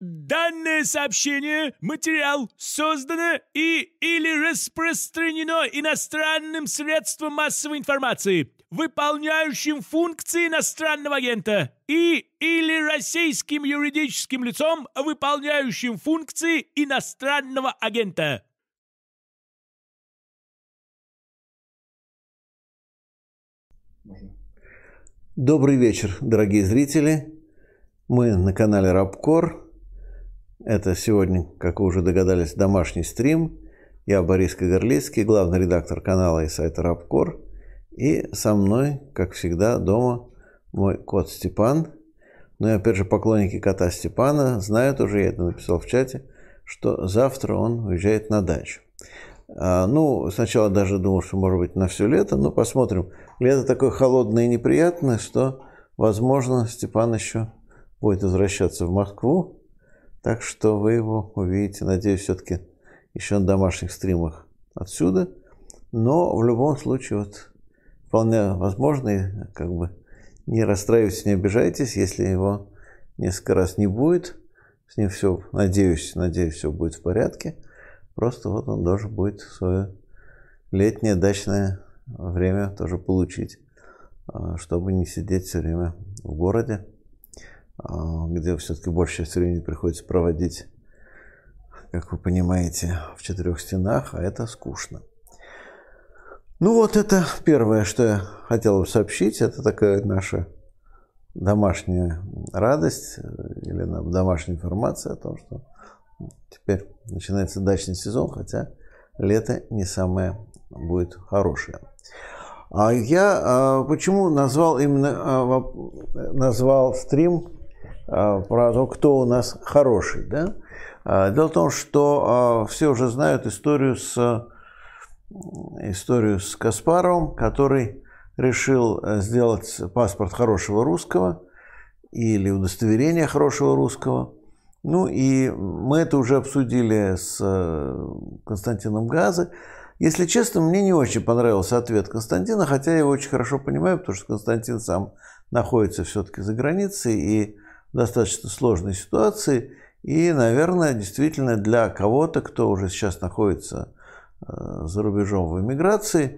Данное сообщение, материал создано или распространено иностранным средством массовой информации, выполняющим функции иностранного агента, или российским юридическим лицом, выполняющим функции иностранного агента. Добрый вечер, дорогие зрители. Мы на канале Рабкор. Это сегодня, как вы уже догадались, домашний стрим. Я Борис Кагарлицкий, главный редактор канала и сайта Рабкор. И со мной, как всегда, дома мой кот Степан. Ну и опять же, поклонники кота Степана знают уже, я это написал в чате, что завтра он уезжает на дачу. Сначала даже думал, что может быть на все лето, но посмотрим. Лето такое холодное и неприятное, что, возможно, Степан еще будет возвращаться в Москву. Так что вы его увидите, надеюсь, все-таки еще на домашних стримах отсюда. Но в любом случае, вот, вполне возможно, и как бы не расстраивайтесь, не обижайтесь, если его несколько раз не будет. С ним все, надеюсь, все будет в порядке. Просто вот он должен будет свое летнее дачное время тоже получить, чтобы не сидеть все время в городе, где все-таки большая часть времени приходится проводить, как вы понимаете, в четырех стенах, а это скучно. Ну вот это первое, что я хотел бы сообщить, это такая наша домашняя радость или домашняя информация о том, что теперь начинается дачный сезон, хотя лето не самое будет хорошее. А я почему назвал стрим про то, кто у нас хороший, да? Дело в том, что все уже знают историю с Каспаровым, который решил сделать паспорт хорошего русского или удостоверение хорошего русского. Ну и мы это уже обсудили с Константином Газы. Если честно, мне не очень понравился ответ Константина, хотя я его очень хорошо понимаю, потому что Константин сам находится все-таки за границей и в достаточно сложной ситуации. И, наверное, действительно для кого-то, кто уже сейчас находится за рубежом в эмиграции,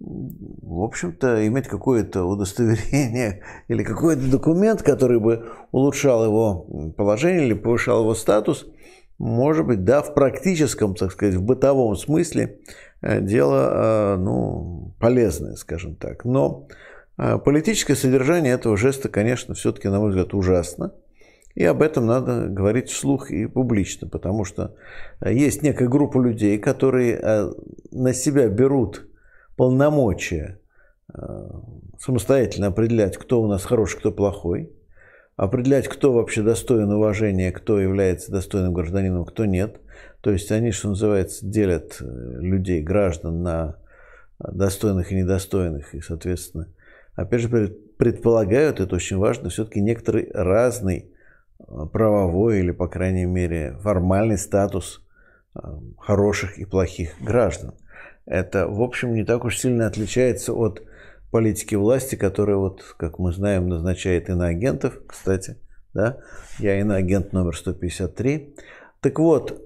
в общем-то, иметь какое-то удостоверение или какой-то документ, который бы улучшал его положение или повышал его статус, может быть, да, в практическом, так сказать, в бытовом смысле дело, полезное, скажем так. Но политическое содержание этого жеста, конечно, все-таки, на мой взгляд, ужасно. И об этом надо говорить вслух и публично, потому что есть некая группа людей, которые на себя берут полномочия самостоятельно определять, кто у нас хороший, кто плохой, определять, кто вообще достоин уважения, кто является достойным гражданином, кто нет. То есть они, что называется, делят людей, граждан на достойных и недостойных, и, соответственно, опять же, предполагают, это очень важно, все-таки некоторый разный правовой или, по крайней мере, формальный статус хороших и плохих граждан. Это, в общем, не так уж сильно отличается от политики власти, которая, вот, как мы знаем, назначает иноагентов, кстати, да, я иноагент номер 153. Так вот,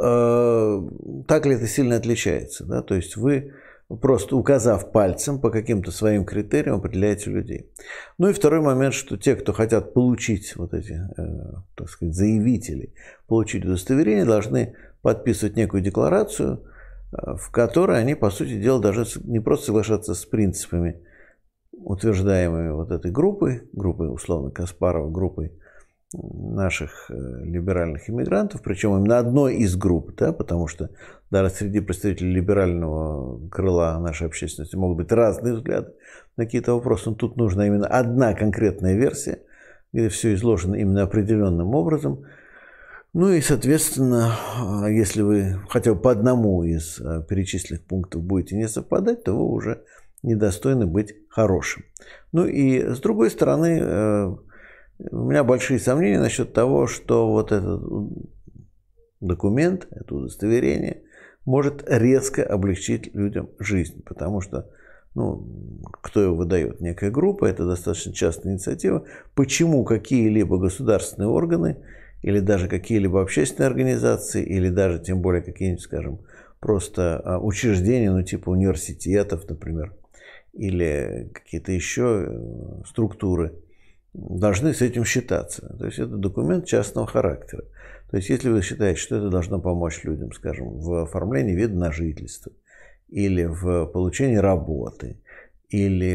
так ли это сильно отличается, да, то есть вы просто указав пальцем по каким-то своим критериям определяете людей. Ну и второй момент, что те, кто хотят получить вот эти, так сказать, заявители, получить удостоверение, должны подписывать некую декларацию, в которой они, по сути дела, должны не просто соглашаться с принципами, утверждаемыми вот этой группой условно Каспарова, группой наших либеральных иммигрантов, причем именно одной из групп, да, потому что даже среди представителей либерального крыла нашей общественности могут быть разные взгляды на какие-то вопросы, но тут нужна именно одна конкретная версия, где все изложено именно определенным образом. Ну и, соответственно, если вы хотя бы по одному из перечисленных пунктов будете не совпадать, то вы уже недостойны быть хорошим. Ну и с другой стороны, у меня большие сомнения насчет того, что вот этот документ, это удостоверение, может резко облегчить людям жизнь, потому что, кто его выдает? Некая группа, это достаточно частная инициатива. Почему какие-либо государственные органы или даже какие-либо общественные организации, или даже тем более какие-нибудь, скажем, просто учреждения, ну типа университетов, например, или какие-то еще структуры, должны с этим считаться. То есть это документ частного характера. То есть если вы считаете, что это должно помочь людям, скажем, в оформлении вида на жительство, или в получении работы, или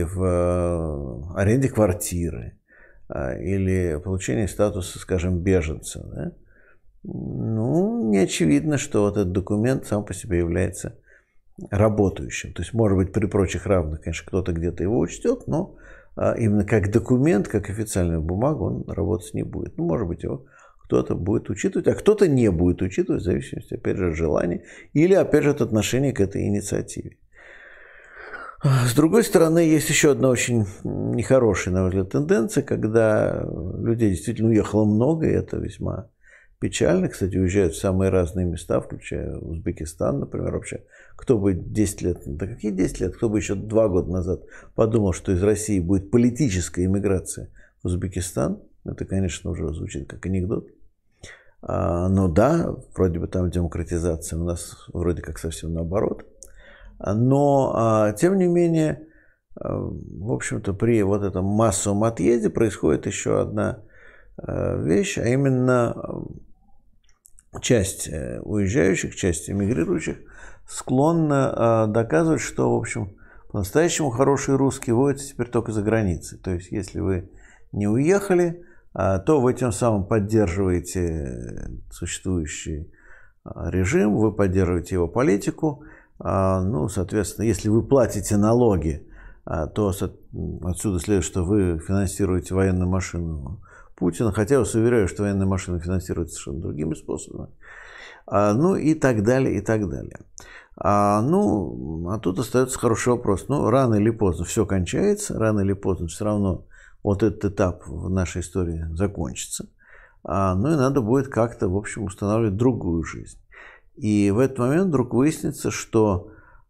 в аренде квартиры, или получении статуса, скажем, беженца, да? Ну, не очевидно, что вот этот документ сам по себе является работающим. То есть, может быть, при прочих равных, конечно, кто-то где-то его учтет, но именно как документ, как официальную бумагу он работать не будет. Ну, может быть, его кто-то будет учитывать, а кто-то не будет учитывать, в зависимости, опять же, от желания или, опять же, от отношения к этой инициативе. С другой стороны, есть еще одна очень нехорошая, на мой взгляд, тенденция, когда людей действительно уехало много, и это весьма печально. Кстати, уезжают в самые разные места, включая Узбекистан, например, вообще. Кто бы 10 лет, да какие 10 лет, кто бы еще 2 года назад подумал, что из России будет политическая иммиграция в Узбекистан, это, конечно, уже звучит как анекдот. Но да, вроде бы там демократизация, у нас вроде как совсем наоборот. Но, тем не менее, в общем-то, при вот этом массовом отъезде происходит еще одна вещь, а именно часть уезжающих, часть эмигрирующих склонна доказывать, что, в общем, по-настоящему хорошие русские водятся теперь только за границей. То есть, если вы не уехали, то вы тем самым поддерживаете существующий режим, вы поддерживаете его политику. Ну, соответственно, если вы платите налоги, то отсюда следует, что вы финансируете военную машину Путина, хотя я вас уверяю, что военная машина финансируется совершенно другими способами. Ну, и так далее, и так далее. А тут остается хороший вопрос. Ну, рано или поздно все кончается, рано или поздно все равно вот этот этап в нашей истории закончится. Ну, и надо будет как-то, в общем, устанавливать другую жизнь. И в этот момент вдруг выяснится, что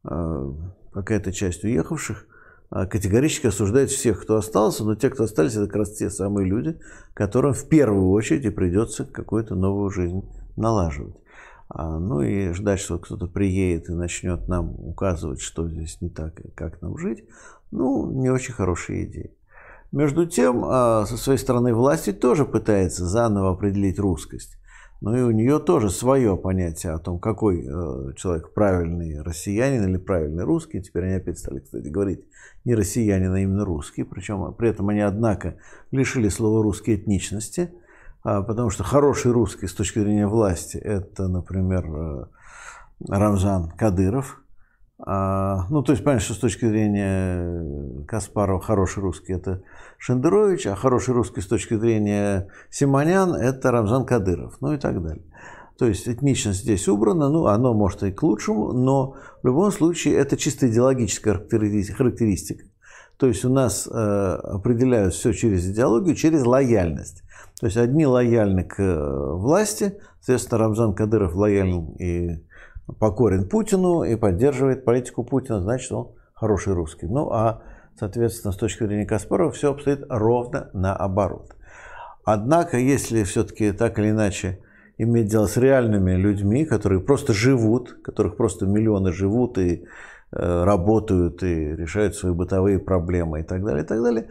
какая-то часть уехавших категорически осуждает всех, кто остался, но те, кто остались, это как раз те самые люди, которым в первую очередь и придется какую-то новую жизнь налаживать. Ну и ждать, что кто-то приедет и начнет нам указывать, что здесь не так и как нам жить, ну, не очень хорошая идея. Между тем, со своей стороны власти тоже пытается заново определить русскость. Но и у нее тоже свое понятие о том, какой человек правильный россиянин или правильный русский. Теперь они опять стали, кстати, говорить не россиянин, а именно русский. Причем при этом они, однако, лишили слова «русский» этничности. Потому что хороший русский с точки зрения власти – это, например, Рамзан Кадыров. Ну, то есть, понятно, что с точки зрения Каспарова хороший русский – это Шендерович, а хороший русский с точки зрения Симонян – это Рамзан Кадыров, ну и так далее. То есть, этничность здесь убрана, ну, оно может и к лучшему, но в любом случае это чисто идеологическая характеристика. То есть, у нас определяют все через идеологию, через лояльность. То есть, одни лояльны к власти, соответственно, Рамзан Кадыров лоялен и покорен Путину и поддерживает политику Путина, значит, он хороший русский. Ну, а, соответственно, с точки зрения Каспарова все обстоит ровно наоборот. Однако, если все-таки так или иначе иметь дело с реальными людьми, которые просто живут, которых просто миллионы живут и работают, и решают свои бытовые проблемы и так далее,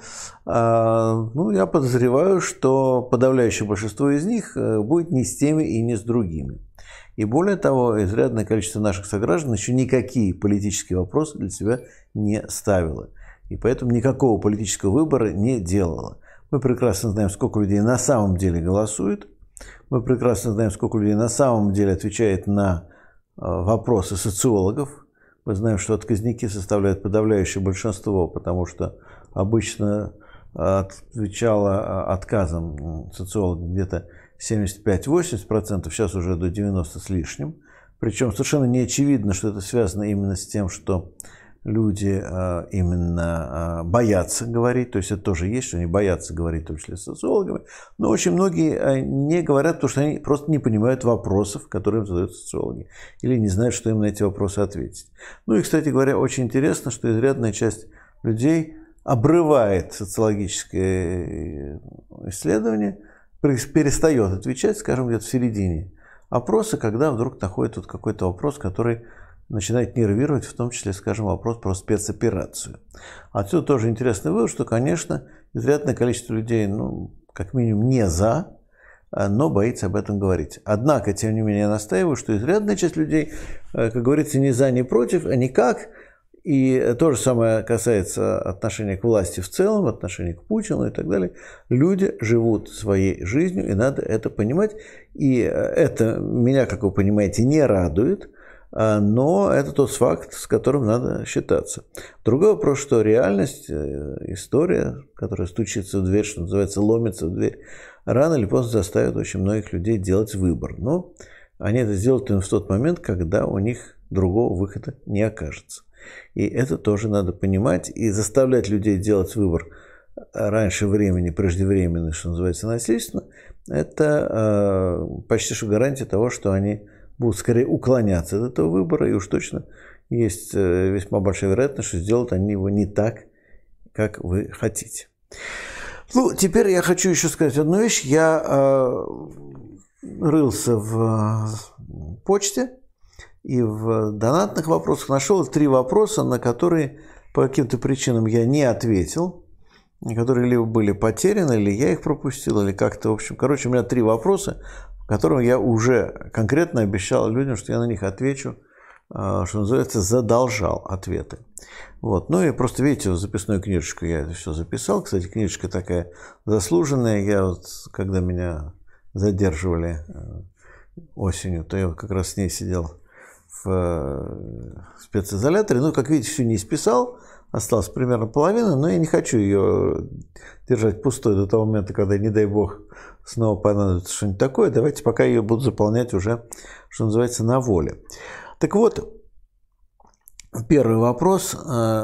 ну, я подозреваю, что подавляющее большинство из них будет не с теми и не с другими. И более того, изрядное количество наших сограждан еще никакие политические вопросы для себя не ставило. И поэтому никакого политического выбора не делало. Мы прекрасно знаем, сколько людей на самом деле голосует. Мы прекрасно знаем, сколько людей на самом деле отвечает на вопросы социологов. Мы знаем, что отказники составляют подавляющее большинство, потому что обычно отвечало отказом социологов где-то 75-80%, сейчас уже до 90% с лишним. Причем совершенно не очевидно, что это связано именно с тем, что люди именно боятся говорить, то есть это тоже есть, что они боятся говорить, в том числе с социологами, но очень многие не говорят, потому что они просто не понимают вопросов, которые им задают социологи, или не знают, что им на эти вопросы ответить. Ну и, кстати говоря, очень интересно, что изрядная часть людей обрывает социологическое исследование перестает отвечать, скажем, где-то в середине опроса, когда вдруг находит тут какой-то вопрос, который начинает нервировать, в том числе, скажем, вопрос про спецоперацию. Отсюда тоже интересный вывод, что, конечно, изрядное количество людей, ну, как минимум, не за, но боится об этом говорить. Однако, тем не менее, я настаиваю, что изрядная часть людей, как говорится, ни за, ни против, а никак. И то же самое касается отношения к власти в целом, отношения к Путину и так далее. Люди живут своей жизнью, и надо это понимать. И это меня, как вы понимаете, не радует, но это тот факт, с которым надо считаться. Другой вопрос, что реальность, история, которая стучится в дверь, что называется, ломится в дверь, рано или поздно заставит очень многих людей делать выбор. Но они это сделают именно в тот момент, когда у них другого выхода не окажется. И это тоже надо понимать. И заставлять людей делать выбор раньше времени, преждевременно, что называется, насильственно, это почти что гарантия того, что они будут скорее уклоняться от этого выбора, и уж точно есть весьма большая вероятность, что сделают они его не так, как вы хотите. Ну, теперь я хочу еще сказать одну вещь. Я рылся в почте и в донатных вопросах нашел 3 вопроса, на которые по каким-то причинам я не ответил, которые либо были потеряны, или я их пропустил, или как-то, в общем. Короче, у меня 3 вопроса, которым я уже конкретно обещал людям, что я на них отвечу, что называется, задолжал ответы. Вот. Ну и просто, видите, в записную книжечку я это все записал. Кстати, книжечка такая заслуженная. Я вот, когда меня задерживали осенью, то я вот как раз с ней сидел в специзоляторе. Ну, как видите, все не исписал. Осталось примерно половина, но я не хочу ее держать пустой до того момента, когда, не дай бог, снова понадобится что-нибудь такое. Давайте пока ее буду заполнять уже, что называется, на воле. Так вот, первый вопрос.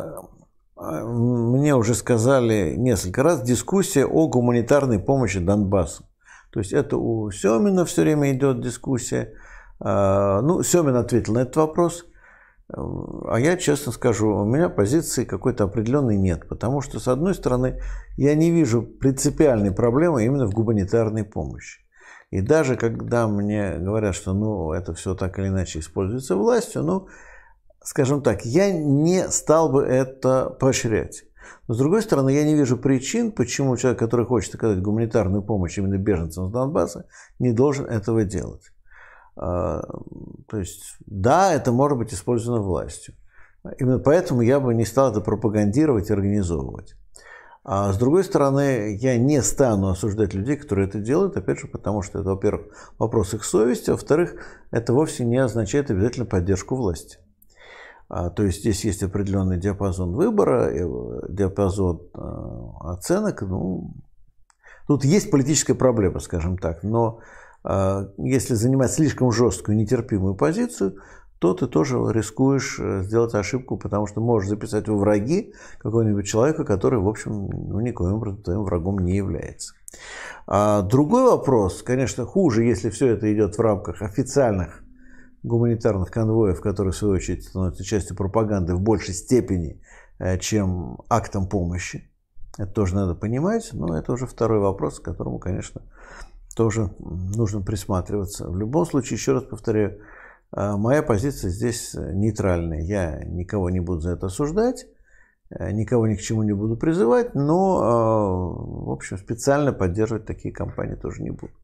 Мне уже сказали несколько раз, дискуссия о гуманитарной помощи Донбассу. То есть это у Семина все время идет дискуссия. Ну, Семин ответил на этот вопрос. А я, честно скажу, у меня позиции какой-то определенной нет. Потому что, с одной стороны, я не вижу принципиальной проблемы именно в гуманитарной помощи. И даже когда мне говорят, что ну, это все так или иначе используется властью, ну, скажем так, я не стал бы это поощрять. Но, с другой стороны, я не вижу причин, почему человек, который хочет оказать гуманитарную помощь именно беженцам с Донбасса, не должен этого делать. То есть, да, это может быть использовано властью. Именно поэтому я бы не стал это пропагандировать и организовывать. А с другой стороны, я не стану осуждать людей, которые это делают, опять же, потому что это, во-первых, вопрос их совести, а во-вторых, это вовсе не означает обязательно поддержку власти. То есть здесь есть определенный диапазон выбора, диапазон оценок. Ну, тут есть политическая проблема, скажем так, но если занимать слишком жесткую, нетерпимую позицию, то ты тоже рискуешь сделать ошибку, потому что можешь записать во враги какого-нибудь человека, который, в общем, ну, никоим образом твоим врагом не является. Другой вопрос, конечно, хуже, если все это идет в рамках официальных гуманитарных конвоев, которые, в свою очередь, становятся частью пропаганды в большей степени, чем актом помощи. Это тоже надо понимать, но это уже второй вопрос, к которому, конечно, тоже нужно присматриваться. В любом случае, еще раз повторяю, моя позиция здесь нейтральная. Я никого не буду за это осуждать, никого ни к чему не буду призывать, но, в общем, специально поддерживать такие кампании тоже не буду.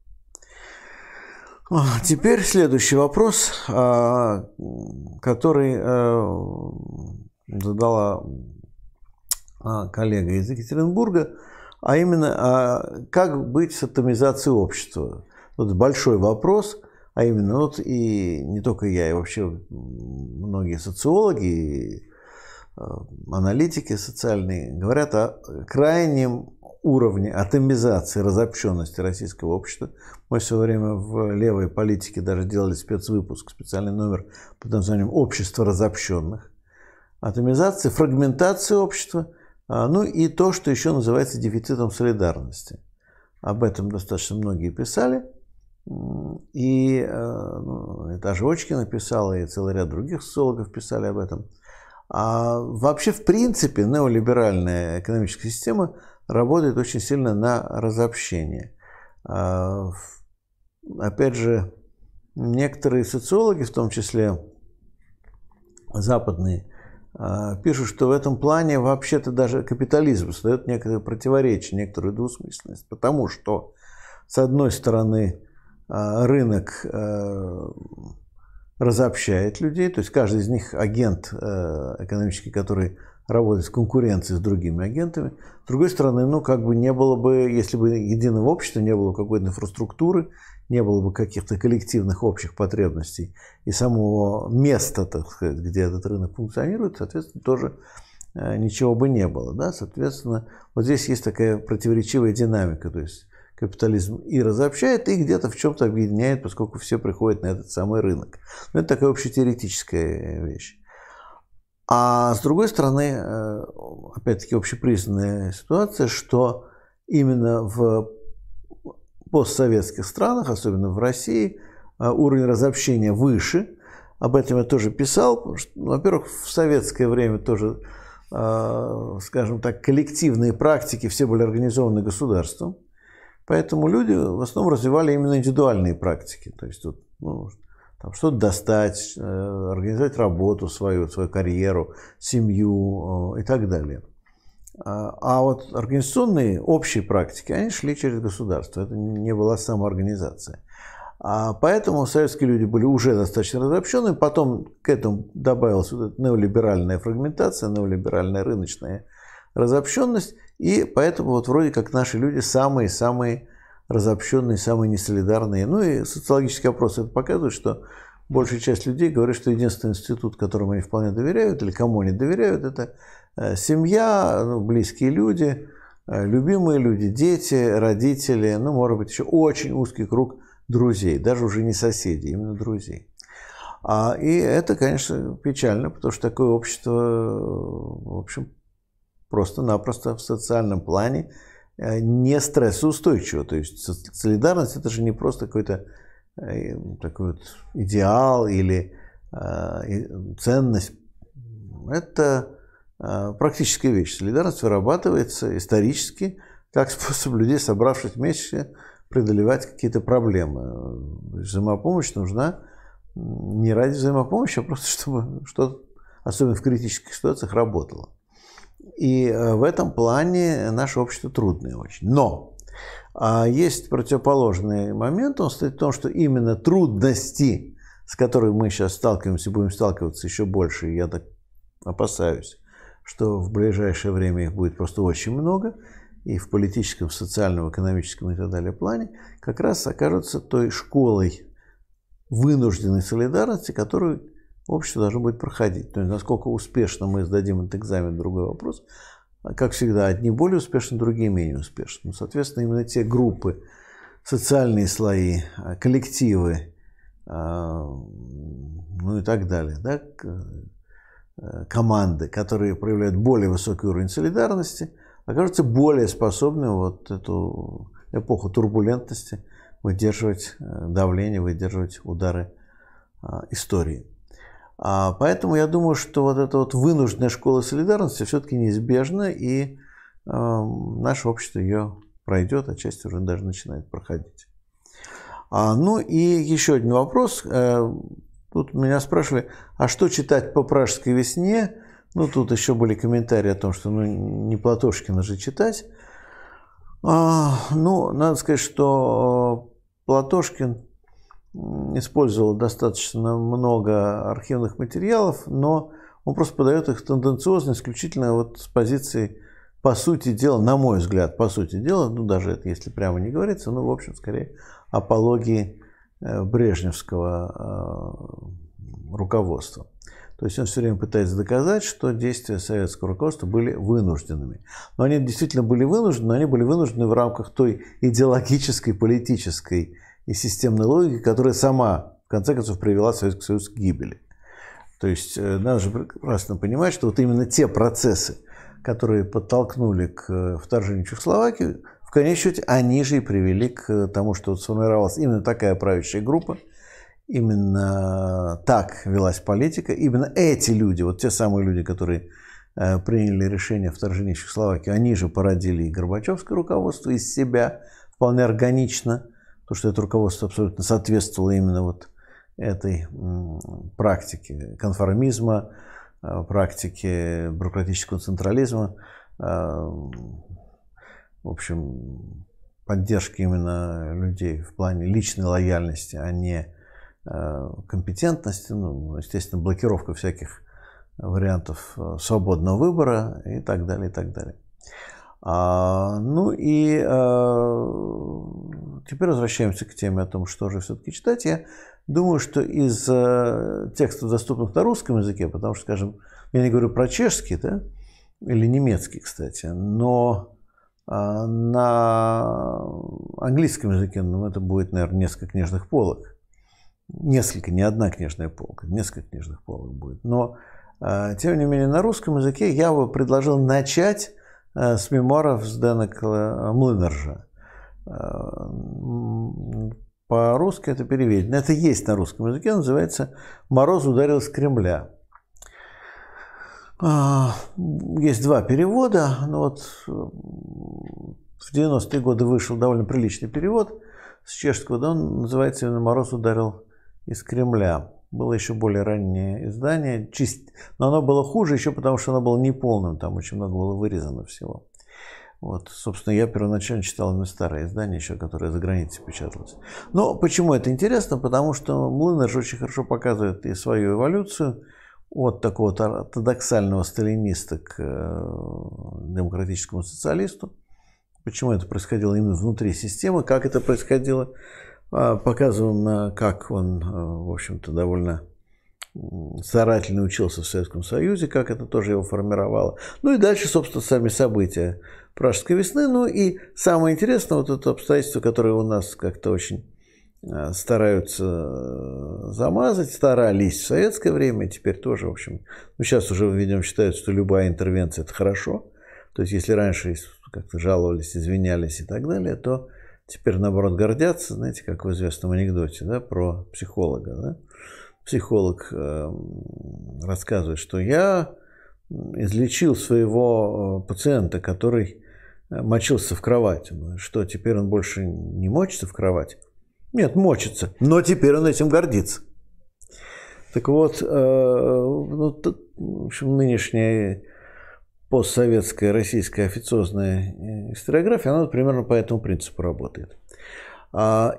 Теперь следующий вопрос, который задала коллега из Екатеринбурга, а именно, как быть с атомизацией общества. Вот большой вопрос, а именно, вот и не только я, и вообще многие социологи, и аналитики социальные говорят о крайнем уровне атомизации, разобщенности российского общества. Мы все время в левой политике даже делали спецвыпуск, специальный номер под названием «Общество разобщенных». Атомизация, фрагментация общества, ну и то, что еще называется дефицитом солидарности. Об этом достаточно многие писали. И даже Очкина писала, и целый ряд других социологов писали об этом. А вообще, в принципе, неолиберальная экономическая система работает очень сильно на разобщение. Опять же, некоторые социологи, в том числе западные, пишут, что в этом плане вообще-то даже капитализм создает некоторые противоречия, некоторую двусмысленность. Потому что, с одной стороны, рынок разобщает людей, то есть каждый из них агент экономический, который работает в конкуренции с другими агентами. С другой стороны, ну, как бы не было бы, если бы единого общества, не было какой-то инфраструктуры, не было бы каких-то коллективных общих потребностей и самого места, так сказать, где этот рынок функционирует, соответственно, тоже ничего бы не было. Да? Соответственно, вот здесь есть такая противоречивая динамика, то есть капитализм и разобщает, и где-то в чем-то объединяет, поскольку все приходят на этот самый рынок. Но это такая общетеоретическая вещь. А с другой стороны, опять-таки, общепризнанная ситуация, что именно в постсоветских странах, особенно в России, уровень разобщения выше. Об этом я тоже писал. Во-первых, в советское время тоже, скажем так, коллективные практики все были организованы государством. Поэтому люди в основном развивали именно индивидуальные практики. То есть вот, ну, там что-то достать, организовать работу свою карьеру, семью и так далее. А вот организационные общие практики, они шли через государство. Это не была самоорганизация. Поэтому советские люди были уже достаточно разобщены. Потом к этому добавилась вот эта неолиберальная фрагментация, неолиберальная рыночная разобщенность. И поэтому вот вроде как наши люди самые-самые разобщенные, самые несолидарные. Ну и социологические опросы это показывают, что большая часть людей говорит, что единственный институт, которому они вполне доверяют, или кому они доверяют, это семья, близкие люди, любимые люди, дети, родители, ну, может быть, еще очень узкий круг друзей, даже уже не соседей, именно друзей. И это, конечно, печально, потому что такое общество, в общем, просто-напросто в социальном плане не стрессоустойчиво. То есть солидарность – это же не просто какой-то такой вот идеал или ценность. Это практическая вещь. Солидарность вырабатывается исторически как способ людей, собравшись вместе, преодолевать какие-то проблемы. Взаимопомощь нужна не ради взаимопомощи, а просто чтобы что-то, особенно в критических ситуациях, работало. И в этом плане наше общество трудное очень. Но есть противоположный момент, он стоит в том, что именно трудности, с которыми мы сейчас сталкиваемся, будем сталкиваться еще больше, и я так опасаюсь, что в ближайшее время их будет просто очень много, и в политическом, в социальном, экономическом и так далее плане, как раз окажутся той школой вынужденной солидарности, которую общество должно будет проходить. То есть, насколько успешно мы сдадим этот экзамен, другой вопрос. Как всегда, одни более успешны, другие менее успешны. Соответственно, именно те группы, социальные слои, коллективы, ну и так далее, да, команды, которые проявляют более высокий уровень солидарности, окажутся более способны вот эту эпоху турбулентности выдерживать давление, выдерживать удары истории. Поэтому я думаю, что вот эта вот вынужденная школа солидарности все-таки неизбежна, и наше общество ее пройдет, а часть уже даже начинает проходить. Ну и еще один вопрос. Тут меня спрашивали, а что читать по «Пражской весне»? Ну, тут еще были комментарии о том, что не Платошкина же читать. Ну, надо сказать, что Платошкин использовал достаточно много архивных материалов, но он просто подает их тенденциозно, исключительно вот с позиции, по сути дела, на мой взгляд, по сути дела, ну, даже это если прямо не говорится, ну, в общем, скорее, апологии брежневского руководства. То есть он все время пытается доказать, что действия советского руководства были вынужденными. Но они действительно были вынуждены, но они были вынуждены в рамках той идеологической, политической и системной логики, которая сама, в конце концов, привела Советский Союз к гибели. То есть надо же прекрасно понимать, что вот именно те процессы, которые подтолкнули к вторжению Чехословакии, в конечном счете они же и привели к тому, что вот сформировалась именно такая правящая группа, именно так велась политика, именно эти люди, вот те самые люди, которые приняли решение о вторжении в Чехословакию, они же породили и Горбачевское руководство из себя, вполне органично, потому что это руководство абсолютно соответствовало именно вот этой практике конформизма, практике бюрократического централизма, в общем, поддержки именно людей в плане личной лояльности, а не компетентности, ну, естественно, блокировка всяких вариантов свободного выбора и так далее, и так далее. Ну и теперь возвращаемся к теме о том, что же все-таки читать. Я думаю, что из текстов, доступных на русском языке, потому что, скажем, я не говорю про чешский, да, или немецкий, кстати, но на английском языке, ну, это будет, наверное, несколько книжных полок. Несколько, не одна книжная полка, несколько книжных полок будет. Но, тем не менее, на русском языке я бы предложил начать с мемуаров Сденека Млынаржа. По-русски это переведено. Это есть на русском языке, называется «Мороз ударил с Кремля». Есть два перевода. Ну вот в 90-е годы вышел довольно приличный перевод с чешского, да, он называется именно «Мороз ударил из Кремля». Было еще более раннее издание, но оно было хуже еще потому, что оно было неполным, там очень много было вырезано всего. Вот, собственно, я первоначально читал именно старое издание еще, которое за границей печаталось. Но почему это интересно? Потому что Млынарж очень хорошо показывает и свою эволюцию от такого ортодоксального сталиниста к демократическому социалисту. Почему это происходило именно внутри системы, как это происходило, показывал, как он, в общем-то, довольно старательно учился в Советском Союзе, как это тоже его формировало. Ну и дальше, собственно, сами события Пражской весны. Ну и самое интересное, вот это обстоятельство, которое у нас как-то очень стараются замазать, старались в советское время, теперь тоже, в общем, ну сейчас уже, видимо, считают, что любая интервенция – это хорошо. То есть, если раньше как-то жаловались, извинялись и так далее, то теперь, наоборот, гордятся, знаете, как в известном анекдоте, да, про психолога. Да? Психолог рассказывает, что я излечил своего пациента, который мочился в кровати. Что, теперь он больше не мочится в кровати? Нет, мочится, но теперь он этим гордится. Так вот, ну, в общем, нынешняя постсоветская российская официозная историография, она примерно по этому принципу работает. Так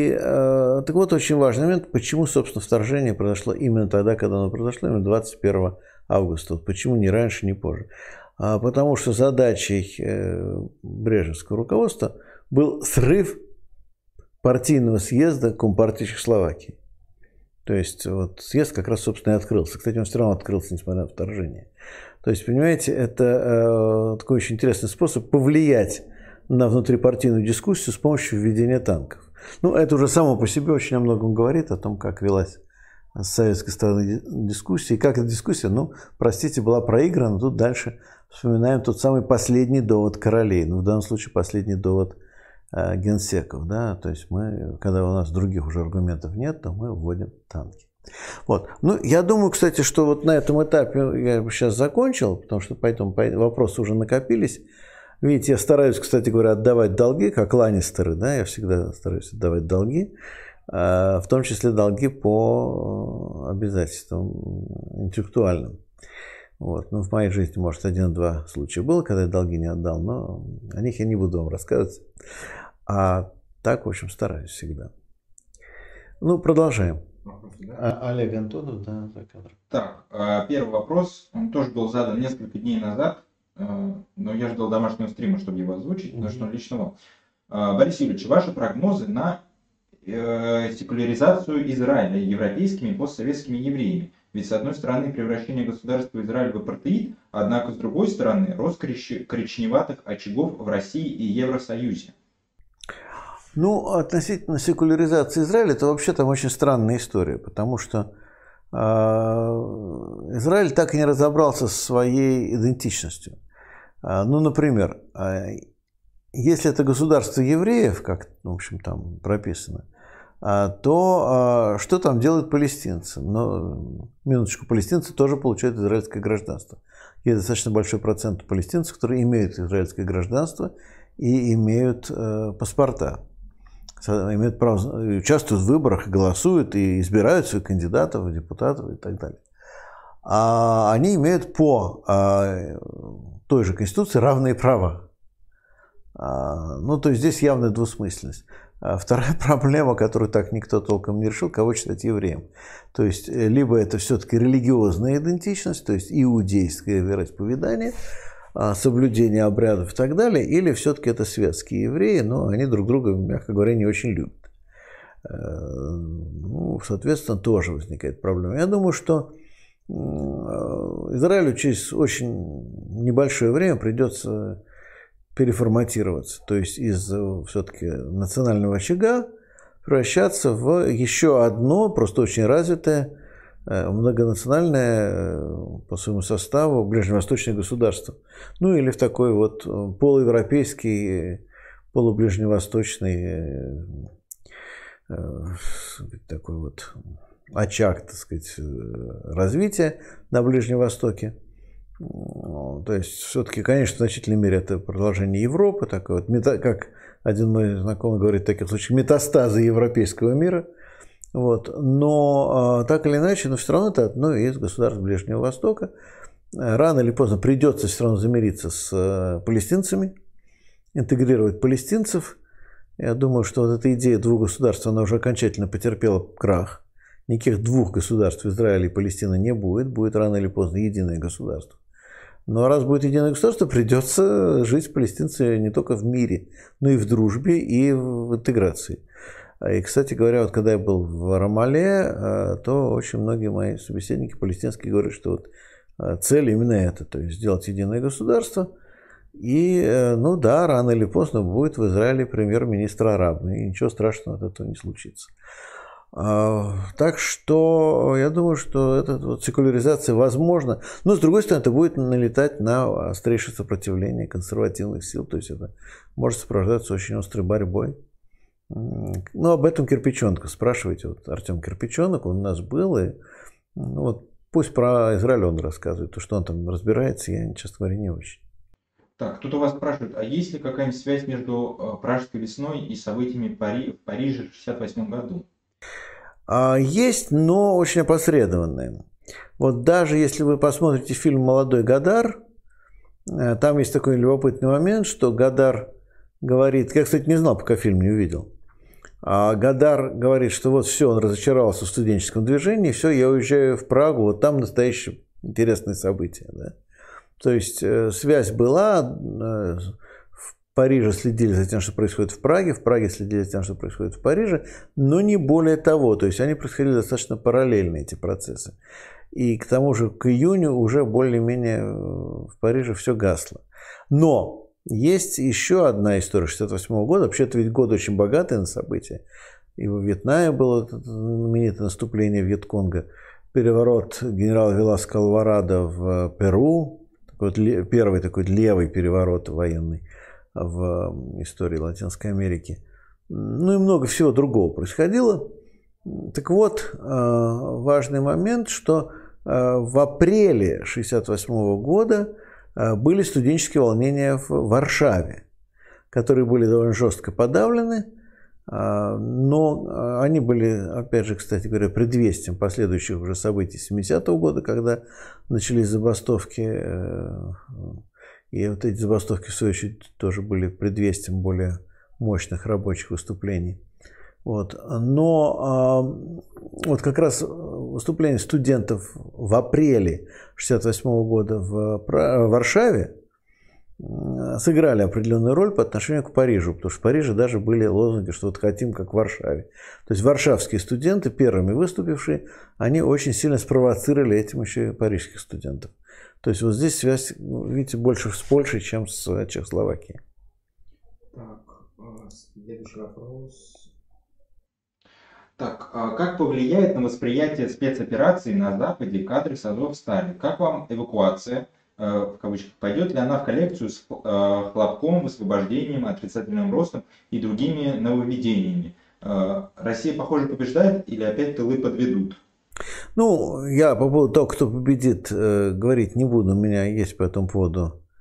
вот, очень важный момент, почему, собственно, вторжение произошло именно тогда, когда оно произошло, именно 21 августа. Вот почему не раньше, не позже. Потому что задачей брежневского руководства был срыв партийного съезда Компартии Чехословакии. То есть вот съезд как раз, собственно, и открылся. Кстати, он все равно открылся, несмотря на вторжение. То есть, понимаете, это такой очень интересный способ повлиять на внутрипартийную дискуссию с помощью введения танков. Ну, это уже само по себе очень о многом говорит, о том, как велась с советской стороны дискуссия. И как эта дискуссия, ну, простите, была проиграна. Тут дальше вспоминаем тот самый последний довод королей. Ну, в данном случае последний довод генсеков. Да? То есть мы, когда у нас других уже аргументов нет, то мы вводим танки. Вот. Ну, я думаю, кстати, что вот на этом этапе я сейчас закончил, потому что поэтому вопросы уже накопились. Видите, я стараюсь, кстати говоря, отдавать долги, как Ланнистеры, да, я всегда стараюсь отдавать долги, в том числе долги по обязательствам интеллектуальным. Вот. Ну, в моей жизни, может, 1-2 случая было, когда я долги не отдал, но о них я не буду вам рассказывать. А так, в общем, стараюсь всегда. Ну, продолжаем. Олег Антонов, да, за кадром. Так, первый вопрос, он тоже был задан несколько дней назад, но я ждал домашнего стрима, чтобы его озвучить, потому что он лично вам. Борис Юрьевич, ваши прогнозы на секуляризацию Израиля европейскими и постсоветскими евреями? Ведь, с одной стороны, превращение государства Израиль в апартеид, однако, с другой стороны, рост коричневатых очагов в России и Евросоюзе. Ну, относительно секуляризации Израиля, это вообще там очень странная история, потому что Израиль так и не разобрался со своей идентичностью. Ну, например, если это государство евреев, как, в общем, там прописано, то что там делают палестинцы? Ну, минуточку, палестинцы тоже получают израильское гражданство. Есть достаточно большой процент палестинцев, которые имеют израильское гражданство, и имеют паспорта. Имеют право, участвуют в выборах, голосуют и избирают своих кандидатов, депутатов и так далее. А они имеют по той же Конституции равные права. Ну, то есть здесь явная двусмысленность. Вторая проблема, которую так никто толком не решил, кого считать евреем. То есть либо это все-таки религиозная идентичность, то есть иудейское вероисповедание, соблюдение обрядов и так далее, или все-таки это светские евреи, но они друг друга, мягко говоря, не очень любят. Ну, соответственно, тоже возникает проблема. Я думаю, что Израилю через очень небольшое время придется переформатироваться, то есть из все-таки национального очага превращаться в еще одно, просто очень развитое, многонациональное по своему составу ближневосточное государство. Ну или в такой вот полуевропейский, полуближневосточный такой вот очаг, так сказать, развития на Ближнем Востоке. То есть, все-таки, конечно, в значительной мере это продолжение Европы, такое вот, как один мой знакомый говорит в таких случаях, метастазы европейского мира. Вот. Но так или иначе, но все равно это одно из государств Ближнего Востока. Рано или поздно придется все равно замириться с палестинцами, интегрировать палестинцев. Я думаю, что вот эта идея двух государств, она уже окончательно потерпела крах. Никаких двух государств, Израиля и Палестины, не будет. Будет рано или поздно единое государство. Но раз будет единое государство, придется жить палестинцы не только в мире, но и в дружбе, и в интеграции. И, кстати говоря, вот когда я был в Рамале, то очень многие мои собеседники палестинские говорят, что вот цель именно это, то есть сделать единое государство. И, ну да, рано или поздно будет в Израиле премьер-министр араб, и ничего страшного от этого не случится. Так что я думаю, что эта вот секуляризация возможна. Но, с другой стороны, это будет налетать на острейшее сопротивление консервативных сил. То есть это может сопровождаться очень острой борьбой. Ну, об этом Кирпиченко спрашивайте. Вот Артем Кирпиченок, он у нас был. И, ну, вот пусть про Израиль он рассказывает. То, что он там разбирается, я, честно говоря, не очень. Так, тут у вас спрашивают, а есть ли какая-нибудь связь между Пражской весной и событиями в Париже в 1968 году? Есть, но очень опосредованные. Вот даже если вы посмотрите фильм «Молодой Годар», там есть такой любопытный момент, что Годар говорит, я, кстати, не знал, пока фильм не увидел, а Годар говорит, что вот все, он разочаровался в студенческом движении, все, я уезжаю в Прагу, вот там настоящее интересное событие. Да? То есть связь была, в Париже следили за тем, что происходит в Праге следили за тем, что происходит в Париже, но не более того. То есть они происходили достаточно параллельно, эти процессы. И к тому же к июню уже более-менее в Париже все гасло. Но есть еще одна история 1968 года. Вообще, это ведь год очень богатый на события. И во Вьетнаме было знаменитое наступление Вьетконга, переворот генерала Веласко Алварадо в Перу, такой вот первый такой левый переворот военный в истории Латинской Америки. Ну и много всего другого происходило. Так вот, важный момент, что в апреле 1968 года были студенческие волнения в Варшаве, которые были довольно жестко подавлены, но они были, опять же, кстати говоря, предвестием последующих уже событий 70-го года, когда начались забастовки. И вот эти забастовки, в свою очередь, тоже были предвестием более мощных рабочих выступлений. Вот. Но вот как раз выступления студентов в апреле 1968 года в Варшаве сыграли определенную роль по отношению к Парижу, потому что в Париже даже были лозунги, что вот хотим как в Варшаве. То есть варшавские студенты, первыми выступившие, они очень сильно спровоцировали этим еще и парижских студентов. То есть вот здесь связь, видите, больше с Польшей, чем с Чехословакией. Так, следующий вопрос. Так, как повлияет на восприятие спецоперации на Западе кадры с Азовстали? Как вам эвакуация, в кавычках, пойдет ли она в коллекцию с хлопком, освобождением, отрицательным ростом и другими нововведениями? Россия, похоже, побеждает или опять тылы подведут? Ну, я по поводу того, кто победит, говорить не буду. У меня есть по этому поводу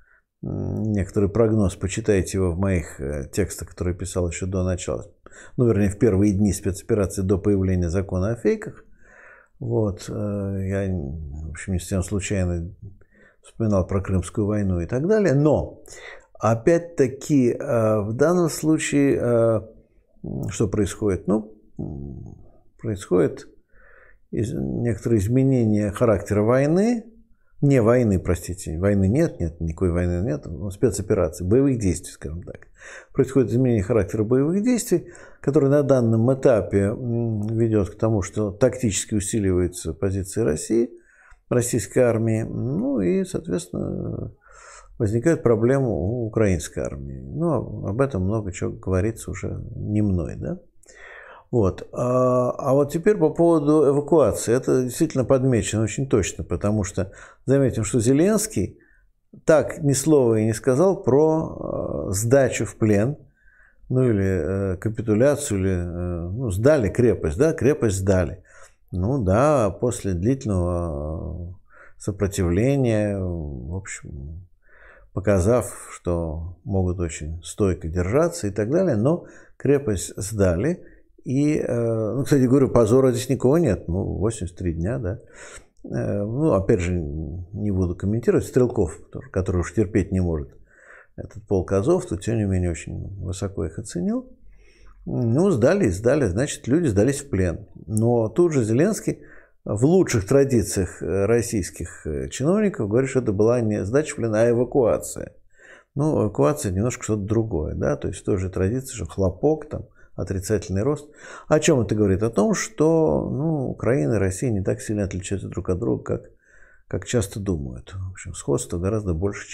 некоторый прогноз, почитайте его в моих текстах, которые писал еще до начала, ну, вернее, в первые дни спецоперации до появления закона о фейках. Вот, я, в общем, не совсем случайно вспоминал про Крымскую войну и так далее, но, опять-таки, в данном случае, что происходит? Ну, происходит некоторые изменения характера войны, не войны, простите, войны нет, никакой войны нет, спецоперации, боевых действий, скажем так. Происходит изменение характера боевых действий, которое на данном этапе ведет к тому, что тактически усиливаются позиции России, российской армии, ну и, соответственно, возникают проблемы у украинской армии. Ну, об этом много чего говорится уже не мной, да? Вот. А вот теперь по поводу эвакуации. Это действительно подмечено очень точно, потому что заметим, что Зеленский так ни слова и не сказал про сдачу в плен, ну или капитуляцию, или ну, сдали крепость, да, крепость сдали. Ну да, после длительного сопротивления, в общем, показав, что могут очень стойко держаться и так далее, но крепость сдали. И, ну, кстати говоря, позора здесь никого нет, ну, 83 дня, да. Ну, опять же, не буду комментировать, Стрелков, который уж терпеть не может этот полк Азов, то, тем не менее, очень высоко их оценил. Ну, сдали, значит, люди сдались в плен. Но тут же Зеленский в лучших традициях российских чиновников говорит, что это была не сдача в плен, а эвакуация. Ну, эвакуация немножко что-то другое, да, то есть в той же традиции, что хлопок там, отрицательный рост. О чем это говорит? О том, что ну, Украина и Россия не так сильно отличаются друг от друга, как часто думают. В общем, сходство гораздо больше,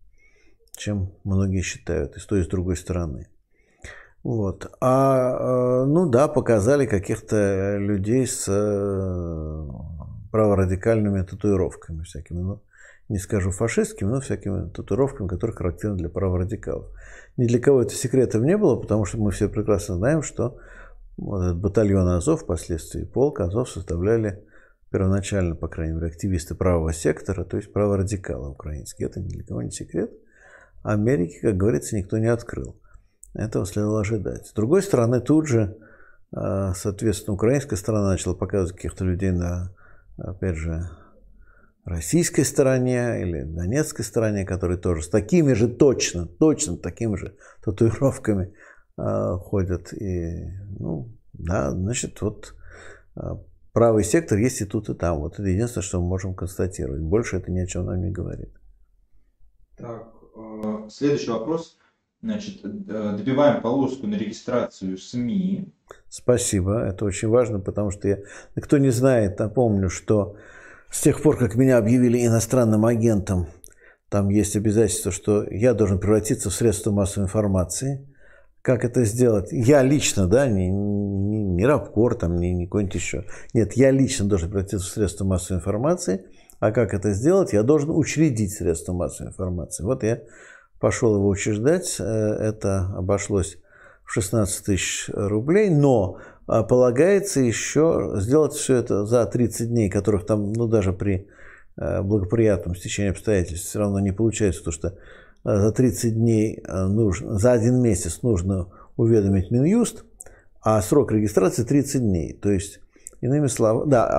чем многие считают, и с той, и с другой стороны. Вот. Ну да, показали каких-то людей с праворадикальными татуировками всякими. Ну, не скажу фашистскими, но всякими татуировками, которые характерны для праворадикалов. Ни для кого это секретом не было, потому что мы все прекрасно знаем, что вот этот батальон Азов, впоследствии полк Азов составляли первоначально, по крайней мере, активисты правого сектора, то есть праворадикалы украинские. Это ни для кого не секрет. Америки, как говорится, никто не открыл. Этого следовало ожидать. С другой стороны, тут же, соответственно, украинская сторона начала показывать каких-то людей на, опять же, российской стороне или донецкой стороне, которые тоже с такими же точно такими же татуировками ходят. И, ну, да, значит, вот правый сектор есть и тут, и там. Вот это единственное, что мы можем констатировать. Больше это ни о чем нам не говорит. Так, следующий вопрос. Значит, добиваем полоску на регистрацию СМИ. Спасибо, это очень важно, потому что кто не знает, напомню, что с тех пор, как меня объявили иностранным агентом, там есть обязательство, что я должен превратиться в средство массовой информации. Как это сделать? Я лично, да, не Рабкор, там, не какой-нибудь еще. Нет, я лично должен превратиться в средство массовой информации. А как это сделать? Я должен учредить средство массовой информации. Вот я пошел его учреждать. Это обошлось в 16 тысяч рублей, но полагается еще сделать все это за 30 дней, которых там, ну, даже при благоприятном стечении обстоятельств все равно не получается, потому что за 30 дней нужно, за 1 месяц нужно уведомить Минюст, а срок регистрации 30 дней. То есть, иными словами, да,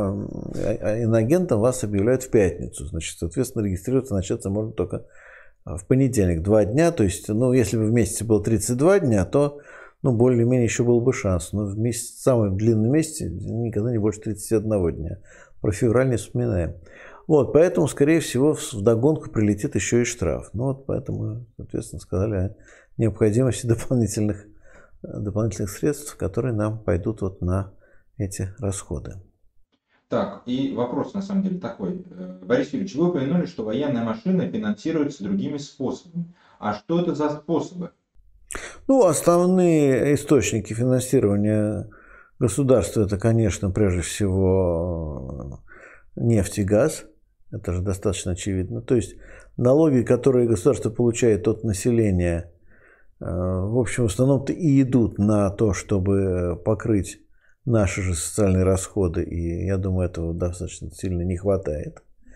а иноагентом вас объявляют в пятницу. Значит, соответственно, регистрироваться начаться можно только в понедельник, 2 дня. То есть, ну, если бы в месяце было 32 дня, то, ну, более-менее еще был бы шанс. Но в месяц, самый длинный месяц никогда не больше 31 дня. Про февраль не вспоминаем. Вот, поэтому, скорее всего, вдогонку прилетит еще и штраф. Ну, вот поэтому, соответственно, сказали о необходимости дополнительных средств, которые нам пойдут вот на эти расходы. Так, и вопрос на самом деле такой. Борис Юрьевич, вы упомянули, что военная машина финансируется другими способами. А что это за способы? Ну, основные источники финансирования государства – это, конечно, прежде всего нефть и газ. Это же достаточно очевидно. То есть налоги, которые государство получает от населения, в общем, в основном-то и идут на то, чтобы покрыть наши же социальные расходы. И я думаю, этого достаточно сильно не хватает.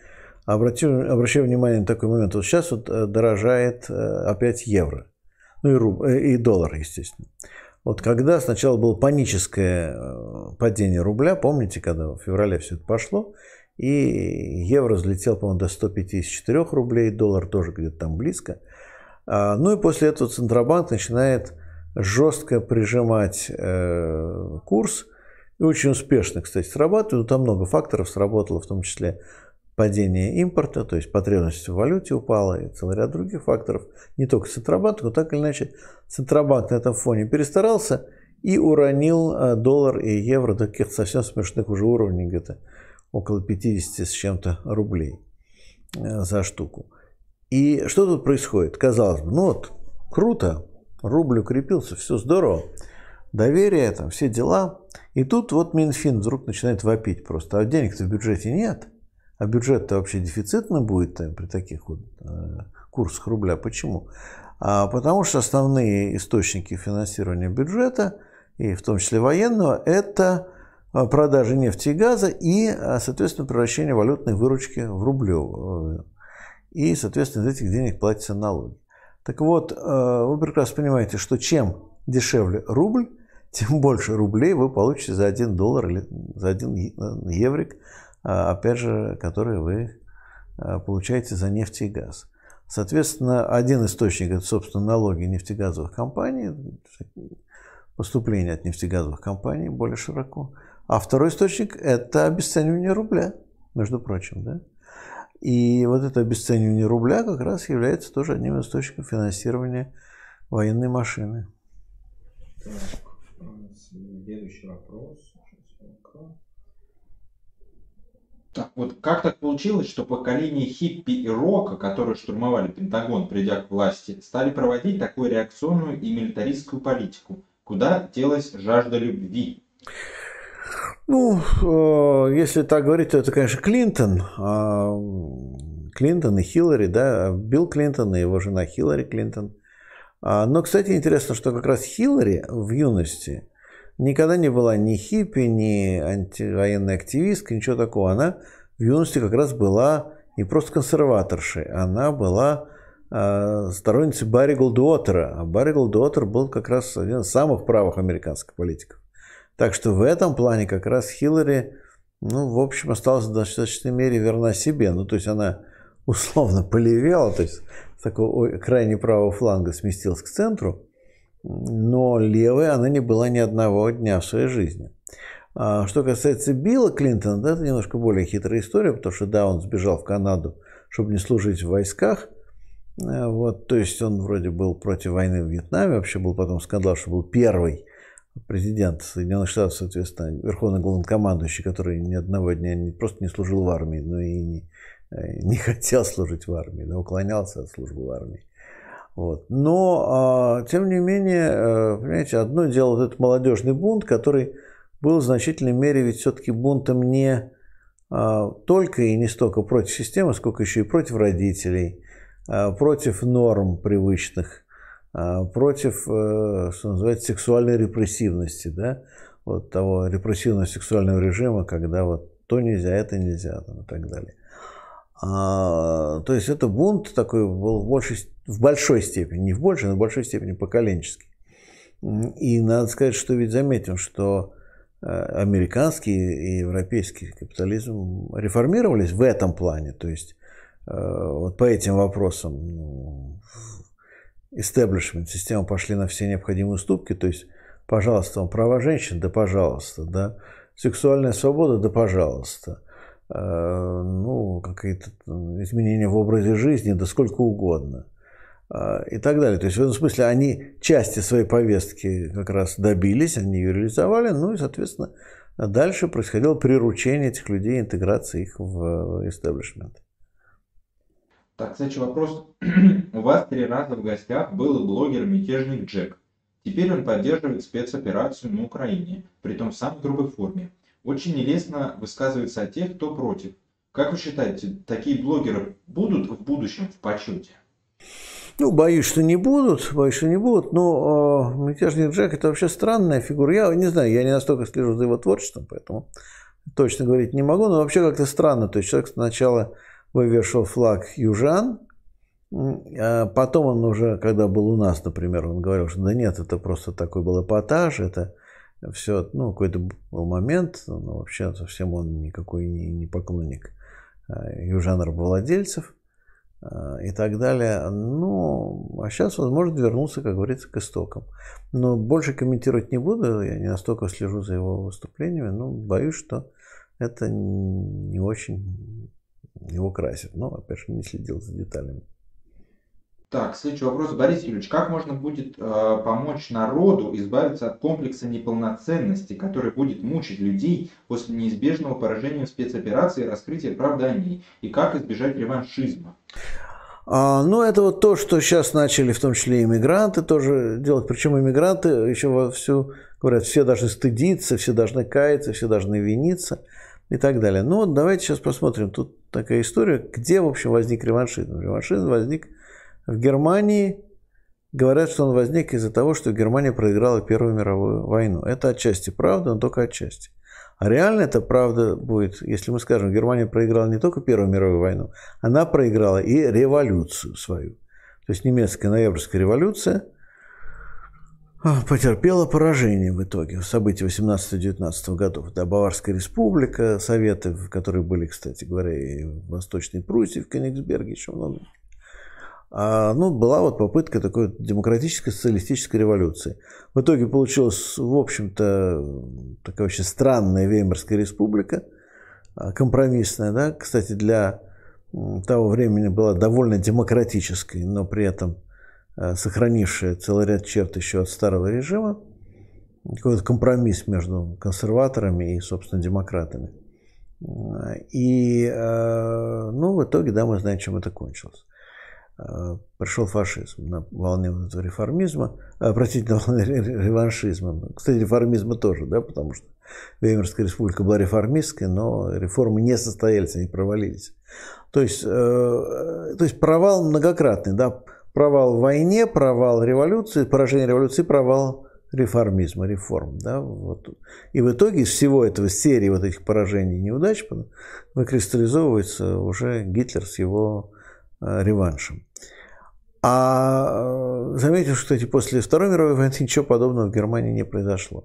Обращаю внимание на такой момент. Вот сейчас вот дорожает опять евро. Ну и доллар, естественно. Вот когда сначала было паническое падение рубля, помните, когда в феврале все это пошло, и евро взлетел, по-моему, до 154 рублей, доллар тоже где-то там близко. Ну и после этого Центробанк начинает жестко прижимать курс, и очень успешно, кстати, срабатывает. Там много факторов сработало, в том числе падение импорта, то есть потребность в валюте упала, и целый ряд других факторов. Не только Центробанк, но так или иначе Центробанк на этом фоне перестарался и уронил доллар и евро до каких-то совсем смешных уже уровней, где-то около 50 с чем-то рублей за штуку. И что тут происходит? Казалось бы, ну вот, круто, рубль укрепился, все здорово, доверие, там, все дела. И тут вот Минфин вдруг начинает вопить просто, а денег-то в бюджете нет. А бюджет-то вообще дефицитным будет при таких вот курсах рубля. Почему? Потому что основные источники финансирования бюджета, и в том числе военного, это продажи нефти и газа и, соответственно, превращение валютной выручки в рублевую. И, соответственно, из этих денег платятся налоги. Так вот, вы прекрасно понимаете, что чем дешевле рубль, тем больше рублей вы получите за $1 или за 1 еврик, опять же, которые вы получаете за нефть и газ. Соответственно, один источник – это, собственно, налоги нефтегазовых компаний, поступления от нефтегазовых компаний более широко. А второй источник – это обесценивание рубля, между прочим. Да? И вот это обесценивание рубля как раз является тоже одним из источников финансирования военной машины. Так, следующий вопрос. Так, вот как так получилось, что поколение хиппи и рока, которые штурмовали Пентагон, придя к власти, стали проводить такую реакционную и милитаристскую политику? Куда делась жажда любви? Ну, если так говорить, то это, конечно, Клинтон. Клинтон и Хиллари, да, Билл Клинтон и его жена Хиллари Клинтон. Но, кстати, интересно, что как раз Хиллари в юности никогда не была ни хиппи, ни антивоенной активисткой, ничего такого. Она в юности как раз была не просто консерваторшей, она была сторонницей Барри Голдуотера. А Барри Голдуотер был как раз один из самых правых американских политиков. Так что в этом плане как раз Хиллари, ну, в общем, осталась в достаточной мере верна себе. Ну, то есть она условно полевела, то есть с такого крайне правого фланга сместилась к центру, но левой она не была ни одного дня в своей жизни. Что касается Билла Клинтона, да, это немножко более хитрая история, потому что, да, он сбежал в Канаду, чтобы не служить в войсках. Вот, то есть он вроде был против войны в Вьетнаме, вообще был потом скандал, что был первый президент Соединенных Штатов, соответственно, верховный главнокомандующий, который ни одного дня не просто не служил в армии, но и не хотел служить в армии, но уклонялся от службы в армии. Вот. Но, тем не менее, понимаете, одно дело вот этот молодежный бунт, который был в значительной мере ведь все-таки бунтом не только и не столько против системы, сколько еще и против родителей, против норм привычных, против, что называется, сексуальной репрессивности, да, вот того репрессивного сексуального режима, когда вот то нельзя, это нельзя, там, и так далее. То есть это бунт такой был в большой степени, не в большей, но в большой степени поколенческий. И надо сказать, что ведь заметим, что американский и европейский капитализм реформировались в этом плане, то есть вот по этим вопросам истеблишмент, система пошли на все необходимые уступки, то есть, пожалуйста, права женщин, да пожалуйста, да, сексуальная свобода, да пожалуйста, ну, какие-то изменения в образе жизни, да сколько угодно, и так далее. То есть, в этом смысле они части своей повестки как раз добились, они ее реализовали, ну и, соответственно, дальше происходило приручение этих людей, интеграция их в истеблишмент. Так, следующий вопрос. У вас 3 раза в гостях был блогер-мятежник Джек. Теперь он поддерживает спецоперацию на Украине, притом в самой грубой форме. Очень нелестно высказывается о тех, кто против. Как вы считаете, такие блогеры будут в будущем в почете? Ну, боюсь, что не будут, но мятежник Джек – это вообще странная фигура. Я не знаю, я не настолько слежу за его творчеством, поэтому точно говорить не могу, но вообще как-то странно. То есть человек сначала вывешивал флаг южан. А потом он уже, когда был у нас, например, он говорил, что да нет, это просто такой был эпатаж, это все, ну, какой-то был момент, но вообще совсем он никакой не поклонник южан-рабовладельцев и так далее. Ну, а сейчас, возможно, вернулся, как говорится, к истокам. Но больше комментировать не буду, я не настолько слежу за его выступлениями, но боюсь, что это не очень его красит. Но, опять же, не следил за деталями. Так, следующий вопрос. Борис Юрьевич, как можно будет помочь народу избавиться от комплекса неполноценности, который будет мучить людей после неизбежного поражения в спецоперации и раскрытия правды о ней? И как избежать реваншизма? Ну, это вот то, что сейчас начали, в том числе иммигранты тоже делать. Причем иммигранты еще вовсю говорят, все должны стыдиться, все должны каяться, все должны виниться и так далее. Ну, вот давайте сейчас посмотрим. Тут такая история, где, в общем, возник реваншизм. Реваншизм возник в Германии. Говорят, что он возник из-за того, что Германия проиграла Первую мировую войну. Это отчасти правда, но только отчасти. А реально это правда будет, если мы скажем, Германия проиграла не только Первую мировую войну, она проиграла и революцию свою. То есть немецкая ноябрьская революция потерпела поражение в итоге в событии 18-19 годов. Да, Баварская республика, советы, которые были, кстати говоря, и в Восточной Пруссии, в Кёнигсберге, еще много. Ну, была вот попытка такой демократической социалистической революции. В итоге получилась, в общем-то, такая очень странная Веймарская республика, компромиссная, да, кстати, для того времени была довольно демократической, но при этом сохранившая целый ряд черт еще от старого режима. Какой-то компромисс между консерваторами и, собственно, демократами. И, ну, в итоге, да, мы знаем, чем это кончилось. Пришел фашизм на волне этого реформизма, простите, на волне реваншизма. Кстати, реформизма тоже, да, потому что Веймарская республика была реформистской, но реформы не состоялись, они провалились. То есть провал многократный, да, провал в войне, провал революции, поражение революции, провал реформизма, реформ, да, вот. И в итоге из всего этого серии вот этих поражений и неудач выкристаллизовывается уже Гитлер с его реваншем. А заметив, что, кстати, после Второй мировой войны ничего подобного в Германии не произошло.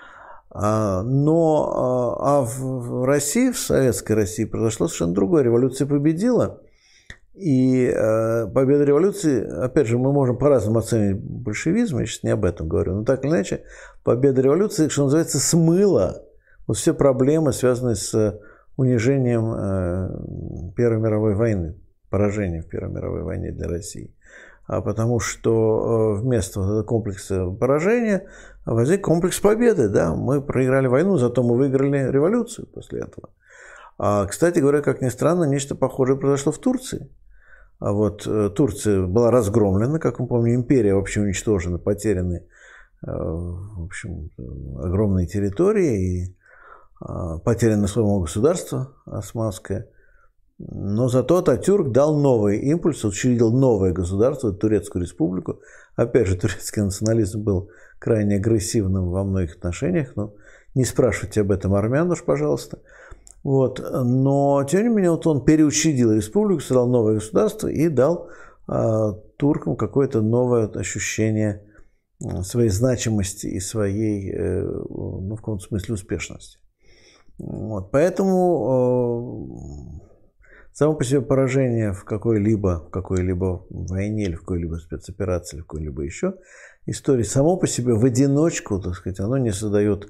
Но в России, в советской России, произошло совершенно другое. Революция победила. И победа революции, опять же, мы можем по-разному оценивать большевизм, я сейчас не об этом говорю, но так или иначе, победа революции, что называется, смыла вот все проблемы, связанные с унижением Первой мировой войны. Поражение в Первой мировой войне для России. Потому что вместо комплекса поражения возник комплекс победы. Да? Мы проиграли войну, зато мы выиграли революцию после этого. Кстати говоря, как ни странно, нечто похожее произошло в Турции. Вот Турция была разгромлена, как мы помним, империя вообще уничтожена, потеряны, в общем, огромные территории, и потеряно само государство османское. Но зато Ататюрк дал новый импульс, учредил новое государство, Турецкую республику. Опять же, турецкий национализм был крайне агрессивным во многих отношениях. Но не спрашивайте об этом армян уж, пожалуйста. Вот. Но, тем не менее, вот он переучредил республику, создал новое государство и дал туркам какое-то новое ощущение своей значимости и своей, ну, в каком-то смысле, успешности. Вот. Поэтому само по себе поражение в какой-либо войне или в какой-либо спецоперации, или в какой-либо еще истории, само по себе в одиночку, так сказать, оно не создает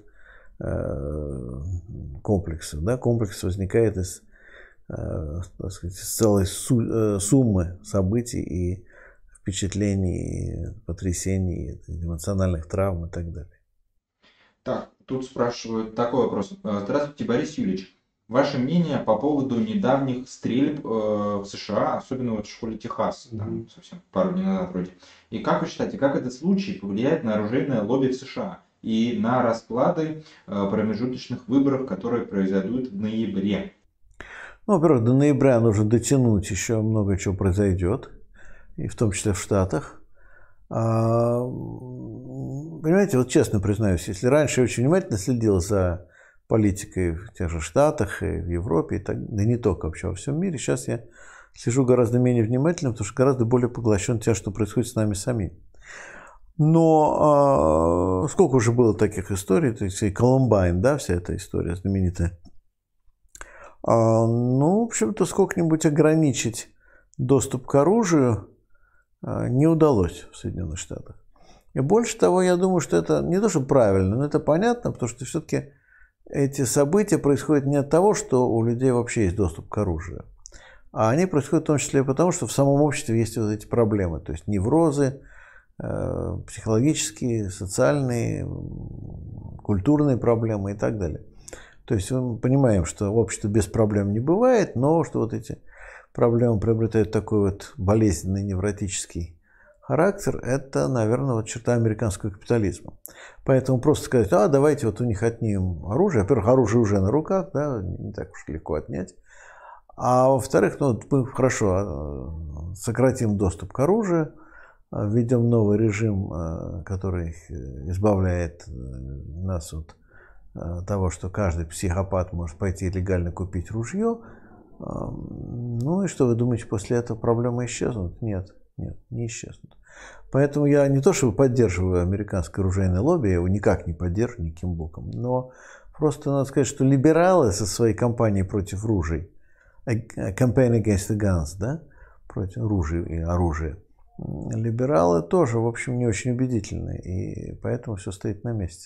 комплексов. Да? Комплекс возникает из, так сказать, из целой суммы событий и впечатлений, и потрясений, и эмоциональных травм и так далее. Так, тут спрашивают такой вопрос. Здравствуйте, Борис Юрьевич. Ваше мнение по поводу недавних стрельб в США, особенно вот в школе Техас, там совсем пару дней назад вроде. И как вы считаете, как этот случай повлияет на оружейное лобби в США и на расклады промежуточных выборов, которые произойдут в ноябре? Ну, во-первых, до ноября нужно дотянуть, еще много чего произойдет, и в том числе в Штатах. Понимаете, вот честно признаюсь, если раньше я очень внимательно следил за политикой в тех же Штатах, и в Европе, да не только вообще во всем мире. Сейчас я слежу гораздо менее внимательно, потому что гораздо более поглощен тем, что происходит с нами самими. Но сколько уже было таких историй, то есть и Колумбайн, да, вся эта история знаменитая. Ну, в общем-то, сколько-нибудь ограничить доступ к оружию не удалось в Соединенных Штатах. И больше того, я думаю, что это не то, что правильно, но это понятно, потому что все-таки эти события происходят не от того, что у людей вообще есть доступ к оружию, а они происходят в том числе и потому, что в самом обществе есть вот эти проблемы, то есть неврозы, психологические, социальные, культурные проблемы и так далее. То есть мы понимаем, что общество без проблем не бывает, но что вот эти проблемы приобретают такой вот болезненный невротический характер, это, наверное, вот черта американского капитализма. Поэтому просто сказать, давайте вот у них отнимем оружие. Во-первых, оружие уже на руках, да, не так уж легко отнять. А во-вторых, мы хорошо сократим доступ к оружию, введем новый режим, который избавляет нас от того, что каждый психопат может пойти легально купить ружье. Ну и что вы думаете, после этого проблемы исчезнут? Нет, не исчезнут. Поэтому я не то чтобы поддерживаю американское оружейное лобби, я его никак не поддерживаю никаким боком, но просто надо сказать, что либералы со своей кампанией против ружей, campaign against the guns, да, против ружей и оружия, либералы тоже, в общем, не очень убедительны, и поэтому все стоит на месте.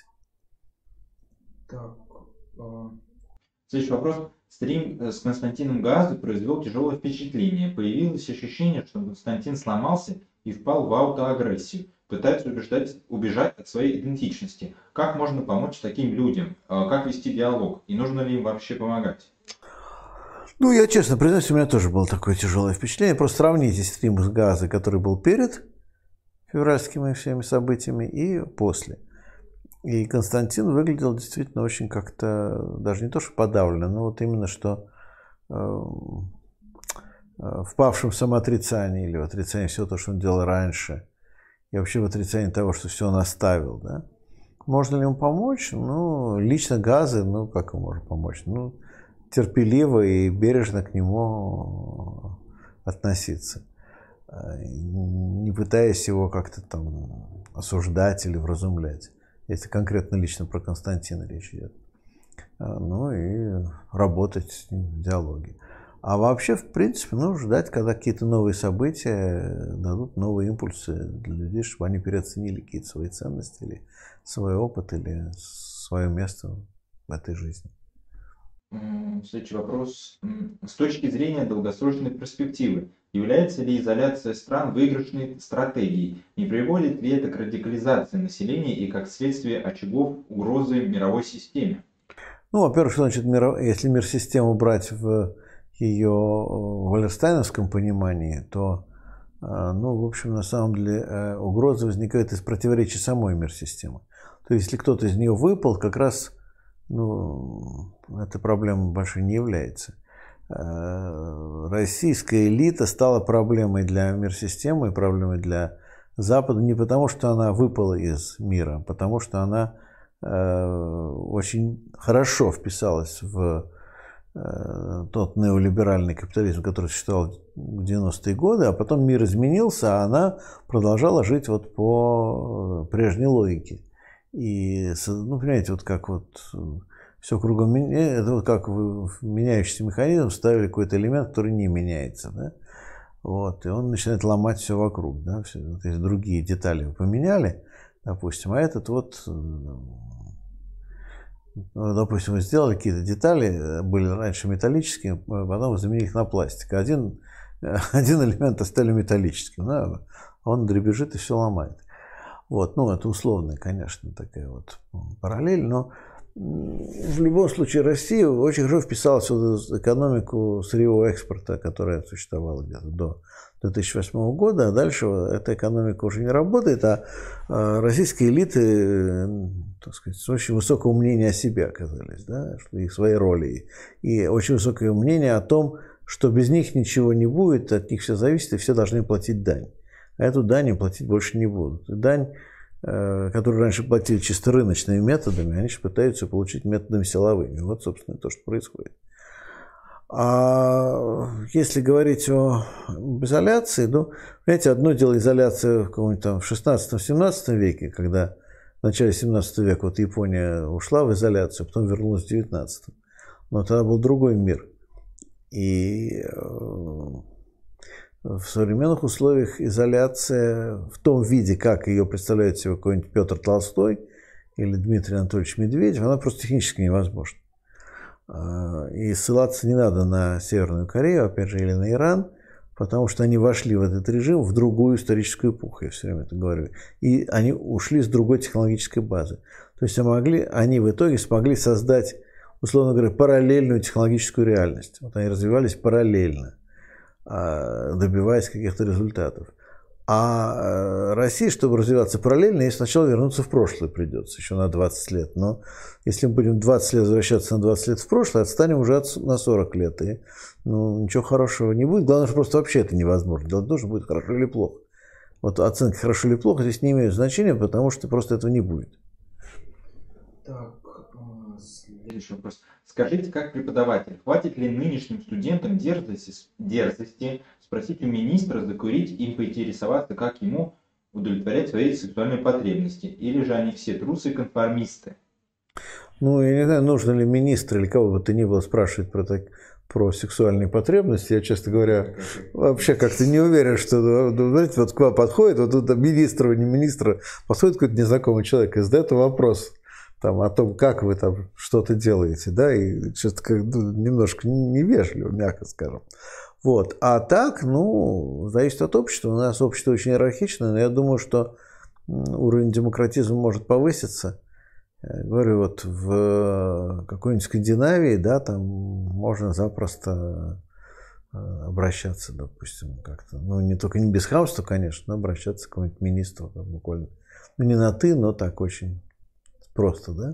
Так. Следующий вопрос. Стрим с Константином Газы произвел тяжелое впечатление. Появилось ощущение, что Константин сломался и впал в аутоагрессию. Пытается убежать от своей идентичности. Как можно помочь таким людям? Как вести диалог? И нужно ли им вообще помогать? Ну, я честно признаюсь, у меня тоже было такое тяжелое впечатление. Просто сравните стрим с Газы, который был перед февральскими всеми событиями, и после. И Константин выглядел действительно очень как-то, даже не то что подавленно, но вот именно что впавшим в самоотрицание или в отрицание всего того, что он делал раньше, и вообще в отрицание того, что все он оставил. Да? Можно ли ему помочь? Ну, лично Газы, ну, как ему можно помочь? Ну, терпеливо и бережно к нему относиться, не пытаясь его как-то там осуждать или вразумлять. Если конкретно лично про Константина речь идет. Ну и работать с ним в диалоге. А вообще, в принципе, нужно ждать, когда какие-то новые события дадут новые импульсы для людей, чтобы они переоценили какие-то свои ценности, или свой опыт, или свое место в этой жизни. Следующий вопрос. С точки зрения долгосрочной перспективы, является ли изоляция стран выигрышной стратегией? Не приводит ли это к радикализации населения и, как следствие, очагов угрозы мировой системе? Ну, во-первых, что значит если мир-систему брать в ее валерстайновском понимании, то, ну, в общем, на самом деле угроза возникает из противоречия самой мир-системы. То есть, если кто-то из нее выпал, как раз, ну, эта проблема большой не является. Российская элита стала проблемой для мир-системы и проблемой для Запада не потому, что она выпала из мира, а потому что она очень хорошо вписалась в тот неолиберальный капитализм, который существовал в 90-е годы, а потом мир изменился, а она продолжала жить вот по прежней логике. И, ну, понимаете, вот как вот все кругом меняется, это вот как вы в меняющийся механизм ставили какой-то элемент, который не меняется, да? Вот, и он начинает ломать все вокруг, да? Все, вот эти другие детали вы поменяли, допустим, а этот вот, допустим, вы сделали какие-то детали, были раньше металлические, потом заменили их на пластик. Один элемент оставили металлическим, да? Он дребезжит и все ломает. Вот, ну, это условная, конечно, такая вот параллель, но в любом случае Россия очень хорошо вписалась в экономику сырьевого экспорта, которая существовала где-то до 2008 года, а дальше эта экономика уже не работает, а российские элиты, так сказать, с очень высокого мнения о себе оказались, да, что их своей роли, и очень высокое мнение о том, что без них ничего не будет, от них все зависит, и все должны платить дань. А эту дань им платить больше не будут. И дань которые раньше платили чисто рыночными методами, они же пытаются получить методами силовыми. Вот, собственно, то, что происходит. А если говорить о изоляции, ну, понимаете, одно дело изоляция в каком-нибудь там в 16-17 веке, когда в начале 17 века вот Япония ушла в изоляцию, потом вернулась в 19. Но тогда был другой мир. И в современных условиях изоляция в том виде, как ее представляет себе какой-нибудь Петр Толстой или Дмитрий Анатольевич Медведев, она просто технически невозможна. И ссылаться не надо на Северную Корею, опять же, или на Иран, потому что они вошли в этот режим в другую историческую эпоху, я все время это говорю. И они ушли с другой технологической базы. То есть они в итоге смогли создать, условно говоря, параллельную технологическую реальность. Вот они развивались параллельно, добиваясь каких-то результатов. А России, чтобы развиваться параллельно, ей сначала вернуться в прошлое придется, еще на 20 лет. Но если мы будем 20 лет возвращаться на 20 лет в прошлое, отстанем уже на 40 лет. И ничего хорошего не будет. Главное, что просто вообще это невозможно. Делать должен будет хорошо или плохо. Вот оценки хорошо или плохо здесь не имеют значения, потому что просто этого не будет. Так, следующий вопрос. Скажите, как преподаватель, хватит ли нынешним студентам дерзости спросить у министра закурить и поинтересоваться, как ему удовлетворять свои сексуальные потребности? Или же они все трусы и конформисты? Ну, я не знаю, нужно ли министр или кого бы то ни было спрашивать про сексуальные потребности. Я, честно говоря, вообще как-то не уверен, что, знаете, вот к вам подходит, вот тут министр, не министр, подходит какой-то незнакомый человек и задает вопрос там, о том, как вы там что-то делаете, да, и что-то немножко невежливо, мягко скажем. Вот. А так, зависит от общества. У нас общество очень иерархичное, но я думаю, что уровень демократизма может повыситься. Я говорю, вот в какой-нибудь Скандинавии, да, там можно запросто обращаться, допустим, как-то. Не только не без хамства, конечно, но обращаться к какому-нибудь министру, там, буквально. Не на «ты», но так очень просто, да.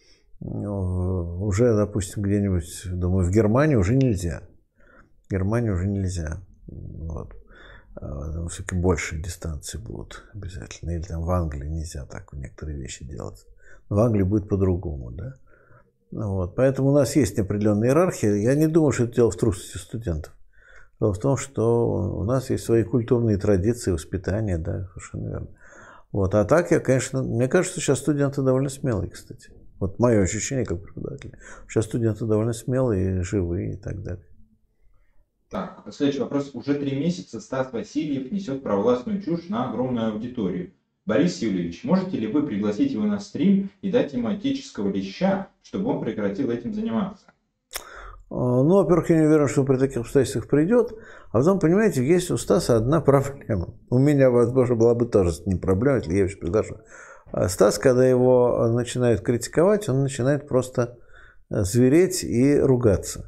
Уже, допустим, где-нибудь, думаю, в Германии уже нельзя. В Германии уже нельзя. Вот. Все-таки большие дистанции будут обязательно. Или там в Англии нельзя так некоторые вещи делать. Но в Англии будет по-другому, да. Вот. Поэтому у нас есть определенная иерархия. Я не думаю, что это дело в трусости студентов. Дело в том, что у нас есть свои культурные традиции, воспитания, да, совершенно верно. Вот. А так, мне кажется, что сейчас студенты довольно смелые, кстати. Вот мое ощущение как преподавателя. Сейчас студенты довольно смелые, живые и так далее. Так, следующий вопрос. Уже 3 месяца Стас Васильев несет провластную чушь на огромную аудиторию. Борис Юльевич, можете ли вы пригласить его на стрим и дать ему отеческого леща, чтобы он прекратил этим заниматься? Во-первых, я не уверен, что он при таких обстоятельствах придет. А потом, понимаете, есть у Стаса одна проблема. У меня, возможно, была бы тоже не проблема, если я его приглашу. Стас, когда его начинают критиковать, он начинает просто звереть и ругаться.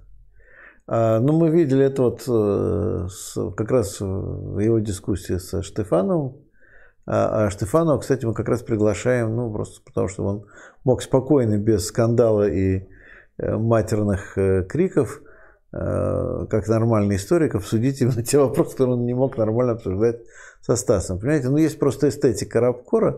Мы видели это вот как раз в его дискуссии со Штефановым. А Штефанова, кстати, мы как раз приглашаем, просто потому что он мог спокойно, без скандала и матерных криков, как нормальный историк, обсудить именно те вопросы, которые он не мог нормально обсуждать со Стасом. Понимаете, есть просто эстетика рабкора.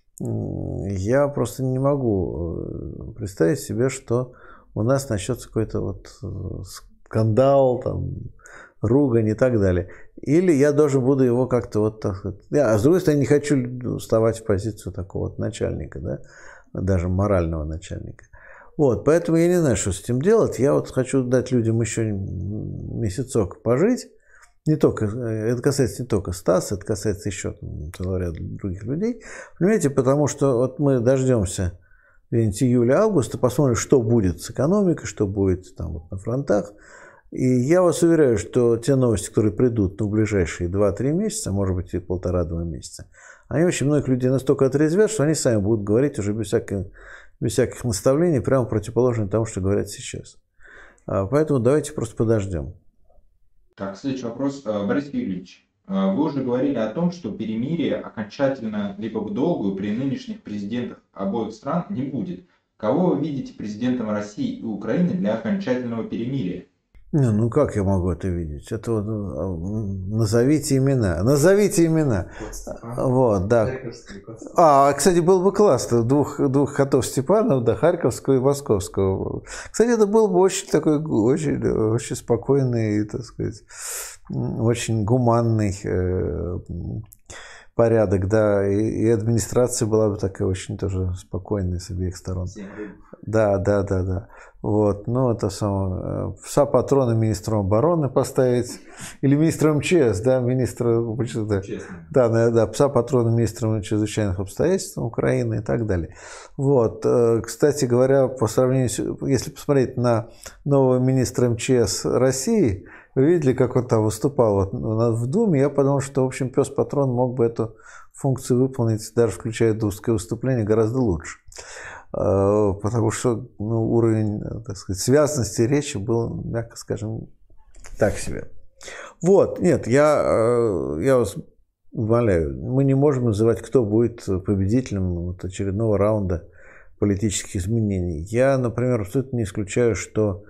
Я просто не могу представить себе, что у нас начнется какой-то вот скандал, там, ругань и так далее. Или я должен буду его как-то вот так сказать. А с другой стороны, не хочу вставать в позицию такого вот начальника, да, даже морального начальника. Вот, поэтому я не знаю, что с этим делать. Я вот хочу дать людям еще месяцок пожить. Это касается не только Стаса, это касается еще целого ряда других людей. Понимаете, потому что вот мы дождемся июля-августа, посмотрим, что будет с экономикой, что будет там вот на фронтах. И я вас уверяю, что те новости, которые придут в ближайшие 2-3 месяца, может быть и 1,5-2 месяца, они очень многих людей настолько отрезвят, что они сами будут говорить уже без всяких наставлений, прямо противоположно тому, что говорят сейчас. Поэтому давайте просто подождем. Так, следующий вопрос. Борис Юрьевич, вы уже говорили о том, что перемирие окончательно либо в долгую при нынешних президентах обоих стран не будет. Кого вы видите президентом России и Украины для окончательного перемирия? Ну как я могу это видеть? Это вот, назовите имена. Назовите имена. Вот, да. Кстати, было бы классно. Двух котов Степанов, да, Харьковского и Московского. Кстати, это был бы очень такой, очень спокойный, так сказать, очень гуманный порядок, да, и администрация была бы такая очень тоже спокойная с обеих сторон. Да. Вот, ну, это самое, пса патрона министром обороны поставить, или министром МЧС, да, да, пса патрона министром чрезвычайных обстоятельств Украины и так далее. Вот, кстати говоря, по сравнению, если посмотреть на нового министра МЧС России, вы видели, как он там выступал в Думе, я подумал, что, в общем, пес-патрон мог бы эту функцию выполнить, даже включая думское выступление, гораздо лучше. Потому что уровень, так сказать, связности речи был, мягко скажем, так себе. Вот, нет, я вас умоляю, мы не можем называть, кто будет победителем вот очередного раунда политических изменений. Я, например, абсолютно не исключаю, что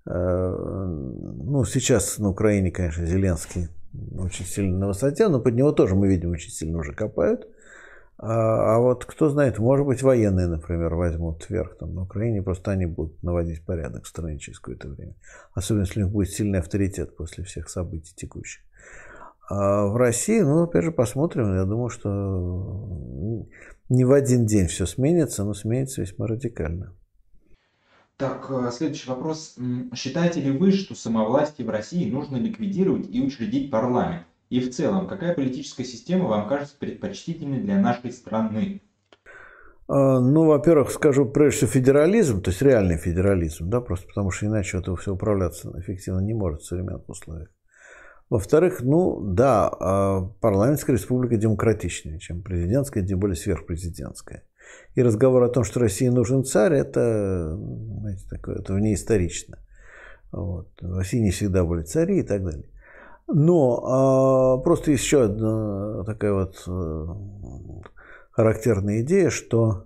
сейчас на Украине, конечно, Зеленский очень сильно на высоте, но под него тоже, мы видим, очень сильно уже копают. А вот кто знает, может быть, военные, например, возьмут верх там на Украине, просто они будут наводить порядок в стране через какое-то время. Особенно, если у них будет сильный авторитет после всех событий текущих. А в России, опять же, посмотрим. Я думаю, что не в один день все сменится, но сменится весьма радикально. Так, следующий вопрос. Считаете ли вы, что самовластие в России нужно ликвидировать и учредить парламент? И в целом, какая политическая система вам кажется предпочтительной для нашей страны? Во-первых, скажу прежде всего федерализм, то есть реальный федерализм, да, просто потому что иначе это все управляться эффективно не может в современных условиях. Во-вторых, парламентская республика демократичнее, чем президентская, тем более сверхпрезидентская. И разговор о том, что России нужен царь, это, знаете, такое, это внеисторично. Вот. В России не всегда были цари и так далее. Но просто есть еще одна такая вот характерная идея, что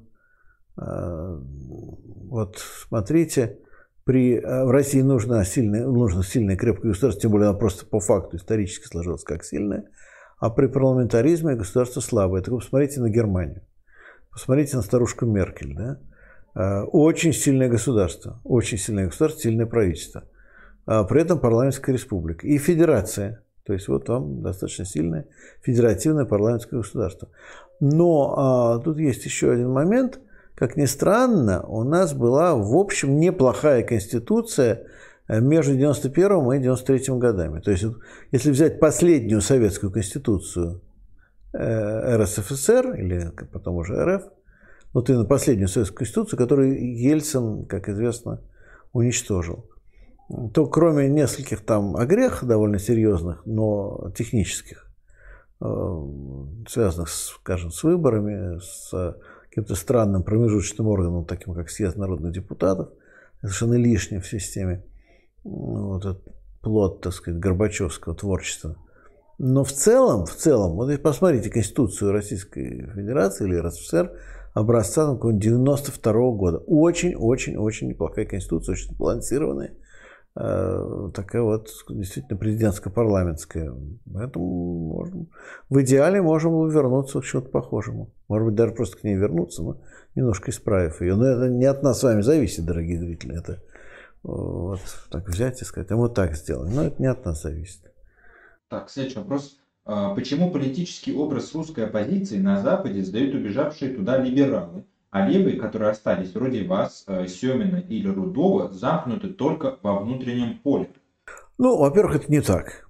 вот смотрите, в России нужно сильное крепкое государство, тем более оно просто по факту исторически сложилось как сильное, а при парламентаризме государство слабое. Так вы посмотрите на Германию, посмотрите на старушку Меркель, да? Очень сильное государство, сильное правительство. При этом парламентская республика и федерация. То есть вот вам достаточно сильное федеративное парламентское государство. Но тут есть еще один момент. Как ни странно, у нас была, в общем, неплохая конституция между 91 и 93 годами. То есть, если взять последнюю советскую конституцию РСФСР, или потом уже РФ, именно последнюю советскую конституцию, которую Ельцин, как известно, уничтожил, то кроме нескольких там огрехов довольно серьезных, но технических, связанных, скажем, с выборами, с каким-то странным промежуточным органом, таким как съезд народных депутатов, совершенно лишним в системе, вот этот плод, так сказать, горбачевского творчества. Но в целом, вот посмотрите Конституцию Российской Федерации или РСФСР образца 92 года. Очень неплохая Конституция, очень сбалансированная. Такая вот действительно президентско-парламентская. Поэтому в идеале можем вернуться к чему-то похожему. Может быть, даже просто к ней вернуться, но немножко исправив ее. Но это не от нас с вами зависит, дорогие зрители. Это вот так взять и сказать, а мы так сделаем. Но это не от нас зависит. Так, следующий вопрос. Почему политический образ русской оппозиции на Западе сдают убежавшие туда либералы, а левые, которые остались, вроде вас, Семина или Рудова, замкнуты только во внутреннем поле? Во-первых, это не так.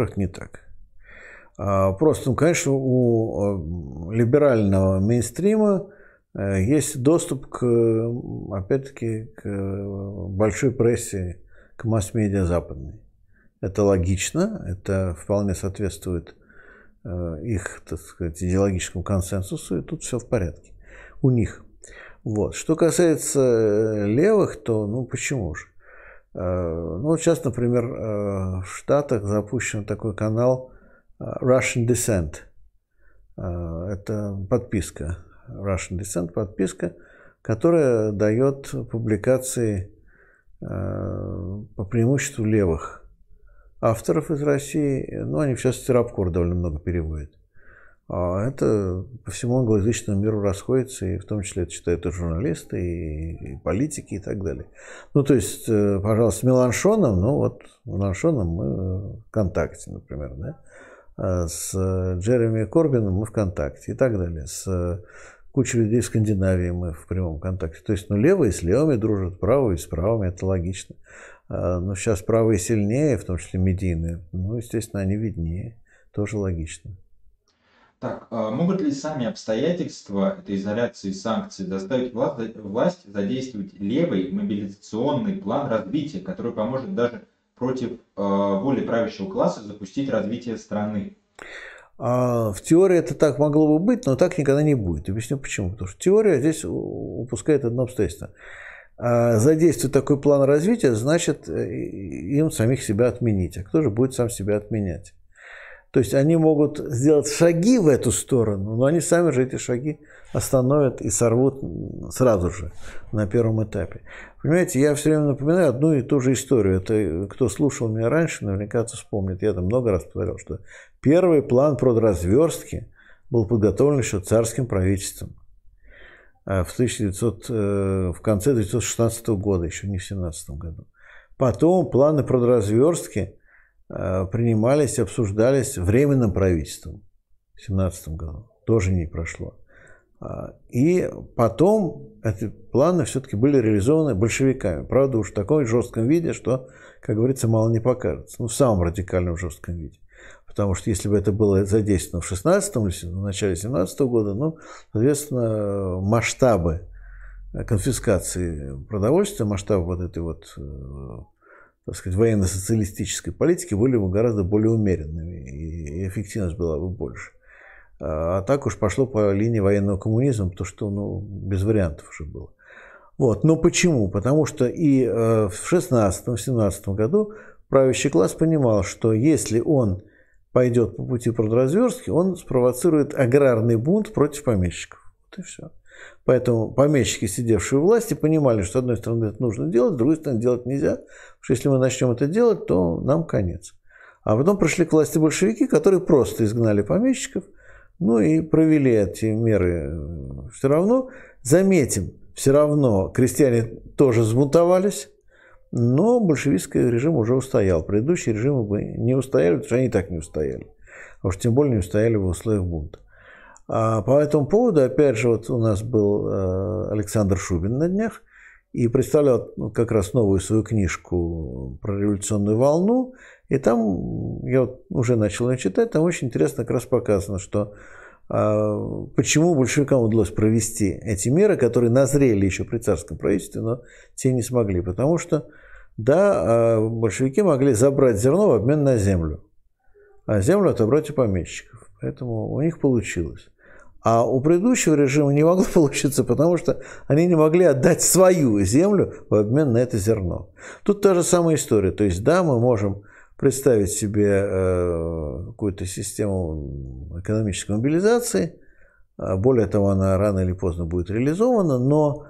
Просто, конечно, у либерального мейнстрима есть доступ опять-таки, к большой прессе, к масс-медиа западной. Это логично, это вполне соответствует их, так сказать, идеологическому консенсусу, и тут все в порядке у них. Вот. Что касается левых, то, почему же? Сейчас, например, в Штатах запущен такой канал Russian Dissent. Это подписка, Russian Dissent, подписка, которая дает публикации по преимуществу левых авторов из России. Ну, они сейчас Рабкор довольно много переводят. А это по всему англоязычному миру расходится, и в том числе это читают и журналисты, и политики, и так далее. Ну, то есть, пожалуйста, с Меланшоном, ну, вот Меланшоном мы в контакте, например, да? А с Джереми Корбином мы в контакте, и так далее. С кучей людей в Скандинавии мы в прямом контакте. То есть, ну, левые с левыми дружат, правые с правыми, это логично. Но сейчас правые сильнее, в том числе медийные, ну, естественно, они виднее, тоже логично. Так, могут ли сами обстоятельства этой изоляции и санкций заставить власть задействовать левый мобилизационный план развития, который поможет даже против воли правящего класса запустить развитие страны? В теории это так могло бы быть, но так никогда не будет. Объясню почему. Потому что теория здесь упускает одно обстоятельство. Задействовать такой план развития значит им самих себя отменить. А кто же будет сам себя отменять? То есть они могут сделать шаги в эту сторону, но они сами же эти шаги остановят и сорвут сразу же на первом этапе. Понимаете, я все время напоминаю одну и ту же историю. Это кто слушал меня раньше, наверняка это вспомнит. Я там много раз повторял, что первый план продразверстки был подготовлен еще царским правительством в конце 1916 года, еще не в 1917 году. Потом планы продразверстки принимались, обсуждались временным правительством в 1917 году. Тоже не прошло. И потом эти планы все-таки были реализованы большевиками. Правда, уж в таком жестком виде, что, как говорится, мало не покажется. Ну, в самом радикальном жестком виде. Потому что если бы это было задействовано в 16-м или в начале 17 года, ну, соответственно, масштабы конфискации продовольствия, масштабы вот этой вот, так сказать, военно-социалистической политики были бы гораздо более умеренными, и эффективность была бы больше. А так уж пошло по линии военного коммунизма, потому что, ну, без вариантов уже было. Вот. Но почему? Потому что и в 16-17 году правящий класс понимал, что если он пойдет по пути продразверстки, он спровоцирует аграрный бунт против помещиков. Вот и все. Поэтому помещики, сидевшие у власти, понимали, что с одной стороны это нужно делать, с другой стороны делать нельзя, потому что если мы начнем это делать, то нам конец. А потом пришли к власти большевики, которые просто изгнали помещиков, ну и провели эти меры. Все равно, заметим, все равно крестьяне тоже взбунтовались, но большевистский режим уже устоял. Предыдущие режимы бы не устояли, потому что они и так не устояли. А уж тем более не устояли в условиях бунта. А по этому поводу, опять же, вот у нас был Александр Шубин на днях и представлял как раз новую свою книжку про революционную волну. И там, я вот уже начал ее читать, там очень интересно как раз показано, что почему большевикам удалось провести эти меры, которые назрели еще при царском правительстве, но те не смогли. Потому что, да, большевики могли забрать зерно в обмен на землю, а землю отобрать у помещиков. Поэтому у них получилось. А у предыдущего режима не могло получиться, потому что они не могли отдать свою землю в обмен на это зерно. Тут та же самая история. То есть, да, мы можем представить себе какую-то систему экономической мобилизации. Более того, она рано или поздно будет реализована, но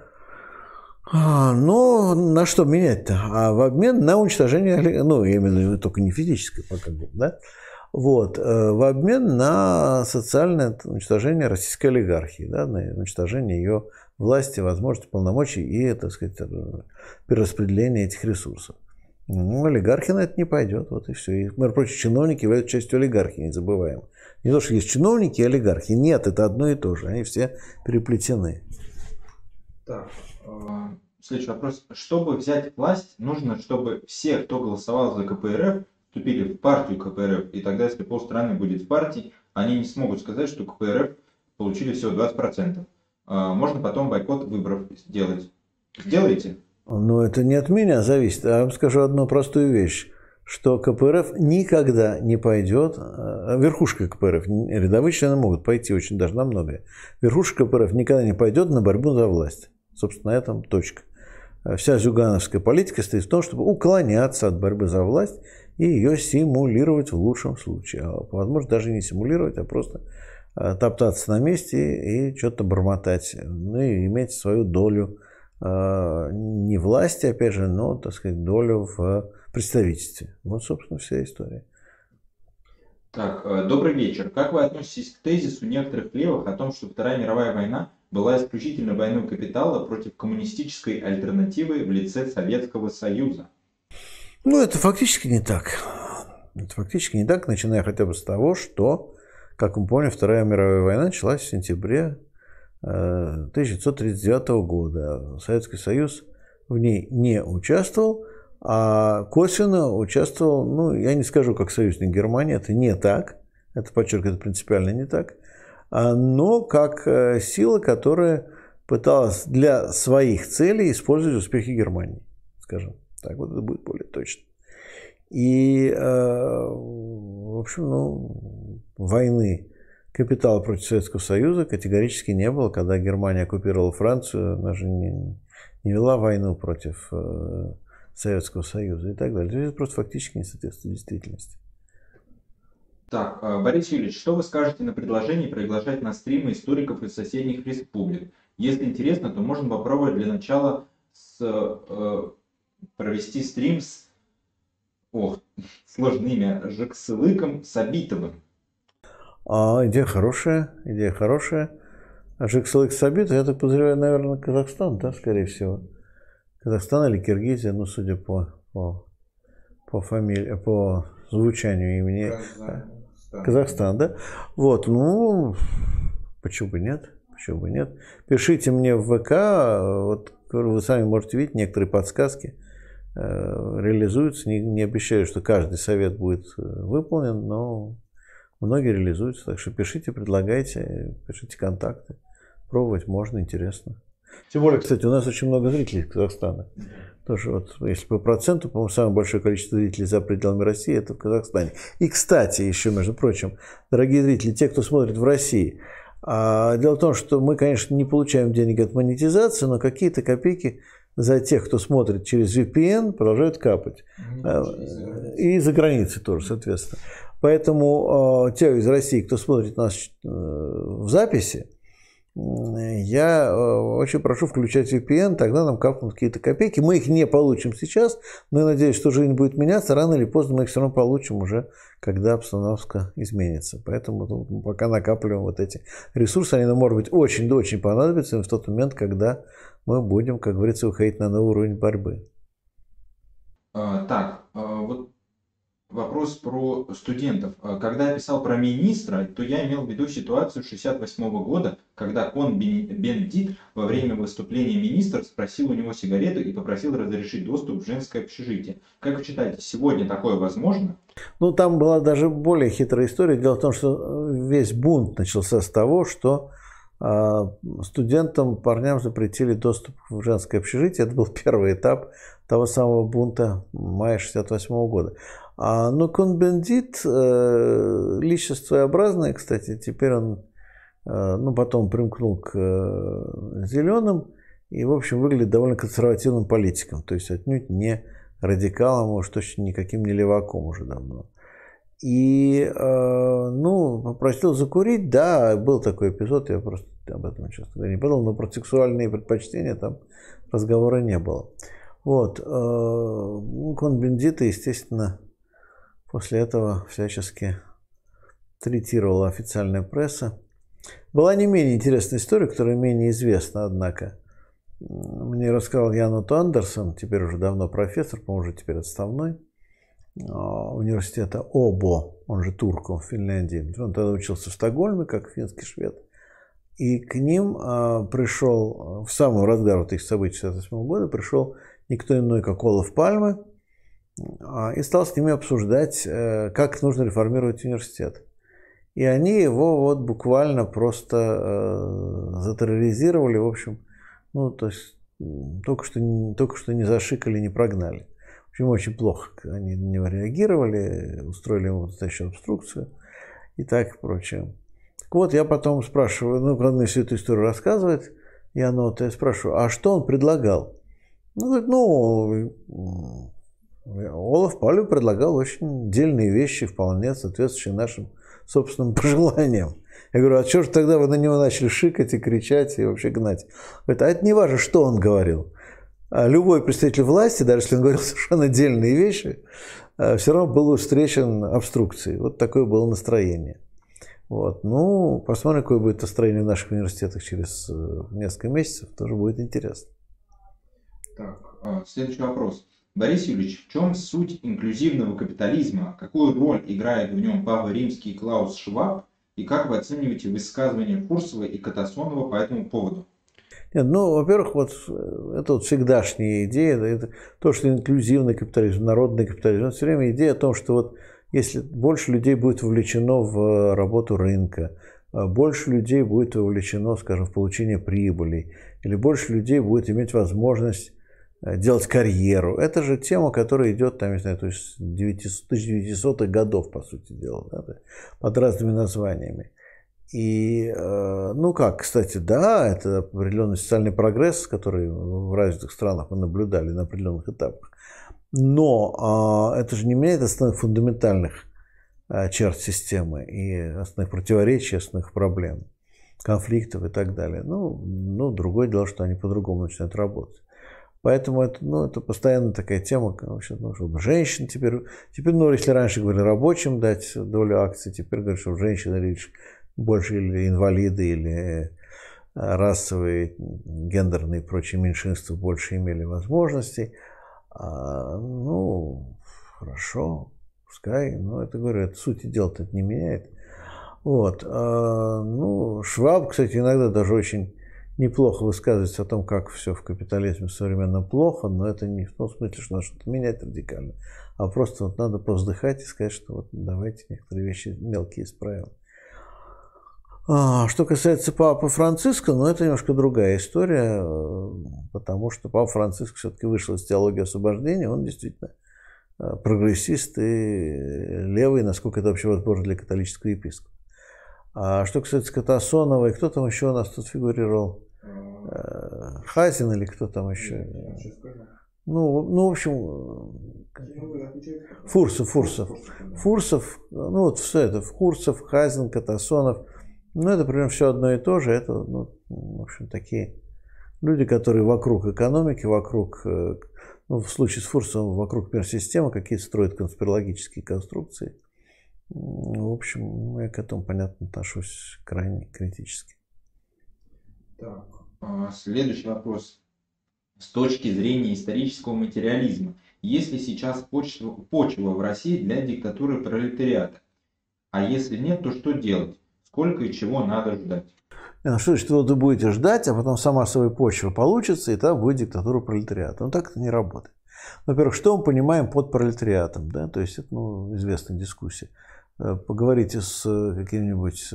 на что менять-то? А в обмен на уничтожение, ну, я имею в виду только не физическое, пока, да? Вот, в обмен на социальное уничтожение российской олигархии, да, на уничтожение ее власти, возможности, полномочий и, так сказать, перераспределение этих ресурсов. Ну, олигархи на это не пойдет, вот и все. И, между прочим, чиновники являются частью олигархии, не забываем. Не то, что есть чиновники и олигархи. Нет, это одно и то же. Они все переплетены. Так, следующий вопрос. Чтобы взять власть, нужно, чтобы все, кто голосовал за КПРФ, вступили в партию КПРФ. И тогда, если полстраны будет в партии, они не смогут сказать, что КПРФ получили всего 20%. Можно потом бойкот выборов сделать. Сделаете? Но это не от меня зависит. Я вам скажу одну простую вещь, что КПРФ никогда не пойдет, верхушка КПРФ, рядовые члены могут пойти очень даже на многое, верхушка КПРФ никогда не пойдет на борьбу за власть. Собственно, на этом точка. Вся зюгановская политика стоит в том, чтобы уклоняться от борьбы за власть и ее симулировать в лучшем случае. А, возможно, даже не симулировать, а просто топтаться на месте и что-то бормотать, ну и иметь свою долю не власти, опять же, но, так сказать, долю в представительстве. Вот, собственно, вся история. Так, добрый вечер. Как вы относитесь к тезису некоторых левых о том, что Вторая мировая война была исключительно войной капитала против коммунистической альтернативы в лице Советского Союза? Ну, это фактически не так. Это фактически не так, начиная хотя бы с того, что, как мы помним, Вторая мировая война началась в сентябре 1939 года. Советский Союз в ней не участвовал, а косвенно участвовал, ну, я не скажу, как союзник Германии, это не так, это, подчеркиваю, это принципиально не так, но как сила, которая пыталась для своих целей использовать успехи Германии, скажем так, вот это будет более точно. И, в общем, ну, войны капитала против Советского Союза категорически не было. Когда Германия оккупировала Францию, она же не вела войну против Советского Союза и так далее. То есть это просто фактически не соответствует действительности. Так, Борис Юрьевич, что вы скажете на предложение приглашать на стримы историков из соседних республик? Если интересно, то можно попробовать для начала провести стрим с сложное имя, Жаксылыком Сабитовым. Идея хорошая, идея хорошая. Жаксылык Сабитов, я так подозреваю, наверное, Казахстан, да, скорее всего. Казахстан или Киргизия, ну, судя по фамилии, по звучанию имени. Казахстан, да? Вот, ну, почему бы нет? Почему бы нет? Пишите мне в ВК, вот вы сами можете видеть, некоторые подсказки реализуются. Не обещаю, что каждый совет будет выполнен, но многие реализуются. Так что пишите, предлагайте, пишите контакты. Пробовать можно, интересно. Тем более, кстати, у нас очень много зрителей из Казахстана. Тоже вот, если по проценту, по-моему, самое большое количество зрителей за пределами России – это в Казахстане. И, кстати, еще, между прочим, дорогие зрители, те, кто смотрит в России, дело в том, что мы, конечно, не получаем денег от монетизации, но какие-то копейки за тех, кто смотрит через VPN, продолжают капать. И за границей тоже, соответственно. Поэтому те из России, кто смотрит нас в записи, я очень прошу включать VPN, тогда нам капнут какие-то копейки. Мы их не получим сейчас, но я надеюсь, что жизнь будет меняться. Рано или поздно мы их все равно получим уже, когда обстановка изменится. Поэтому пока накапливаем вот эти ресурсы, они нам, может быть, очень понадобятся в тот момент, когда мы будем, как говорится, выходить на новый уровень борьбы. Вот вопрос про студентов. Когда я писал про министра, то я имел в виду ситуацию 1968 года, когда Кон-Бендит во время выступления министра спросил у него сигарету и попросил разрешить доступ в женское общежитие. Как вы считаете, сегодня такое возможно? Ну, там была даже более хитрая история. Дело в том, что весь бунт начался с того, что студентам, парням запретили доступ в женское общежитие. Это был первый этап того самого бунта мая 1968 года. Но Кон-Бендит личность своеобразная, кстати. Теперь он потом примкнул к зеленым и, в общем, выглядит довольно консервативным политиком. То есть отнюдь не радикалом, уж точно никаким не леваком уже давно. И, попросил закурить, да, был такой эпизод, я просто об этом, честно говоря, не подумал, но про сексуальные предпочтения там разговора не было. Вот, Кон-Бендита, естественно, после этого всячески третировала официальная пресса. Была не менее интересная история, которая менее известна, однако. Мне рассказал Янут Андерсон, теперь уже давно профессор, по-моему, уже теперь отставной, университета ОБО, он же Турку в Финляндии. Он тогда учился в Стокгольме, как финский швед. И к ним пришел, в самый разгар вот этих событий 1968 года, пришел никто иной, как Олаф Пальме, и стал с ними обсуждать, как нужно реформировать университет. И они его вот буквально просто затерроризировали, в общем, то есть только что не зашикали, не прогнали. В общем, очень плохо они на него реагировали, устроили ему настоящую обструкцию и так прочее. Так вот, я потом спрашиваю, когда мне всю эту историю рассказывает Янот, я спрашиваю, а что он предлагал? Говорит, Олаф Пальме предлагал очень дельные вещи, вполне соответствующие нашим собственным пожеланиям. Я говорю, а чего же тогда вы на него начали шикать и кричать и вообще гнать? Говорит, а это не важно, что он говорил. любой представитель власти, даже если он говорил совершенно отдельные вещи, все равно был встречен обструкцией. Вот такое было настроение. Вот. Ну, посмотрим, какое будет настроение в наших университетах через несколько месяцев, тоже будет интересно. Так, следующий вопрос. Борис Юрьевич, в чем суть инклюзивного капитализма? Какую роль играет в нем Папа Римский и Клаус Шваб? И как вы оцениваете высказывания Фурсова и Катасонова по этому поводу? Нет, ну, во-первых, вот это вот всегдашняя идея, это то, что инклюзивный капитализм, народный капитализм, это все время идея о том, что вот если больше людей будет вовлечено в работу рынка, больше людей будет вовлечено, скажем, в получение прибыли, или больше людей будет иметь возможность делать карьеру. Это же тема, которая идет, там, не знаю, то есть 1900-х годов, по сути дела, да, под разными названиями. И, ну как, кстати, да, это определенный социальный прогресс, который в развитых странах мы наблюдали на определенных этапах. Но это же не меняет основных фундаментальных черт системы и основных противоречий, основных проблем, конфликтов и так далее. Ну, другое дело, что они по-другому начинают работать. Поэтому это, это постоянно такая тема, чтобы женщин теперь, ну, если раньше говорили рабочим дать долю акций, теперь говорят, что женщины больше или инвалиды, или расовые, гендерные и прочие меньшинства больше имели возможностей. Ну, хорошо, пускай, но это, говорю, это сути дела-то это не меняет. Вот. Ну, Шваб, кстати, иногда даже очень неплохо высказывается о том, как все в капитализме современно плохо, но это не в том смысле, что надо что-то менять радикально, а просто вот надо повздыхать и сказать, что вот давайте некоторые вещи мелкие исправим. Что касается Папы Франциска, это немножко другая история, потому что Папа Франциск все-таки вышел из теологии освобождения, он действительно прогрессист и левый, насколько это вообще возможно для католического епископа. А что касается Катасонова, и кто там еще у нас тут фигурировал? Хазин или кто там еще? Ну, в общем, Фурсов, ну вот все это, Фурсов, Хазин, Катасонов, это примерно все одно и то же, это, в общем, такие люди, которые вокруг экономики, вокруг, в случае с Фурсовым, вокруг мир-системы какие-то строят конспирологические конструкции. В общем, я к этому, понятно, отношусь крайне критически. Так, следующий вопрос. С точки зрения исторического материализма, есть ли сейчас почва в России для диктатуры пролетариата? А если нет, то что делать? Сколько и чего надо ждать? Что значит, вы будете ждать, а потом сама своя почва получится, и тогда будет диктатура пролетариата. Так это не работает. Во-первых, что мы понимаем под пролетариатом? Да? То есть это известная дискуссия. Поговорите с какими-нибудь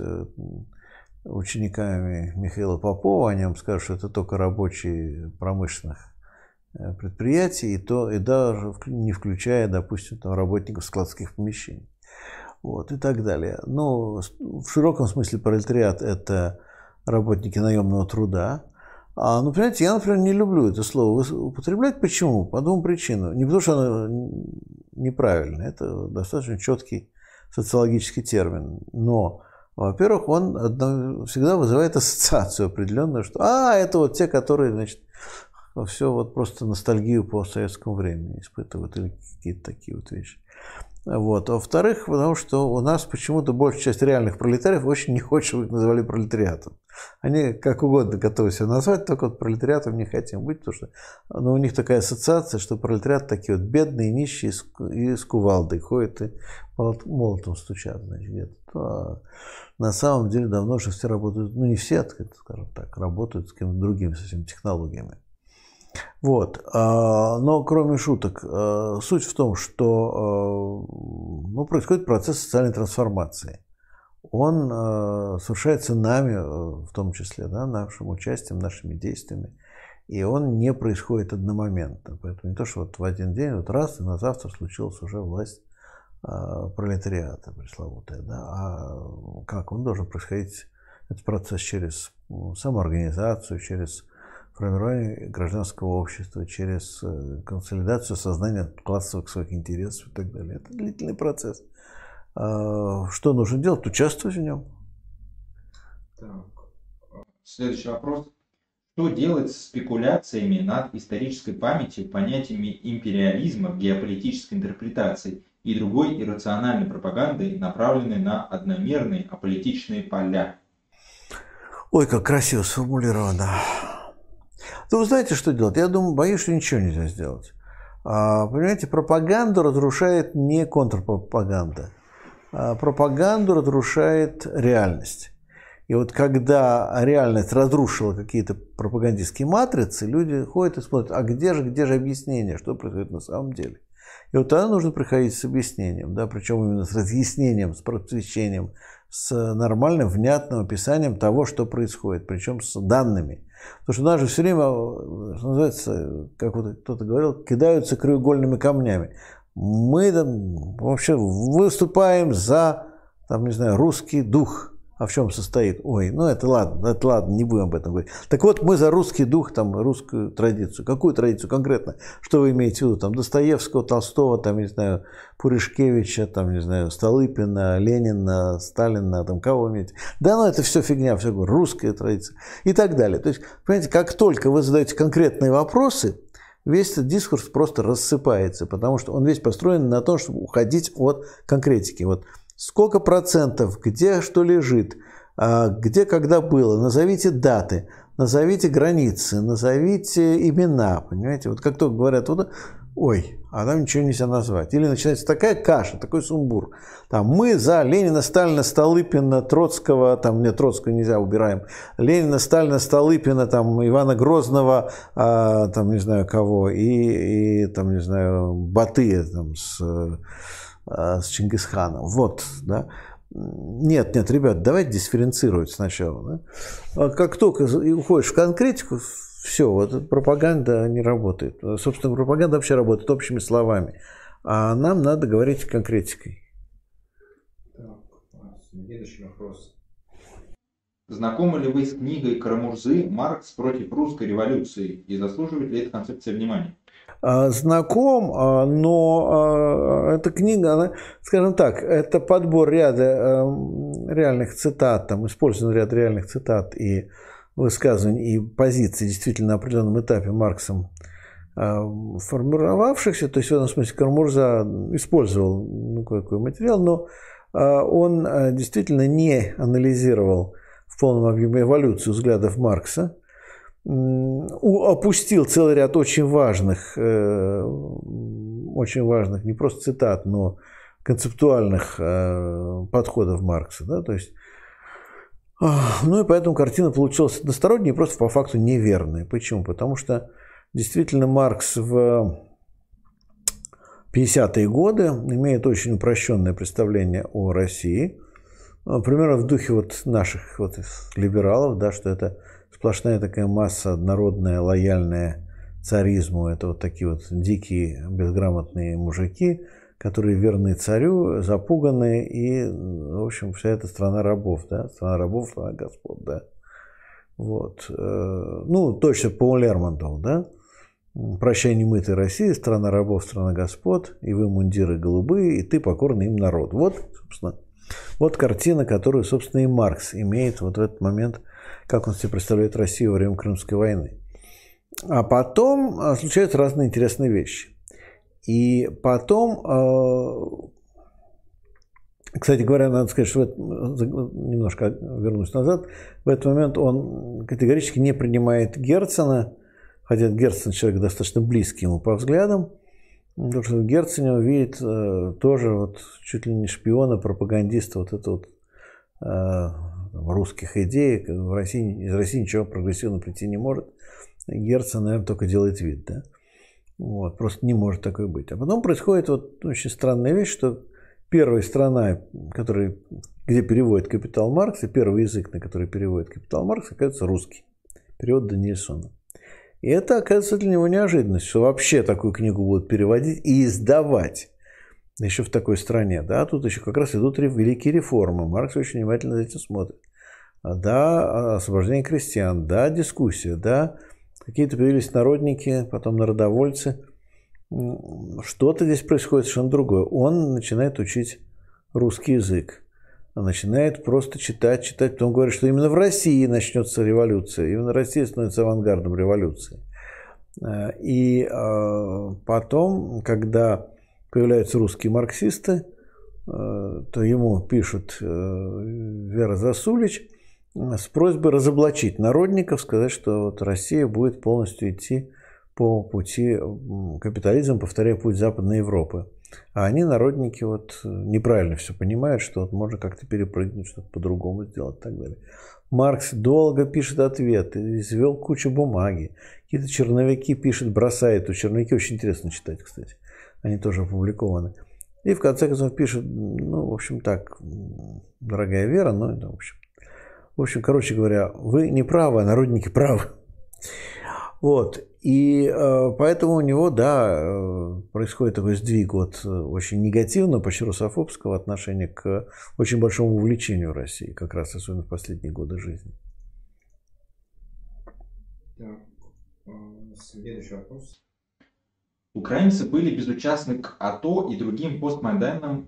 учениками Михаила Попова, они вам скажут, что это только рабочие промышленных предприятий, и даже не включая, допустим, работников складских помещений. Вот, и так далее. В широком смысле пролетариат – это работники наемного труда. Понимаете, я, например, не люблю это слово употреблять. Почему? По двум причинам. Не потому, что оно неправильно, это достаточно четкий социологический термин. Но, во-первых, он всегда вызывает ассоциацию определенную, что это вот те, которые, значит, все вот просто ностальгию по советскому времени испытывают или какие-то такие вот вещи. Вот. А во-вторых, потому что у нас почему-то большая часть реальных пролетариев очень не хочет, чтобы их называли пролетариатом. Они как угодно готовы себя назвать, только вот пролетариатом не хотим быть, потому что у них такая ассоциация, что пролетариат такие вот бедные, нищие и с кувалдой ходят и молотом стучат, значит, где-то. На самом деле давно уже все работают, не все, скажем так, работают с какими-то другими совсем технологиями. Вот. Но кроме шуток, суть в том, что происходит процесс социальной трансформации. Он совершается нами, в том числе, нашим участием, нашими действиями, и он не происходит одномоментно. Поэтому не то, что вот в один день, вот раз, и на завтра случилась уже власть пролетариата пресловутая. А как? Он должен происходить, этот процесс, через самоорганизацию, через формирование гражданского общества, через консолидацию сознания классовых своих интересов и так далее. Это длительный процесс. Что нужно делать? Участвовать в нем. Так. Следующий вопрос. Что делать с спекуляциями над исторической памятью, понятиями империализма, геополитической интерпретацией и другой иррациональной пропагандой, направленной на одномерные аполитичные поля? Ой, как красиво сформулировано. Ну, вы знаете, что делать? Я думаю, боюсь, что ничего нельзя сделать. Понимаете, пропаганду разрушает не контрпропаганда. Пропаганду разрушает реальность. И вот когда реальность разрушила какие-то пропагандистские матрицы, люди ходят и смотрят, а где же объяснение, что происходит на самом деле. И вот тогда нужно приходить с объяснением, да, причем именно с разъяснением, с просвещением, с нормальным, внятным описанием того, что происходит, причем с данными. Потому что даже все время, что называется, как вот кто-то говорил, кидаются краеугольными камнями. Мы там вообще выступаем за, там, не знаю, русский дух. А в чем состоит? Ой, ну это ладно, не будем об этом говорить. Так вот, мы за русский дух, там, русскую традицию. Какую традицию конкретно? Что вы имеете в виду? Там, Достоевского, Толстого, там, не знаю, Пуришкевича, там, не знаю, Столыпина, Ленина, Сталина, там, кого вы имеете? Да, ну это все фигня, все русская традиция и так далее. То есть, понимаете, как только вы задаете конкретные вопросы, весь этот дискурс просто рассыпается, потому что он весь построен на том, чтобы уходить от конкретики. Вот сколько процентов, где что лежит, где когда было, назовите даты, назовите границы, назовите имена, понимаете? Вот как только говорят, вот, ой, а там ничего нельзя назвать. Или начинается такая каша, такой сумбур. Там мы за Ленина, Сталина, Столыпина, Троцкого, там, нет, Троцкого нельзя, убираем. Ленина, Сталина, Столыпина, там, Ивана Грозного, там, не знаю кого, и там, не знаю, Батыя, там, с Чингисханом. Вот, да. Нет, ребят, давайте дифференцировать сначала. Да? Как только уходишь в конкретику, все, вот пропаганда не работает. Собственно, пропаганда вообще работает общими словами. А нам надо говорить конкретикой. Так, следующий вопрос. Знакомы ли вы с книгой Карамурзы «Маркс против русской революции» и заслуживает ли эта концепция внимания? Знаком, но эта книга, она, скажем так, это подбор ряда реальных цитат, там использован ряд реальных цитат и высказываний и позиций действительно на определенном этапе Марксом формировавшихся. То есть в этом смысле Карамурза использовал кое-какой материал, но он действительно не анализировал в полном объеме эволюцию взглядов Маркса, опустил целый ряд очень важных не просто цитат, но концептуальных подходов Маркса. Да? То есть, ну и поэтому картина получилась односторонней и просто по факту неверной. Почему? Потому что действительно Маркс в 50-е годы имеет очень упрощенное представление о России, примерно в духе вот наших вот либералов, да, что это сплошная такая масса однородная, лояльная царизму. Это вот такие вот дикие, безграмотные мужики, которые верны царю, запуганные, и, в общем, вся эта страна рабов, да, страна рабов, страна господ, да. Вот. Ну, точно по Лермонтову, да. «Прощай, немытая Россия, страна рабов, страна господ, и вы мундиры голубые, и ты покорный им народ». Вот, собственно, вот картина, которую, собственно, и Маркс имеет вот в этот момент, как он себе представляет Россию во время Крымской войны. А потом случаются разные интересные вещи. И потом, кстати говоря, надо сказать, что немножко вернусь назад, в этот момент он категорически не принимает Герцена, хотя Герцен человек достаточно близкий ему по взглядам, потому что в Герцене он видит тоже вот чуть ли не шпиона, пропагандиста вот это вот русских идей. В России, из России ничего прогрессивного прийти не может. Герцен, наверное, только делает вид, да? Вот, просто не может такой быть. А потом происходит вот очень странная вещь, что первая страна, где переводит «Капитал Маркса», первый язык, на который переводит «Капитал Маркса», оказывается русский. Перевод Даниэльсона. И это, оказывается, для него неожиданность, что вообще такую книгу будут переводить и издавать. Еще в такой стране, да, тут еще как раз идут великие реформы. Маркс очень внимательно за этим смотрит. Да, освобождение крестьян, да, дискуссия, да, какие-то появились народники, потом народовольцы. Что-то здесь происходит совершенно другое. Он начинает учить русский язык. начинает просто читать. Потом говорит, что именно в России начнется революция. Именно Россия становится авангардом революции. И потом, когда появляются русские марксисты, то ему пишет Вера Засулич с просьбой разоблачить народников, сказать, что вот Россия будет полностью идти по пути капитализма, повторяя путь Западной Европы. А они, народники, вот неправильно все понимают, что вот можно как-то перепрыгнуть, что-то по-другому сделать и так далее. Маркс долго пишет ответы, извел кучу бумаги, какие-то черновики пишет, бросает. У черновики очень интересно читать, кстати. Они тоже опубликованы. И в конце концов пишет, ну, в общем, так, дорогая Вера, ну, в общем, короче говоря, вы не правы, а народники правы. Вот. И поэтому у него, да, происходит такой сдвиг от очень негативного, почти русофобского отношения к очень большому увлечению России, как раз особенно в последние годы жизни. Так, следующий вопрос. Украинцы были безучастны к АТО и другим постмайданным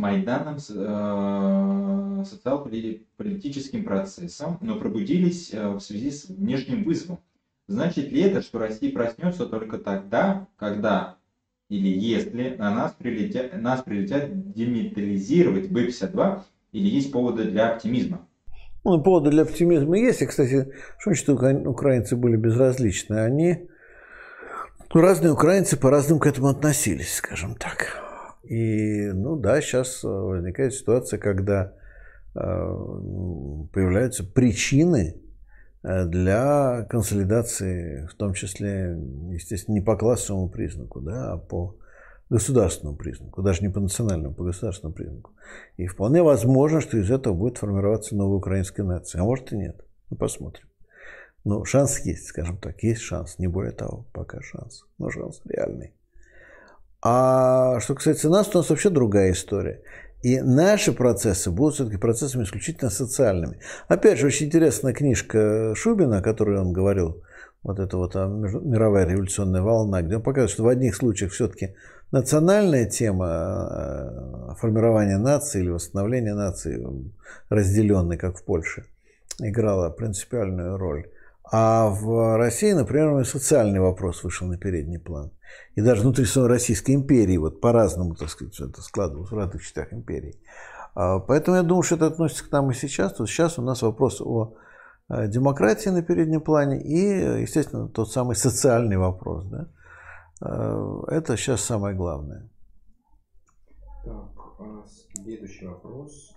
социал-политическим процессам, но пробудились в связи с внешним вызовом. Значит ли это, что Россия проснется только тогда, когда или если на нас прилетят демилитаризировать Б-52, или есть поводы для оптимизма? Ну, поводы для оптимизма есть. И, кстати, что значит, украинцы были безразличны? Они... разные украинцы по-разному к этому относились, скажем так. И, ну да, сейчас возникает ситуация, когда появляются причины для консолидации, в том числе, естественно, не по классовому признаку, да, а по государственному признаку, даже не по национальному, по государственному признаку. И вполне возможно, что из этого будет формироваться новая украинская нация. А может и нет. Ну, посмотрим. Но шанс есть, скажем так, есть шанс, не более того, пока шанс, но шанс реальный. А что касается нас, то у нас вообще другая история. И наши процессы будут все-таки процессами исключительно социальными. Опять же, очень интересная книжка Шубина, о которой он говорил, вот эта вот мировая революционная волна, где он показывает, что в одних случаях все-таки национальная тема формирования нации или восстановления нации, разделенной, как в Польше, играла принципиальную роль. А в России, например, социальный вопрос вышел на передний план. И даже внутри самой Российской империи вот по-разному, так сказать, это складывалось в разных частях империи. Поэтому я думаю, что это относится к нам и сейчас. То есть сейчас у нас вопрос о демократии на переднем плане и, естественно, тот самый социальный вопрос. Да? Это сейчас самое главное. Так, следующий вопрос.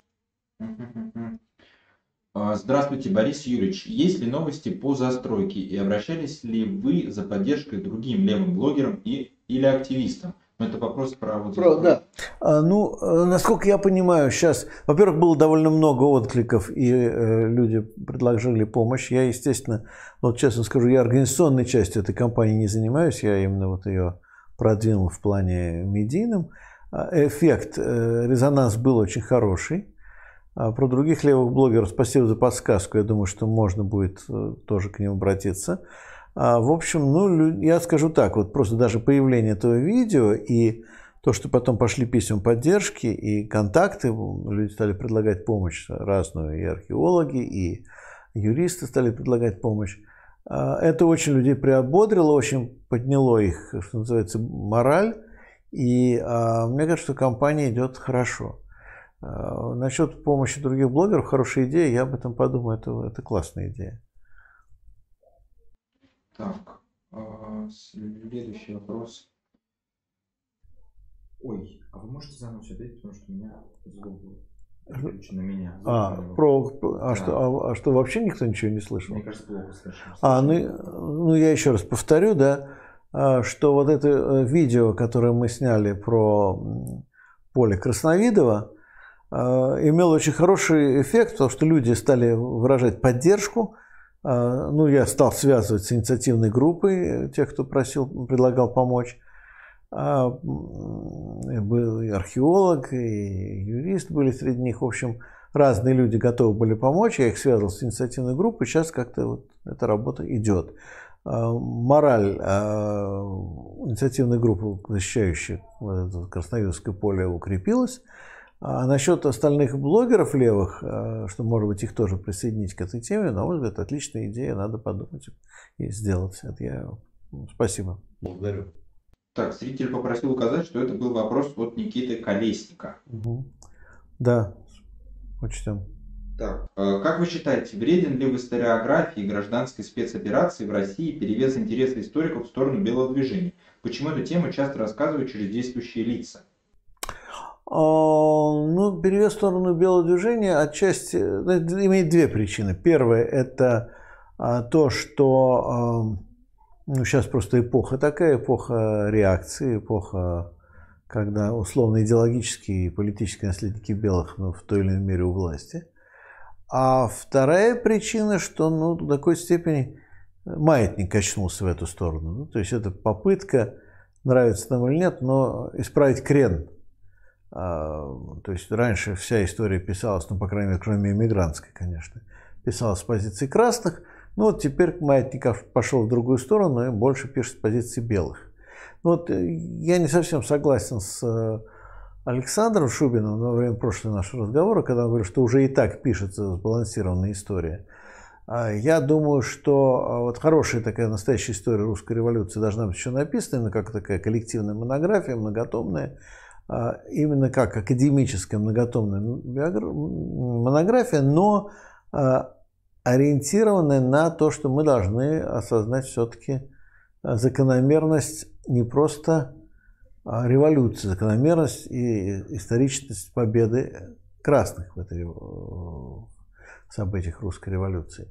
Здравствуйте, Борис Юрьевич. Есть ли новости по застройке и обращались ли вы за поддержкой другим левым блогерам или активистам? Это вопрос про... Да. Ну, насколько я понимаю, сейчас, во-первых, было довольно много откликов, и люди предложили помощь. Я, естественно, вот честно скажу, я организационной частью этой кампании не занимаюсь, я именно вот ее продвинул в плане медийном. Эффект, резонанс был очень хороший. Про других левых блогеров спасибо за подсказку. Я думаю, что можно будет тоже к ним обратиться. В общем, ну, я скажу так, вот просто даже появление этого видео и то, что потом пошли письма поддержки и контакты, люди стали предлагать помощь разную, и археологи, и юристы стали предлагать помощь. Это очень людей приободрило, очень подняло их, что называется, мораль. И мне кажется, что кампания идет хорошо. Насчет помощи других блогеров, хорошая идея, я об этом подумаю, это классная идея. Так, следующий вопрос. Ой, а вы можете заново все ответить, потому что у меня звук был включен на меня. Что вообще никто ничего не слышал? Мне кажется, плохо слышно. Ну я еще раз повторю, да, что вот это видео, которое мы сняли про поле Красновидова, имел очень хороший эффект, потому что люди стали выражать поддержку. Ну, я стал связывать с инициативной группой тех, кто предлагал помочь. Был и археолог, и юрист были среди них. В общем, разные люди готовы были помочь. Я их связывал с инициативной группой. Сейчас как-то вот эта работа идет. Мораль инициативной группы, защищающей вот это Красновидовское поле, укрепилась. А насчет остальных блогеров левых, что, может быть, их тоже присоединить к этой теме, на мой взгляд, отличная идея, надо подумать и сделать. Это спасибо. Благодарю. Так, зритель попросил указать, что это был вопрос от Никиты Колесника. Угу. Да, учтем. Так, как вы считаете, вреден ли в историографии гражданской спецоперации в России перевес интереса историков в сторону белого движения? Почему эту тему часто рассказывают через действующие лица? Ну, перевес в сторону белого движения отчасти имеет две причины. Первая – это то, что сейчас просто эпоха такая, эпоха реакции, эпоха, когда условно-идеологические и политические наследники белых в той или иной мере у власти. А вторая причина, что до такой степени маятник качнулся в эту сторону. То есть это попытка, нравится нам или нет, но исправить крен. То есть раньше вся история писалась, по крайней мере, кроме эмигрантской, конечно, писалась с позиции красных. Вот теперь маятник пошел в другую сторону и больше пишет с позиции белых. Я не совсем согласен с Александром Шубиным во время прошлого нашего разговора, когда он говорил, что уже и так пишется сбалансированная история. Я думаю, что хорошая такая настоящая история русской революции должна быть еще написана, именно как такая коллективная монография, многотомная, именно как академическая многотомная монография, но ориентированная на то, что мы должны осознать все-таки закономерность не просто революции, закономерность и историчность победы красных в событиях русской революции.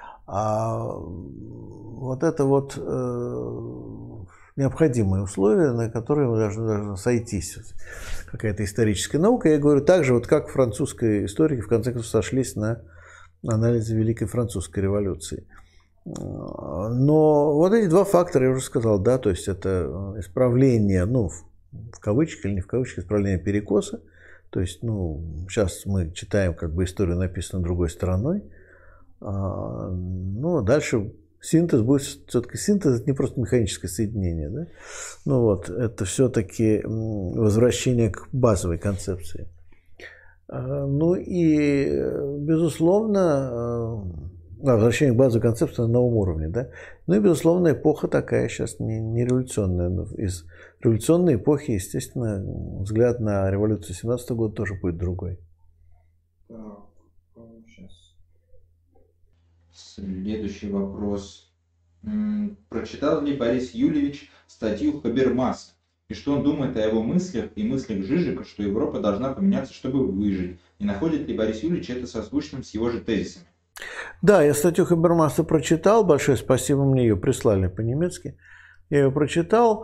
Это необходимые условия, на которые мы должны сойтись. Какая-то историческая наука. Я говорю так же, как французские историки в конце концов сошлись на анализе Великой Французской революции. Но эти два фактора, я уже сказал, да, то есть это исправление, в кавычках или не в кавычках, исправление перекоса. То есть, сейчас мы читаем, историю написанную другой стороной. Дальше синтез будет все-таки синтез, это не просто механическое соединение, да? Это все-таки возвращение к базовой концепции. И, безусловно, возвращение к базовой концепции на новом уровне, да? И, безусловно, эпоха такая сейчас не революционная. Из революционной эпохи, естественно, взгляд на революцию 17 года тоже будет другой. Следующий вопрос. Прочитал ли Борис Юльевич статью Хабермаса? И что он думает о его мыслях и мыслях Жижика, что Европа должна поменяться, чтобы выжить? И находит ли Борис Юльевич это созвучным с его же тезисами? Да, я статью Хабермаса прочитал. Большое спасибо, мне ее прислали по-немецки. Я ее прочитал.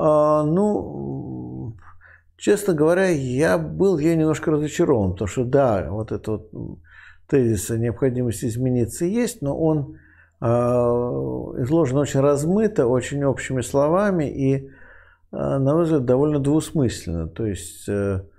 Честно говоря, я был немножко разочарован, потому что да, этот тезис о необходимости измениться есть, но он изложен очень размыто, очень общими словами и, на мой взгляд, довольно двусмысленно. То есть,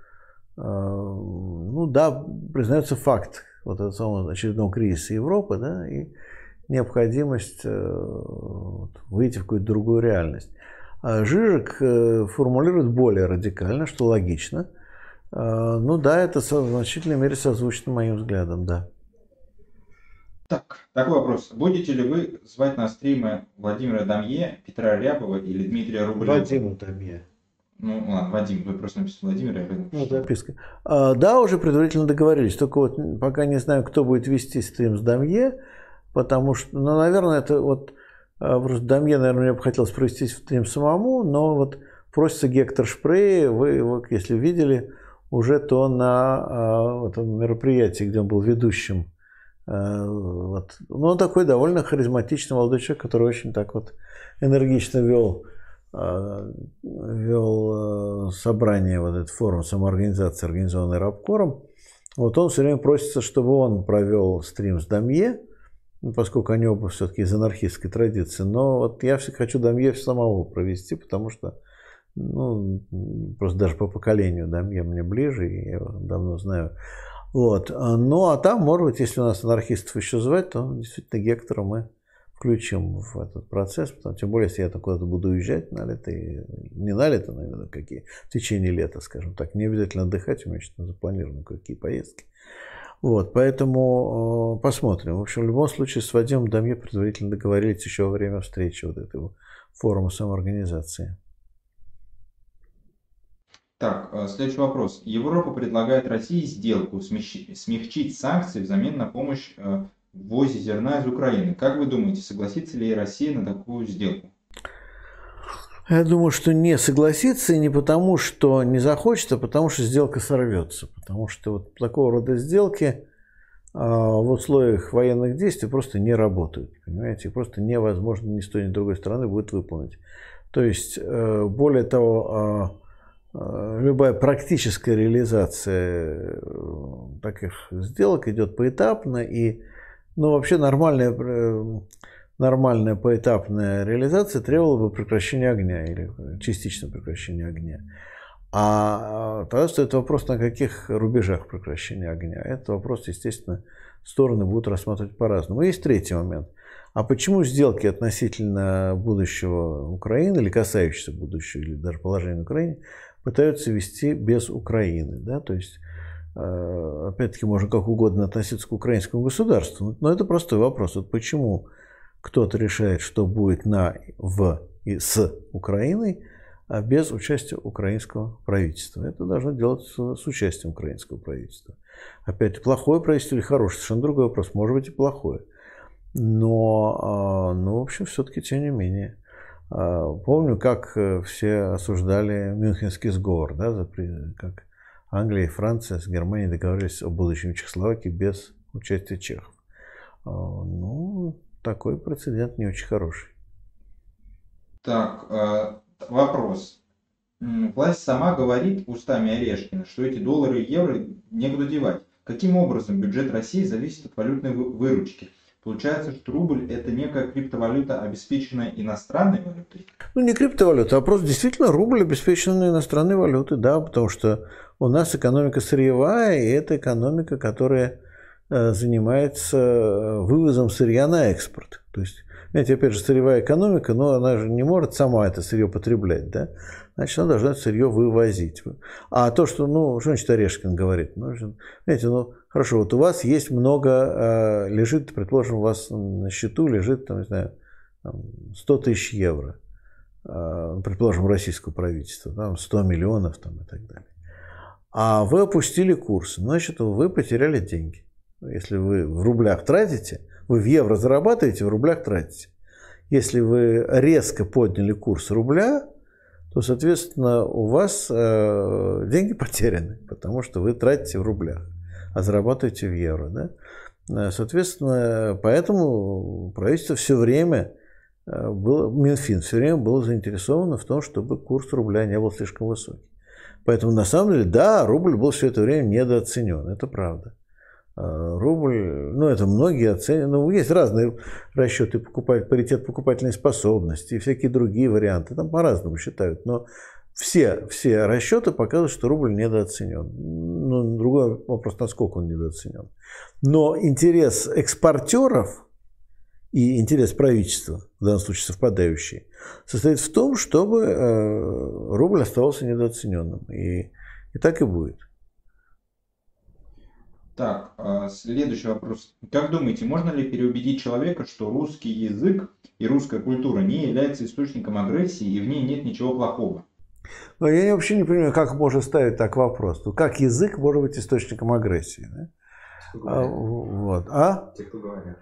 да, признается факт этого самого очередного кризиса Европы, да, и необходимость выйти в какую-то другую реальность. Жижик формулирует более радикально, что логично. Да, это в значительной мере созвучно моим взглядам, да. Так, такой вопрос. Будете ли вы звать на стримы Владимира Домье, Петра Рябова или Дмитрия Рублева? Вадима Домье. Ладно, Вадим, вы просто написали Владимира. Записка. Да, уже предварительно договорились, только пока не знаю, кто будет вести стрим с Домье, потому что, наверное, это просто Домье, наверное, мне бы хотелось провести стрим самому, но просится Гектор Шпрей, вы если видели, уже то на этом мероприятии, где он был ведущим. Он такой довольно харизматичный молодой человек, который очень так энергично вел собрание, этот форум самоорганизации, организованный Рабкором. Он все время просится, чтобы он провел стрим с Домье, поскольку они оба все-таки из анархистской традиции. Но я все хочу Домье самого провести, потому что просто даже по поколению Домье мне ближе, и я его давно знаю. А там, может быть, если у нас анархистов еще звать, то действительно Гектора мы включим в этот процесс, тем более, если я куда-то буду уезжать на лето, не на лето, наверное, какие, в течение лета, скажем так, не обязательно отдыхать, у меня что-то запланировано, какие поездки. Вот, поэтому посмотрим. В общем, в любом случае с Вадимом Дамье предварительно договорились еще во время встречи вот этого форума самоорганизации. Так, следующий вопрос. Европа предлагает России сделку смягчить санкции взамен на помощь в ввозе зерна из Украины. Как вы думаете, согласится ли Россия на такую сделку? Я думаю, что не согласится, и не потому, что не захочет, а потому, что сделка сорвется. Потому что вот такого рода сделки в условиях военных действий просто не работают. Понимаете, просто невозможно ни с той, ни с другой стороны будет выполнить. То есть, более того, любая практическая реализация таких сделок идет поэтапно, и вообще нормальная поэтапная реализация требовала бы прекращения огня или частичного прекращения огня. А тогда стоит вопрос, на каких рубежах прекращения огня. Этот вопрос, естественно, стороны будут рассматривать по-разному. Есть третий момент. А почему сделки относительно будущего Украины, или касающиеся будущего, или даже положения на Украине, пытаются вести без Украины? Да? То есть, опять-таки, можно как угодно относиться к украинскому государству, но это простой вопрос. Вот почему кто-то решает, что будет и с Украиной, а без участия украинского правительства. Это должно делаться с участием украинского правительства. Опять, плохое правительство или хорошее, совершенно другой вопрос. Может быть и плохое. Но в общем, все-таки, тем не менее. Помню, как все осуждали Мюнхенский сговор, да, как Англия и Франция с Германией договорились о будущем Чехословакии без участия чехов. Такой прецедент не очень хороший. Так, вопрос. Власть сама говорит устами Орешкина, что эти доллары и евро некуда девать. Каким образом бюджет России зависит от валютной выручки? Получается, что рубль – это некая криптовалюта, обеспеченная иностранной валютой? Не криптовалюта, а просто действительно рубль, обеспеченный иностранной валютой, да, потому что у нас экономика сырьевая, и это экономика, которая занимается вывозом сырья на экспорт. То есть, знаете, опять же, сырьевая экономика, но она же не может сама это сырье потреблять, да? Значит, она должна это сырье вывозить. А то, что, что значит Орешкин говорит? Знаете, хорошо, вот у вас есть много, лежит, предположим, у вас на счету лежит, там, не знаю, 100 тысяч евро, предположим, российского правительства, там, 100 миллионов там, и так далее. А вы опустили курс, значит, вы потеряли деньги. Если вы в рублях тратите, вы в евро зарабатываете, в рублях тратите. Если вы резко подняли курс рубля, то, соответственно, у вас деньги потеряны, потому что вы тратите в рублях, а зарабатываете в евро. Да? Соответственно, поэтому правительство все время Минфин все время было заинтересовано в том, чтобы курс рубля не был слишком высокий. Поэтому, на самом деле, да, рубль был все это время недооценен, это правда. Рубль, это многие оценивают, есть разные расчеты, паритет покупательной способности и всякие другие варианты, там по-разному считают, но все расчеты показывают, что рубль недооценен. Другой вопрос, насколько он недооценен. Но интерес экспортеров и интерес правительства, в данном случае совпадающий, состоит в том, чтобы рубль оставался недооцененным. И так и будет. Так, следующий вопрос. Как думаете, можно ли переубедить человека, что русский язык и русская культура не являются источником агрессии и в ней нет ничего плохого? Я вообще не понимаю, как можно ставить так вопрос. Как язык может быть источником агрессии? Да? Те, кто говорят.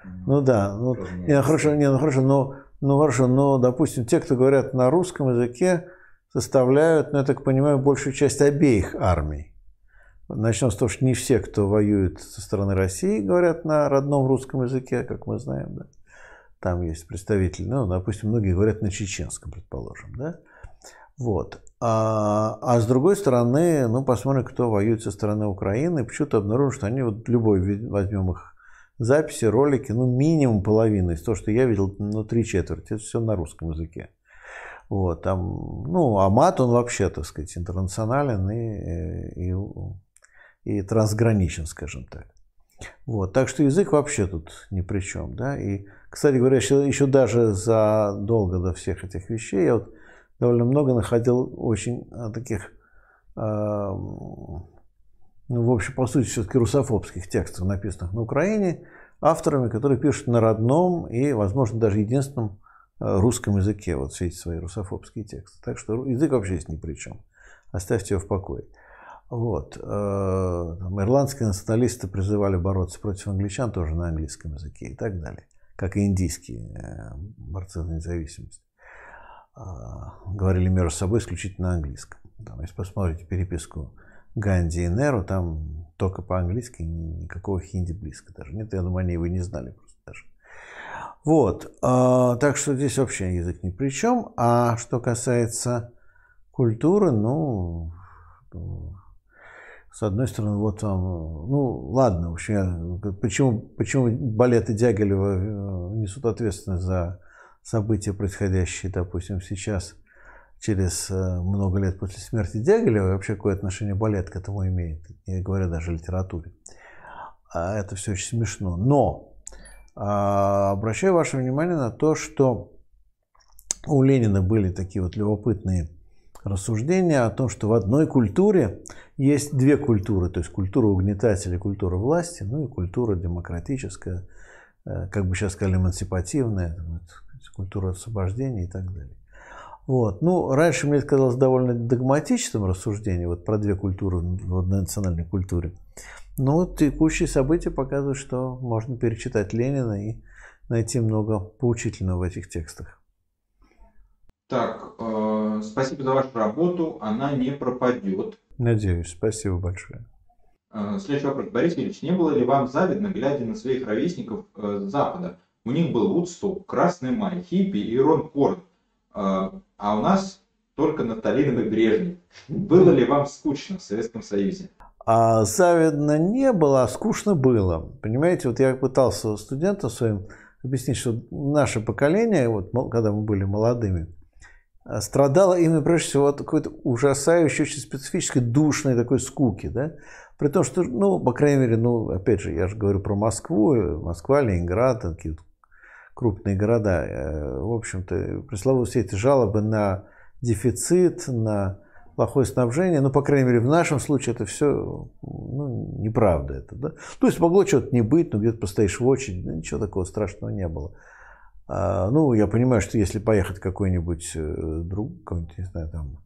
Хорошо, допустим, те, кто говорят на русском языке, составляют, я так понимаю, большую часть обеих армий. Начнем с того, что не все, кто воюет со стороны России, говорят на родном русском языке, как мы знаем. Да? Там есть представители, допустим, многие говорят на чеченском, предположим. Да? Вот. А с другой стороны, посмотрим, кто воюет со стороны Украины. Почему-то обнаружим, что они, любой возьмем их записи, ролики, минимум половина из того, что я видел, 3/4, это все на русском языке. Вот, там, а мат, он вообще, так сказать, интернационален и трансграничен, скажем так. Вот. Так что язык вообще тут ни при чем. Да? И, кстати говоря, еще даже задолго до всех этих вещей я вот довольно много находил очень таких, ну, в общем, по сути, все-таки русофобских текстов, написанных на Украине, авторами, которые пишут на родном и, возможно, даже единственном русском языке вот все эти свои русофобские тексты. Так что язык вообще здесь ни при чем. Оставьте его в покое. Вот. Ирландские националисты призывали бороться против англичан тоже на английском языке и так далее, как и индийские борцы за независимость. Говорили между собой исключительно на английском. Там, если посмотрите переписку Ганди и Неру, там только по-английски, никакого хинди близко даже. Нет, я думаю, они его не знали просто даже. Вот. Так что здесь вообще язык ни при чем. А что касается культуры, ну, с одной стороны, вот вам, ну, ладно, в общем, почему балеты Дягилева несут ответственность за события, происходящие, допустим, сейчас, через много лет после смерти Дягилева, и вообще какое отношение балет к этому имеет, я говорю даже о литературе. Это все очень смешно. Но обращаю ваше внимание на то, что у Ленина были такие вот любопытные рассуждения о том, что в одной культуре есть две культуры, то есть культура угнетателя, культура власти, ну и культура демократическая, как бы сейчас сказали, эмансипативная, культура освобождения и так далее. Вот. Ну, раньше мне это казалось довольно догматичным рассуждением вот про две культуры в одной национальной культуре. Но вот текущие события показывают, что можно перечитать Ленина и найти много поучительного в этих текстах. Так, спасибо за вашу работу, она не пропадет. Надеюсь, спасибо большое. Следующий вопрос. Борис Ильич, не было ли вам завидно, глядя на своих ровесников с Запада? У них был Вудсток, Красный Май, хиппи и Рон Форд. А у нас только Нафталиновый Брежнев. Было ли вам скучно в Советском Союзе? Завидно не было, а скучно было. Понимаете, вот я пытался студентам своим объяснить, что наше поколение, вот, когда мы были молодыми, страдало именно прежде всего от какой-то ужасающей, очень специфической, душной такой скуки, да? При том, что, ну, по крайней мере, ну, опять же, я же говорю про Москву, Москва, Ленинград, такие крупные города. В общем-то, пресловутые все эти жалобы на дефицит, на плохое снабжение, ну, по крайней мере, в нашем случае это все, ну, неправда это, да? То есть могло что-то не быть, ну, где-то постоишь в очереди, ну, ничего такого страшного не было. Ну, я понимаю, что если поехать в какой-нибудь какой-нибудь, не знаю, там,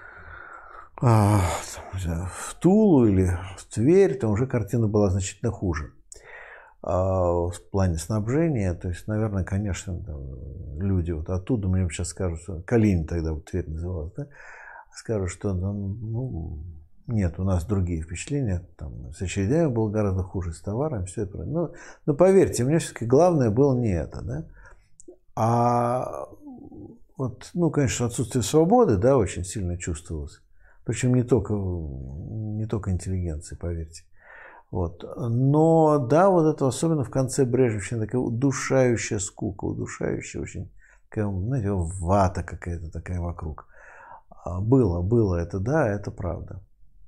в Тулу или в Тверь, то уже картина была значительно хуже в плане снабжения. То есть, наверное, конечно, люди вот оттуда, мне сейчас скажут, что Калинин тогда вот Тверь называлась, да, скажут, что ну, нет, у нас другие впечатления, там, с очередями было гораздо хуже, с товарами, все это. Но поверьте, мне все-таки главное было не это, да. А вот, ну, конечно, отсутствие свободы, да, очень сильно чувствовалось. Причем не только интеллигенции, поверьте. Вот. Но, да, вот это особенно в конце Брежневщины такая удушающая скука, удушающая очень, такая, знаете, вата какая-то такая вокруг. Было это, да, это правда.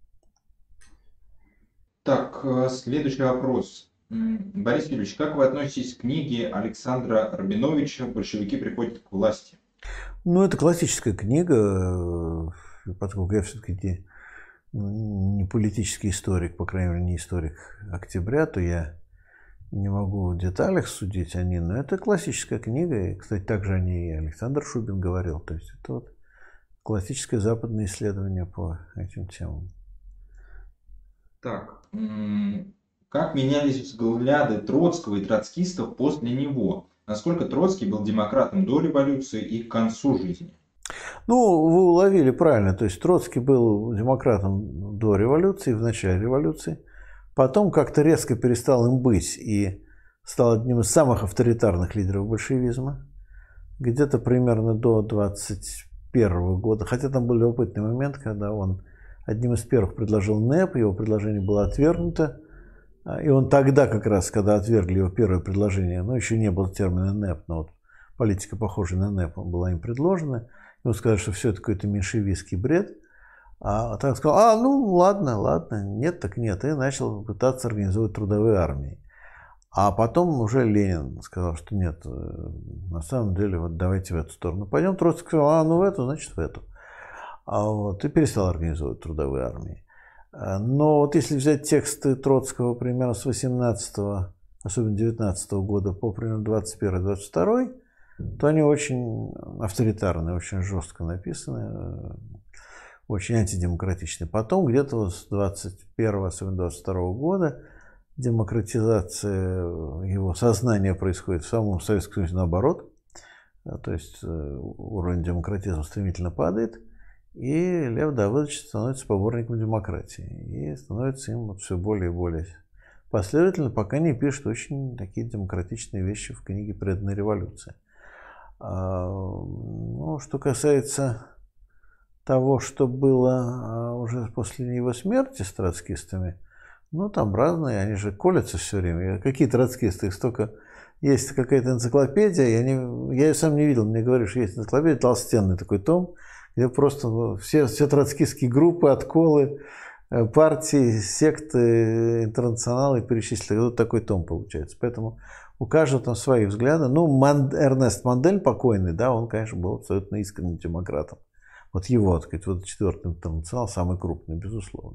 Так, следующий вопрос. Борис Юрьевич, как вы относитесь к книге Александра Рабиновича «Большевики приходят к власти»? Ну, это классическая книга, поскольку я все-таки не политический историк, по крайней мере, не историк октября, то я не могу в деталях судить о ней, но это классическая книга, и, кстати, также о ней и Александр Шубин говорил, то есть это вот классическое западное исследование по этим темам. Так, как менялись взгляды Троцкого и троцкистов после него? Насколько Троцкий был демократом до революции и к концу жизни? Ну, вы уловили правильно. То есть Троцкий был демократом до революции, в начале революции. Потом как-то резко перестал им быть и стал одним из самых авторитарных лидеров большевизма. Где-то примерно до 21 года. Хотя там был любопытный момент, когда он одним из первых предложил НЭП, его предложение было отвергнуто. И он тогда как раз, когда отвергли его первое предложение, ну, еще не было термина НЭП, но вот политика, похожая на НЭП, была им предложена. Ему сказали, что все это какой-то меньшевистский бред. А так сказал, ну ладно, нет так нет, и начал пытаться организовать трудовые армии. А потом уже Ленин сказал, что нет, на самом деле, вот давайте в эту сторону пойдем. Троцкий сказал, ну в эту, значит в эту. И перестал организовывать трудовые армии. Но вот если взять тексты Троцкого примерно с 18-го, особенно 19-го года по примерно 21-22, то они очень авторитарные, очень жестко написаны, очень антидемократичны. Потом где-то вот с 21-го, особенно 22-го года демократизация его сознания происходит в самом Советском Союзе наоборот. То есть уровень демократизма стремительно падает, и Лев Давыдович становится поборником демократии. И становится им вот все более и более последовательно, пока не пишет очень такие демократичные вещи в книге «Преданная революция». Ну, что касается того, что было уже после его смерти с троцкистами, ну, там разные, они же колятся все время. Какие троцкисты? Их столько... Есть какая-то энциклопедия, я ее сам не видел, мне говорят, что есть энциклопедия, толстенный такой том, где просто все троцкистские группы, отколы, партии, секты, интернационалы перечислены. Вот такой том получается. Поэтому у каждого там свои взгляды. Ну, Эрнест Мандель покойный, да, он, конечно, был абсолютно искренним демократом. Вот его, так сказать, вот четвертый интернационал самый крупный, безусловно.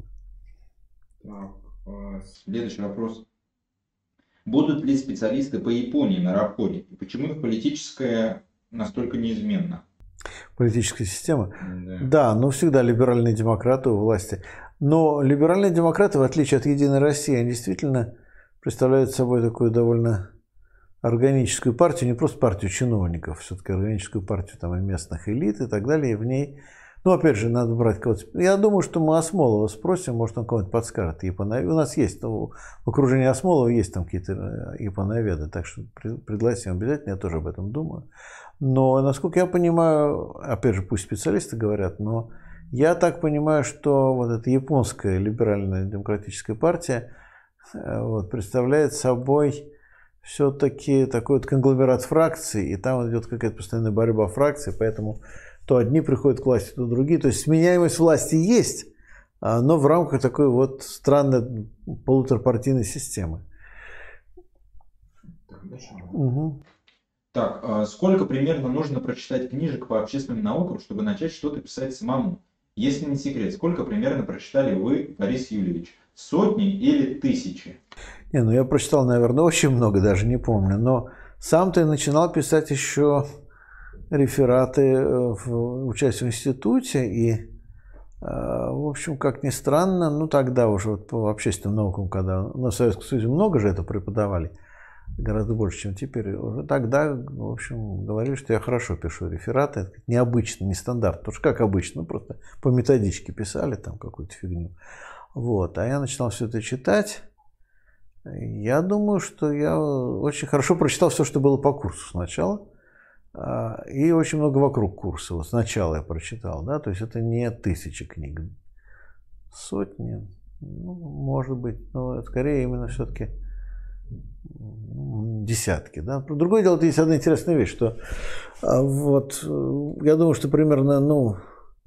Следующий вопрос. Будут ли специалисты по Японии на рабкоре? И почему их политическая настолько неизменна? Политическая система? Да, ну всегда либеральные демократы у власти. Но либеральные демократы, в отличие от «Единой России», они действительно представляют собой такую довольно органическую партию, не просто партию чиновников, все-таки органическую партию там, и местных элит и так далее. И в ней, ну опять же, надо брать кого-то. Я думаю, что мы Осмолова спросим, может он кого-нибудь подскажет. У нас есть, в окружении Осмолова есть там какие-то японоведы, так что пригласим обязательно, я тоже об этом думаю. Но, насколько я понимаю, опять же, пусть специалисты говорят, но я так понимаю, что вот эта японская либеральная демократическая партия вот, представляет собой все-таки такой вот конгломерат фракций, и там идет какая-то постоянная борьба фракций, поэтому то одни приходят к власти, то другие. То есть сменяемость власти есть, но в рамках такой вот странной полуторапартийной системы. Угу. Так, сколько примерно нужно прочитать книжек по общественным наукам, чтобы начать что-то писать самому? Если не секрет, сколько примерно прочитали вы, Борис Юльевич? Сотни или тысячи? Не, ну я прочитал, наверное, очень много, даже не помню. Но сам-то я начинал писать еще рефераты в участии в институте. И, в общем, как ни странно, ну тогда уже вот по общественным наукам, когда на Советском Союзе много же это преподавали, гораздо больше, чем теперь. Уже тогда, в общем, говорили, что я хорошо пишу рефераты. Это необычно, нестандартно. Потому что как обычно, ну, просто по методичке писали там какую-то фигню. Вот. А я начинал все это читать. Я думаю, что я очень хорошо прочитал все, что было по курсу сначала. И очень много вокруг курса. Вот сначала я прочитал. Да? То есть это не тысячи книг. Сотни, ну, может быть. Но скорее именно все-таки десятки. Да? Другое дело, есть одна интересная вещь, что вот, я думаю, что примерно, ну,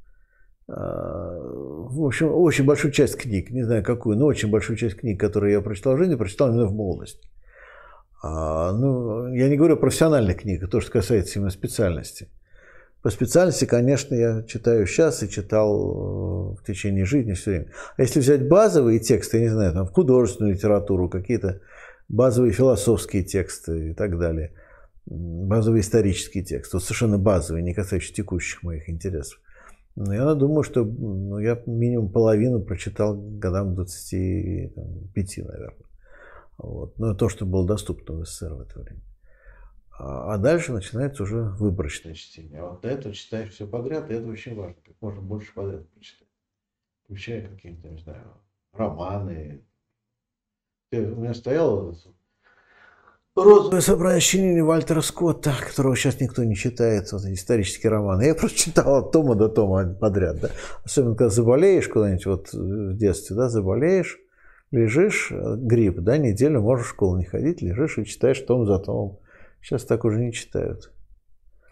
в общем, очень большую часть книг, не знаю какую, но очень большую часть книг, которые я прочитал в жизни, прочитал именно в молодости. Ну, я не говорю о профессиональных книгах, то, что касается именно специальности. По специальности, конечно, я читаю сейчас и читал в течение жизни все время. А если взять базовые тексты, я не знаю, там, в художественную литературу, какие-то базовые философские тексты и так далее, базовые исторические тексты, вот совершенно базовые, не касающиеся текущих моих интересов. Но я думаю, что я минимум половину прочитал годам 25, наверное. Вот. Ну, то, что было доступно в СССР в это время. А дальше начинается уже выборочное чтение. А вот до этого читаешь все подряд, и это очень важно, как можно больше подряд прочитать. Включая какие-то, не знаю, романы. У меня стояло розовое собрание сочинений Вальтера Скотта, которого сейчас никто не читает, вот эти исторические романы. Я просто читал от тома до тома подряд. Да? Особенно, когда заболеешь куда-нибудь вот в детстве, да, заболеешь, лежишь, грипп, да, неделю можешь в школу не ходить, лежишь и читаешь том за томом. Сейчас так уже не читают.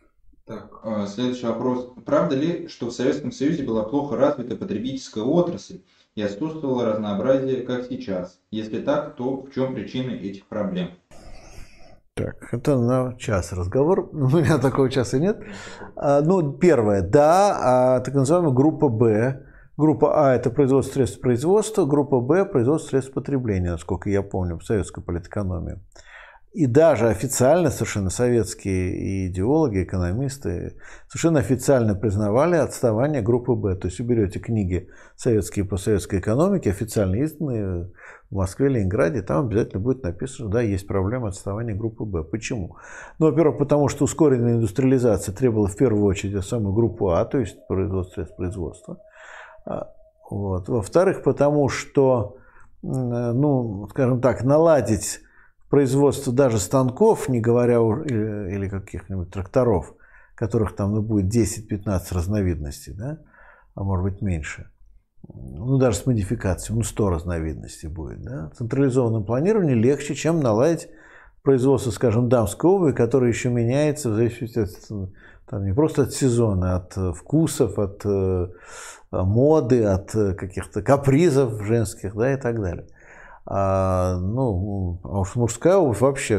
Так, Следующий вопрос. Правда ли, что в Советском Союзе была плохо развита потребительская отрасль и отсутствовало разнообразие, как сейчас? Если так, то в чем причины этих проблем? Так, это на час разговор. У меня такого часа нет. Ну, первое, да, так называемая группа Б. Группа А – это производство средств производства, группа Б – производство средств потребления, насколько я помню, в советской политэкономии. И даже официально совершенно советские идеологи, экономисты совершенно официально признавали отставание группы Б. То есть вы берете книги советские по советской экономике, официально изданные в Москве, Ленинграде, там обязательно будет написано, да, есть проблема отставания группы Б. Почему? Ну, во-первых, потому что ускоренная индустриализация требовала в первую очередь самую группу А, то есть производство средств производства. Вот. Во-вторых, потому что, ну, скажем так, наладить производство даже станков, не говоря или каких-нибудь тракторов, которых там будет 10-15 разновидностей, да, а может быть меньше, ну даже с модификацией, 100 разновидностей будет, да. В централизованном планировании легче, чем наладить производство, скажем, дамской обуви, которое еще меняется в зависимости от, там, не просто от сезона, от вкусов, от моды, от каких-то капризов женских, да, и так далее. А уж мужская обувь вообще,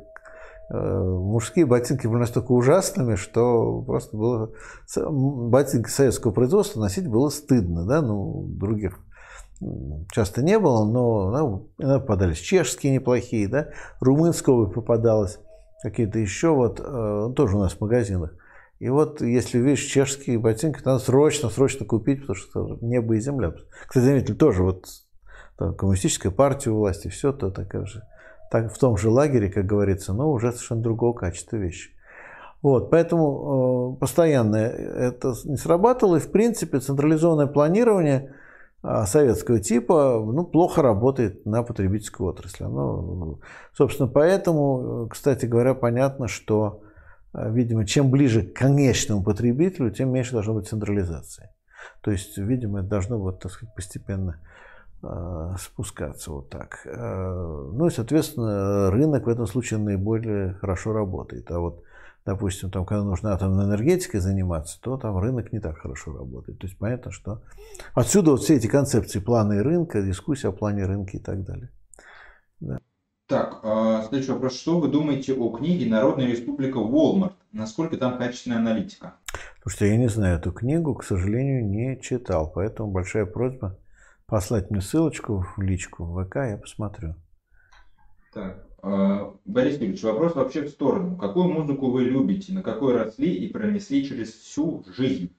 мужские ботинки были настолько ужасными, что просто было ботинки советского производства носить было стыдно, да, других часто не было, но иногда попадались чешские неплохие, да, румынская обувь попадалась, какие-то еще тоже у нас в магазинах. И вот, если видишь чешские ботинки, надо срочно купить, потому что небо и земля. Кстати, заметили, тоже коммунистическая партия у власти, все то такая же, в том же лагере, как говорится, но уже совершенно другого качества вещи. Вот, поэтому постоянно это не срабатывало, и в принципе централизованное планирование советского типа плохо работает на потребительской отрасли. Собственно, поэтому, кстати говоря, понятно, что, видимо, чем ближе к конечному потребителю, тем меньше должно быть централизации. То есть, видимо, это должно так сказать, постепенно спускаться вот так. Ну и, соответственно, рынок в этом случае наиболее хорошо работает. А вот, допустим, там, когда нужно атомной энергетикой заниматься, то там рынок не так хорошо работает. То есть понятно, что отсюда все эти концепции плана и рынка, дискуссия о плане рынка и так далее. Да. Так, следующий вопрос. Что вы думаете о книге «Народная республика Walmart»? Насколько там качественная аналитика? Потому что я не знаю эту книгу, к сожалению, не читал. Поэтому большая просьба послать мне ссылочку в личку в ВК, я посмотрю. Так, Борис Юрьевич, вопрос вообще в сторону. Какую музыку вы любите, на какой росли и пронесли через всю жизнь?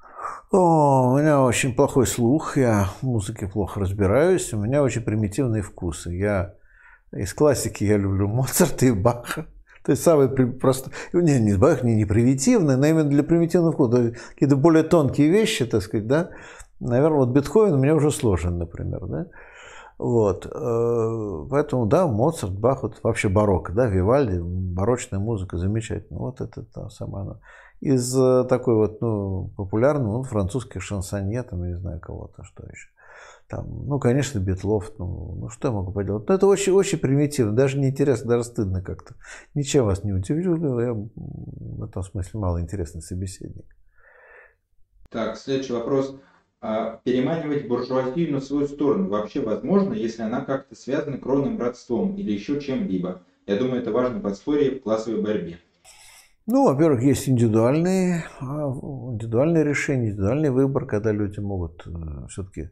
У меня очень плохой слух, я в музыке плохо разбираюсь, у меня очень примитивные вкусы. Из классики я люблю Моцарта и Баха. То есть самый просто, не Бах, не примитивный, но именно для примитивного вкуса. Какие-то более тонкие вещи, так сказать, да. Наверное, Бетховен у меня уже сложен, например, да. Вот. Поэтому, да, Моцарт, Бах, вообще барокко, да, Вивальди, барочная музыка замечательная. Вот это та самая. Из такой популярной, французских шансонье, там, я не знаю кого-то, что еще. Там, конечно, Битлов, что я могу поделать? Это очень, очень примитивно, даже неинтересно, даже стыдно как-то. Ничем вас не удивлю, я в этом смысле малоинтересный собеседник. Так, следующий вопрос. Переманивать буржуазию на свою сторону вообще возможно, если она как-то связана кровным родством или еще чем-либо? Я думаю, это важно подспорье в классовой борьбе. Во-первых, есть индивидуальные решения, индивидуальный выбор, когда люди могут все-таки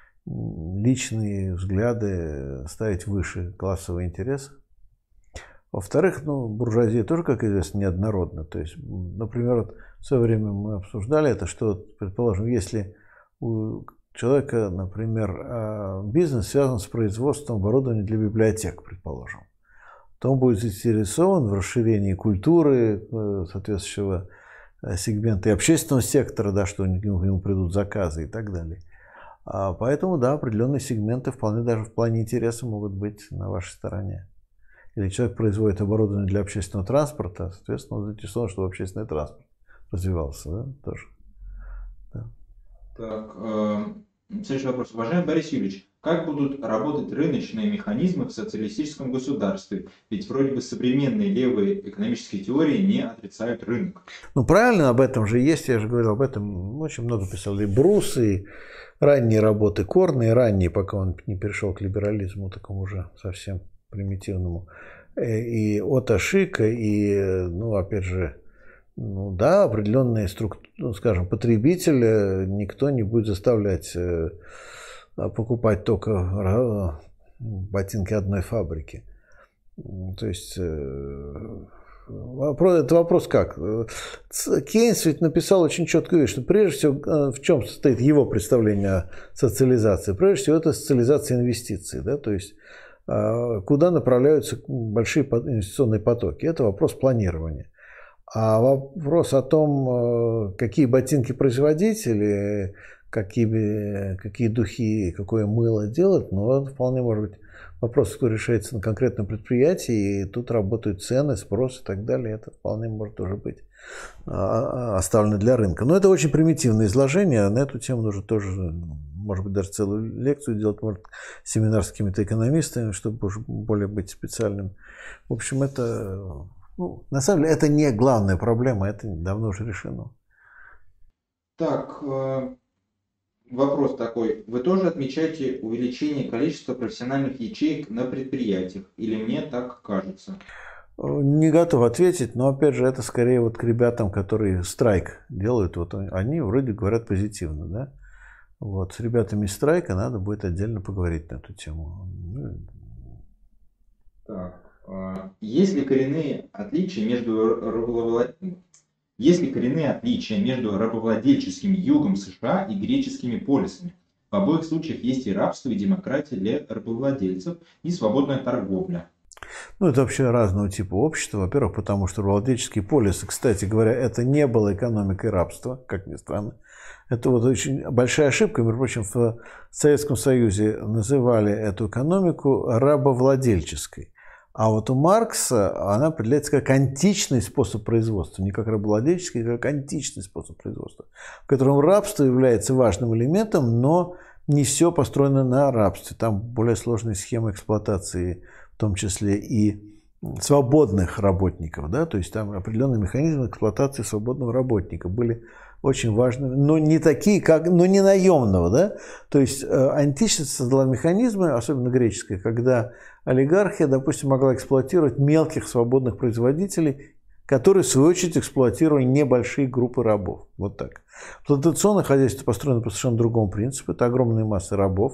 личные взгляды ставить выше классового интереса. Во-вторых, буржуазия тоже, как известно, неоднородна. То есть, например, в свое время мы обсуждали это, что, предположим, если у человека, например, бизнес связан с производством оборудования для библиотек, предположим, то он будет заинтересован в расширении культуры соответствующего сегмента и общественного сектора, да, что к нему придут заказы и так далее. Поэтому, да, определенные сегменты вполне даже в плане интереса могут быть на вашей стороне. Или человек производит оборудование для общественного транспорта, соответственно, он заинтересован, чтобы общественный транспорт развивался, да, тоже. Да. Так, следующий вопрос. Уважаемый Борис Юрьевич, Как будут работать рыночные механизмы в социалистическом государстве? Ведь вроде бы современные левые экономические теории не отрицают рынок. Ну, правильно, об этом же есть, я же говорил об этом, очень много писал и Брус, и ранние работы Корна, и ранние, пока он не перешел к либерализму, такому уже совсем примитивному, и Отто Шика, и, ну, опять же, ну, да, определенные структуры, ну, скажем, потребителя никто не будет заставлять покупать только ботинки одной фабрики. То есть это вопрос как? Кейнс ведь написал очень четкую вещь, что прежде всего в чем состоит его представление о социализации? Прежде всего это социализация инвестиций, да? То есть куда направляются большие инвестиционные потоки. Это вопрос планирования. А вопрос о том, какие ботинки производить или какие духи, какое мыло делать, ну, это вполне может быть вопрос, который решается на конкретном предприятии, и тут работают цены, спрос и так далее. Это вполне может уже быть оставлено для рынка. Но это очень примитивное изложение, на эту тему нужно тоже, может быть, даже целую лекцию делать, может, семинар с какими-то экономистами, чтобы уже более быть специальным. В общем, это, ну, на самом деле, это не главная проблема, это давно уже решено. Так, вопрос такой. Вы тоже отмечаете увеличение количества профессиональных ячеек на предприятиях? Или мне так кажется? Не готов ответить, но опять же это скорее вот к ребятам, которые страйк делают, вот они вроде говорят позитивно, да? Вот с ребятами из страйка надо будет отдельно поговорить на эту тему. Так, есть ли коренные отличия между рабовладельческим югом США и греческими полисами? В обоих случаях есть и рабство, и демократия для рабовладельцев, и свободная торговля. Ну, это вообще разного типа общества. Во-первых, потому что рабовладельческие полисы, кстати говоря, это не было экономикой рабства, как ни странно. Это вот очень большая ошибка. Между прочим, в Советском Союзе называли эту экономику рабовладельческой. А вот у Маркса она определяется как античный способ производства, не как рабовладельческий, а как античный способ производства, в котором рабство является важным элементом, но не все построено на рабстве. Там более сложные схемы эксплуатации, в том числе и свободных работников, да, то есть там определенные механизмы эксплуатации свободного работника были очень важными, но не такие, но не наемного, да, то есть античность создала механизмы, особенно греческая, когда олигархия, допустим, могла эксплуатировать мелких свободных производителей, которые, в свою очередь, эксплуатировали небольшие группы рабов. Вот так. Плантационное хозяйство построено по совершенно другому принципу, это огромные массы рабов.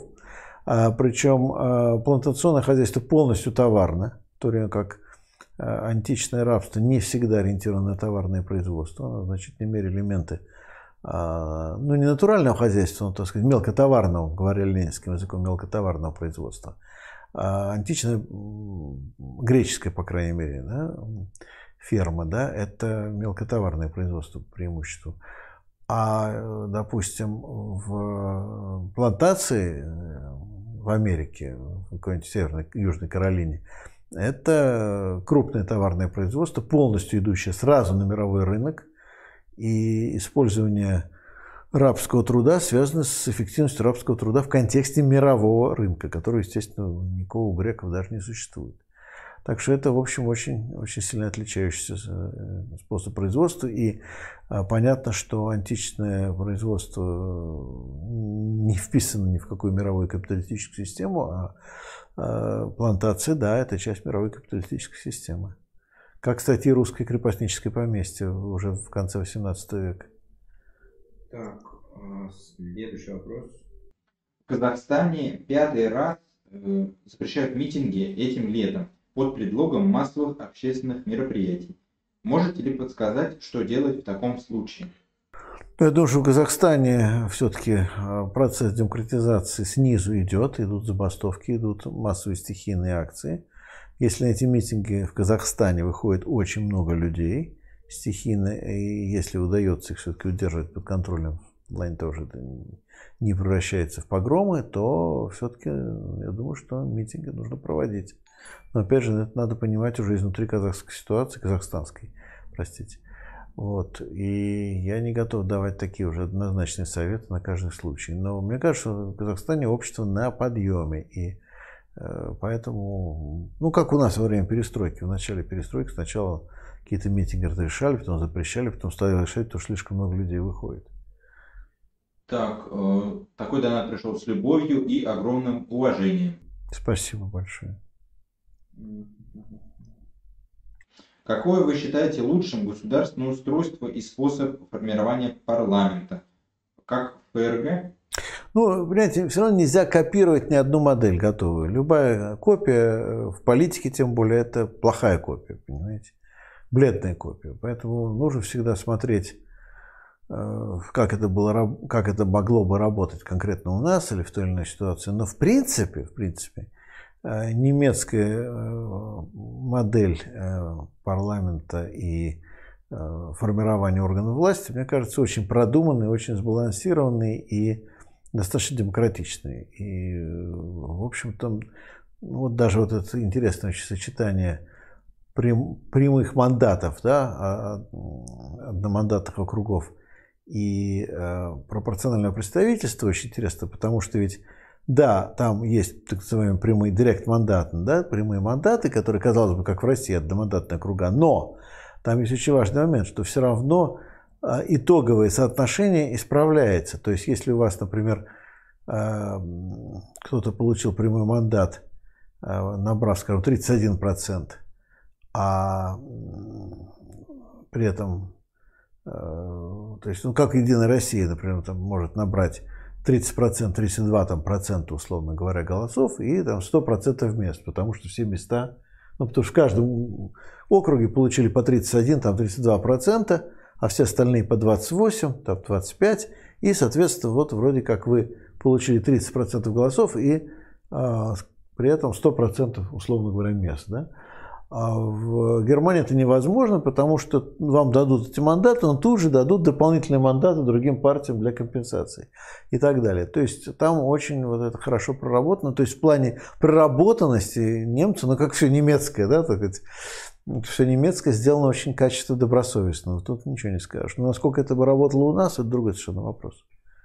Причем плантационное хозяйство полностью товарно, в то время как античное рабство не всегда ориентировано на товарное производство, оно в значительной мере элементы, ну, не натурального хозяйства, но, так сказать, мелкотоварного, говоря ленинским языком, мелкотоварного производства. Античное, греческое, по крайней мере, да, ферма, да, это мелкотоварное производство по преимуществу. А, допустим, в плантации в Америке, в какой-нибудь Северной, Южной Каролине, это крупное товарное производство, полностью идущее сразу на мировой рынок, и использование рабского труда связано с эффективностью рабского труда в контексте мирового рынка, который, естественно, никакого у греков даже не существует. Так что это, в общем, очень, очень сильно отличающийся способ производства. И понятно, что античное производство не вписано ни в какую мировую капиталистическую систему, а плантация, да, это часть мировой капиталистической системы. Как, кстати, и русское крепостническое поместье уже в конце XVIII века. Так, следующий вопрос. В Казахстане 5-й раз запрещают митинги этим летом под предлогом массовых общественных мероприятий. Можете ли подсказать, что делать в таком случае? Я думаю, что в Казахстане все-таки процесс демократизации снизу идет, идут забастовки, идут массовые стихийные акции. Если на эти митинги в Казахстане выходит очень много людей стихийно, и если удается их все-таки удерживать под контролем, в плане того, что это не превращается в погромы, то все-таки я думаю, что митинги нужно проводить. Но опять же, это надо понимать уже изнутри казахской ситуации, казахстанской, простите. Вот. И я не готов давать такие уже однозначные советы на каждый случай. Но мне кажется, что в Казахстане общество на подъеме. И поэтому, ну, как у нас во время перестройки. В начале перестройки сначала какие-то митинги разрешали, потом запрещали, потом стали разрешать, потому что слишком много людей выходит. Так, такой донат пришел с любовью и огромным уважением. Спасибо большое. Какое вы считаете лучшим государственное устройство и способ формирования парламента? Как в ФРГ? Ну, понимаете, все равно нельзя копировать ни одну модель готовую. Любая копия, в политике тем более, это плохая копия, понимаете? Бледная копия. Поэтому нужно всегда смотреть, как это могло бы работать конкретно у нас или в той или иной ситуации. Но в принципе, немецкая модель парламента и формирования органов власти, мне кажется, очень продуманной, очень сбалансированной и достаточно демократичной. И, в общем-то, вот даже вот это интересное сочетание прямых мандатов, да, одномандатных округов и пропорционального представительства очень интересно, потому что ведь да, там есть так называемые прямые директ-мандаты, да, прямые мандаты, которые, казалось бы, как в России, одномандатные округа, но там есть очень важный момент, что все равно итоговое соотношение исправляется. То есть, если у вас, например, кто-то получил прямой мандат, набрав, скажем, 31%, а при этом, то есть, ну, как Единая Россия, например, там может набрать 30%, 32%, условно говоря, голосов и там 100% мест, потому что все места, ну, потому что в каждом округе получили по 31, там 32%, а все остальные по 28, там 25%, и, соответственно, вот вроде как вы получили 30% голосов и при этом 100%, условно говоря, мест, да? А в Германии это невозможно, потому что вам дадут эти мандаты, но тут же дадут дополнительные мандаты другим партиям для компенсации и так далее. То есть там очень вот это хорошо проработано. То есть в плане проработанности немцы, ну как все немецкое, да, так сказать, все немецкое сделано очень качественно, добросовестно. Тут ничего не скажешь. Но насколько это бы работало у нас, это другой совершенно вопрос.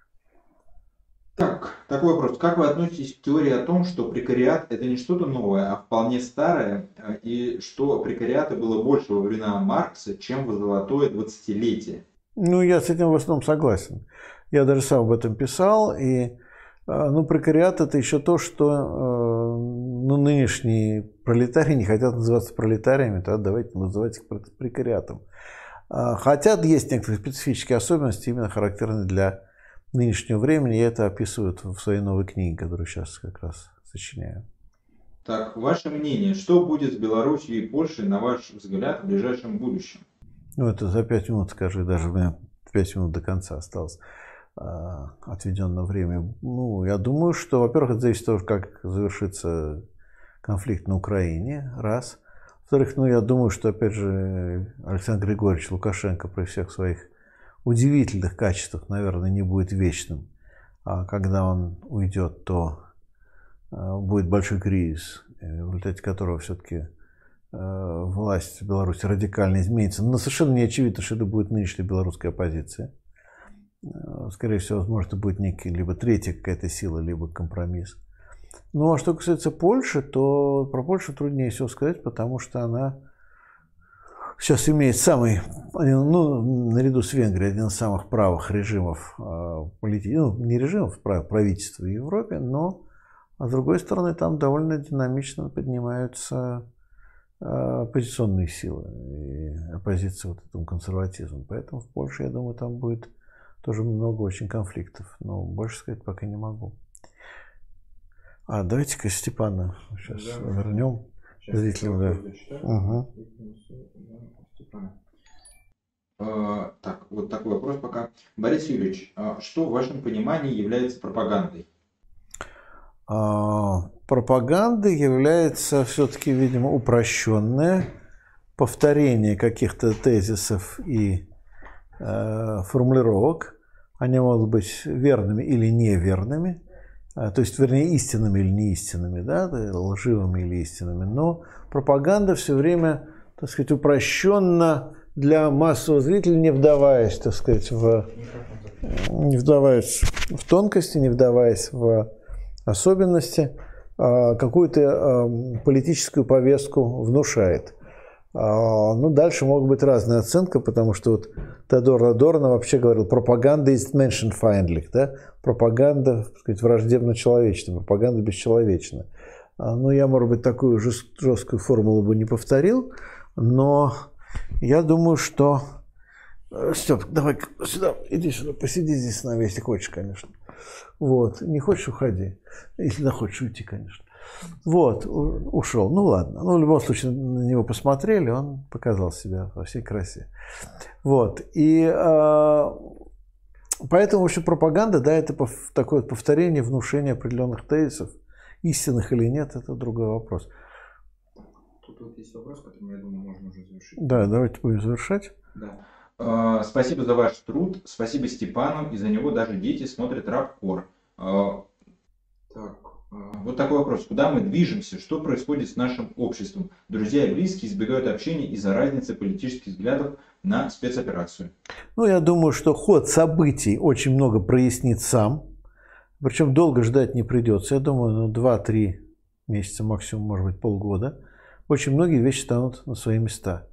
Так, такой вопрос. Как вы относитесь к теории о том, что прекариат – это не что-то новое, а вполне старое, и что прекариата было больше во времена Маркса, чем в золотое 20-летие? Ну, я с этим в основном согласен. Я даже сам об этом писал. И, ну, прекариат – это еще то, что ну, нынешние пролетарии не хотят называться пролетариями, тогда давайте называть их прекариатом. Хотя есть некоторые специфические особенности, именно характерные для нынешнего времени, я это описываю в своей новой книге, которую сейчас как раз сочиняю. Так, ваше мнение, что будет с Белоруссией и Польшей, на ваш взгляд, в ближайшем будущем? Ну, это за 5 минут, скажи, даже у меня 5 минут до конца осталось отведенное время. Ну, я думаю, что, во-первых, это зависит от того, как завершится конфликт на Украине, раз. Во-вторых, ну, я думаю, что, опять же, Александр Григорьевич Лукашенко при всех своих удивительных качествах, наверное, не будет вечным. А когда он уйдет, то будет большой кризис, в результате которого все-таки власть в Беларуси радикально изменится. Но совершенно не очевидно, что это будет нынешняя белорусская оппозиция. Скорее всего, возможно, это будет некий либо третья какая-то сила, либо компромисс. Ну, а что касается Польши, то про Польшу труднее всего сказать, потому что она сейчас имеет самый, ну, наряду с Венгрией, один из самых правых режимов, ну, не режимов, правительства в Европе, но, а с другой стороны, там довольно динамично поднимаются оппозиционные силы и оппозиция вот этому консерватизму. Поэтому в Польше, я думаю, там будет тоже много очень конфликтов. Но больше сказать пока не могу. Давайте-ка Степана сейчас вернем. Зрителям, да. Угу. Так, вот такой вопрос пока. Борис Юрьевич, что в вашем понимании является пропагандой? Пропагандой является все-таки, видимо, упрощенное повторение каких-то тезисов и формулировок. Они могут быть верными или неверными. То есть, вернее, истинными или неистинными, да, лживыми или истинными. Но пропаганда все время, так сказать, упрощенно для массового зрителя, не вдаваясь, так сказать, не вдаваясь в тонкости, не вдаваясь в особенности, какую-то политическую повестку внушает. Ну, дальше может быть разная оценка, потому что вот Теодор Адорно вообще говорил, пропаганда ist menschenfeindlich, да? Пропаганда, так сказать, враждебно-человечна, пропаганда бесчеловечна. Ну, я, может быть, такую жесткую формулу бы не повторил, но я думаю, что... Степ, давай сюда, иди сюда, посиди здесь с нами, если хочешь, конечно. Вот, не хочешь, уходи. Если хочешь уйти, конечно. Вот, ушел. Ну ладно. Ну, в любом случае, на него посмотрели, он показал себя во всей красе. Вот. И поэтому, в общем, пропаганда, да, это такое повторение, внушение определенных тезисов. Истинных или нет, это другой вопрос. Тут вот есть вопрос, который, я думаю, можно уже завершить. Да, давайте будем завершать. Да. Спасибо за ваш труд, спасибо Степану, из-за него даже дети смотрят рабкор. Так. Вот такой вопрос. Куда мы движемся? Что происходит с нашим обществом? Друзья и близкие избегают общения из-за разницы политических взглядов на спецоперацию. Ну, я думаю, что ход событий очень много прояснит сам. Причем долго ждать не придется. Я думаю, 2-3 месяца, максимум, может быть, полгода. Очень многие вещи станут на свои места.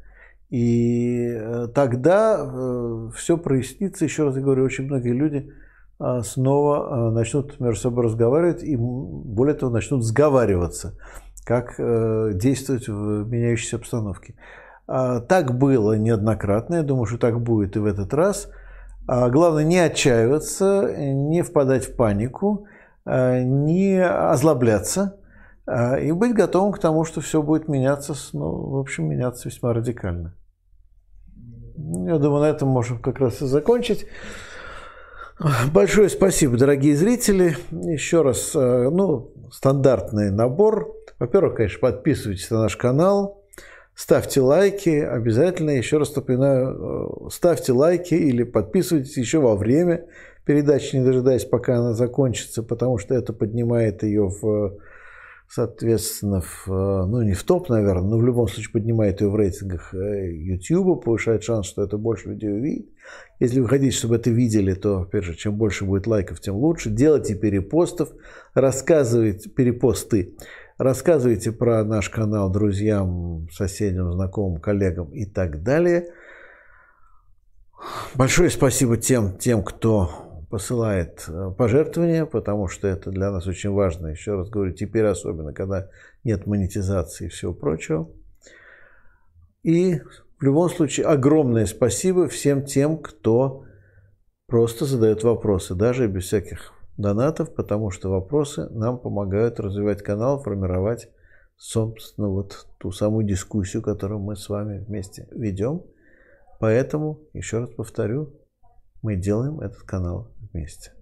И тогда все прояснится. Еще раз говорю, очень многие люди снова начнут между собой разговаривать и, более того, начнут сговариваться, как действовать в меняющейся обстановке. Так было неоднократно, я думаю, что так будет и в этот раз. Главное не отчаиваться, не впадать в панику, не озлобляться и быть готовым к тому, что все будет меняться, ну, в общем, меняться весьма радикально. Я думаю, на этом можем как раз и закончить. Большое спасибо, дорогие зрители. Еще раз, ну, стандартный набор. Во-первых, конечно, подписывайтесь на наш канал, ставьте лайки, обязательно, еще раз напоминаю, ставьте лайки или подписывайтесь еще во время передачи, не дожидаясь, пока она закончится, потому что это поднимает ее соответственно, ну, не в топ, наверное, но в любом случае поднимает ее в рейтингах YouTube, повышает шанс, что это больше людей увидит. Если вы хотите, чтобы это видели, то, опять же, чем больше будет лайков, тем лучше. Делайте перепосты, рассказывайте про наш канал друзьям, соседям, знакомым, коллегам и так далее. Большое спасибо тем, кто посылает пожертвования, потому что это для нас очень важно. Еще раз говорю, теперь особенно, когда нет монетизации и всего прочего. И в любом случае огромное спасибо всем тем, кто просто задает вопросы, даже без всяких донатов, потому что вопросы нам помогают развивать канал, формировать, собственно, вот ту самую дискуссию, которую мы с вами вместе ведем. Поэтому, еще раз повторю, мы делаем этот канал вместе.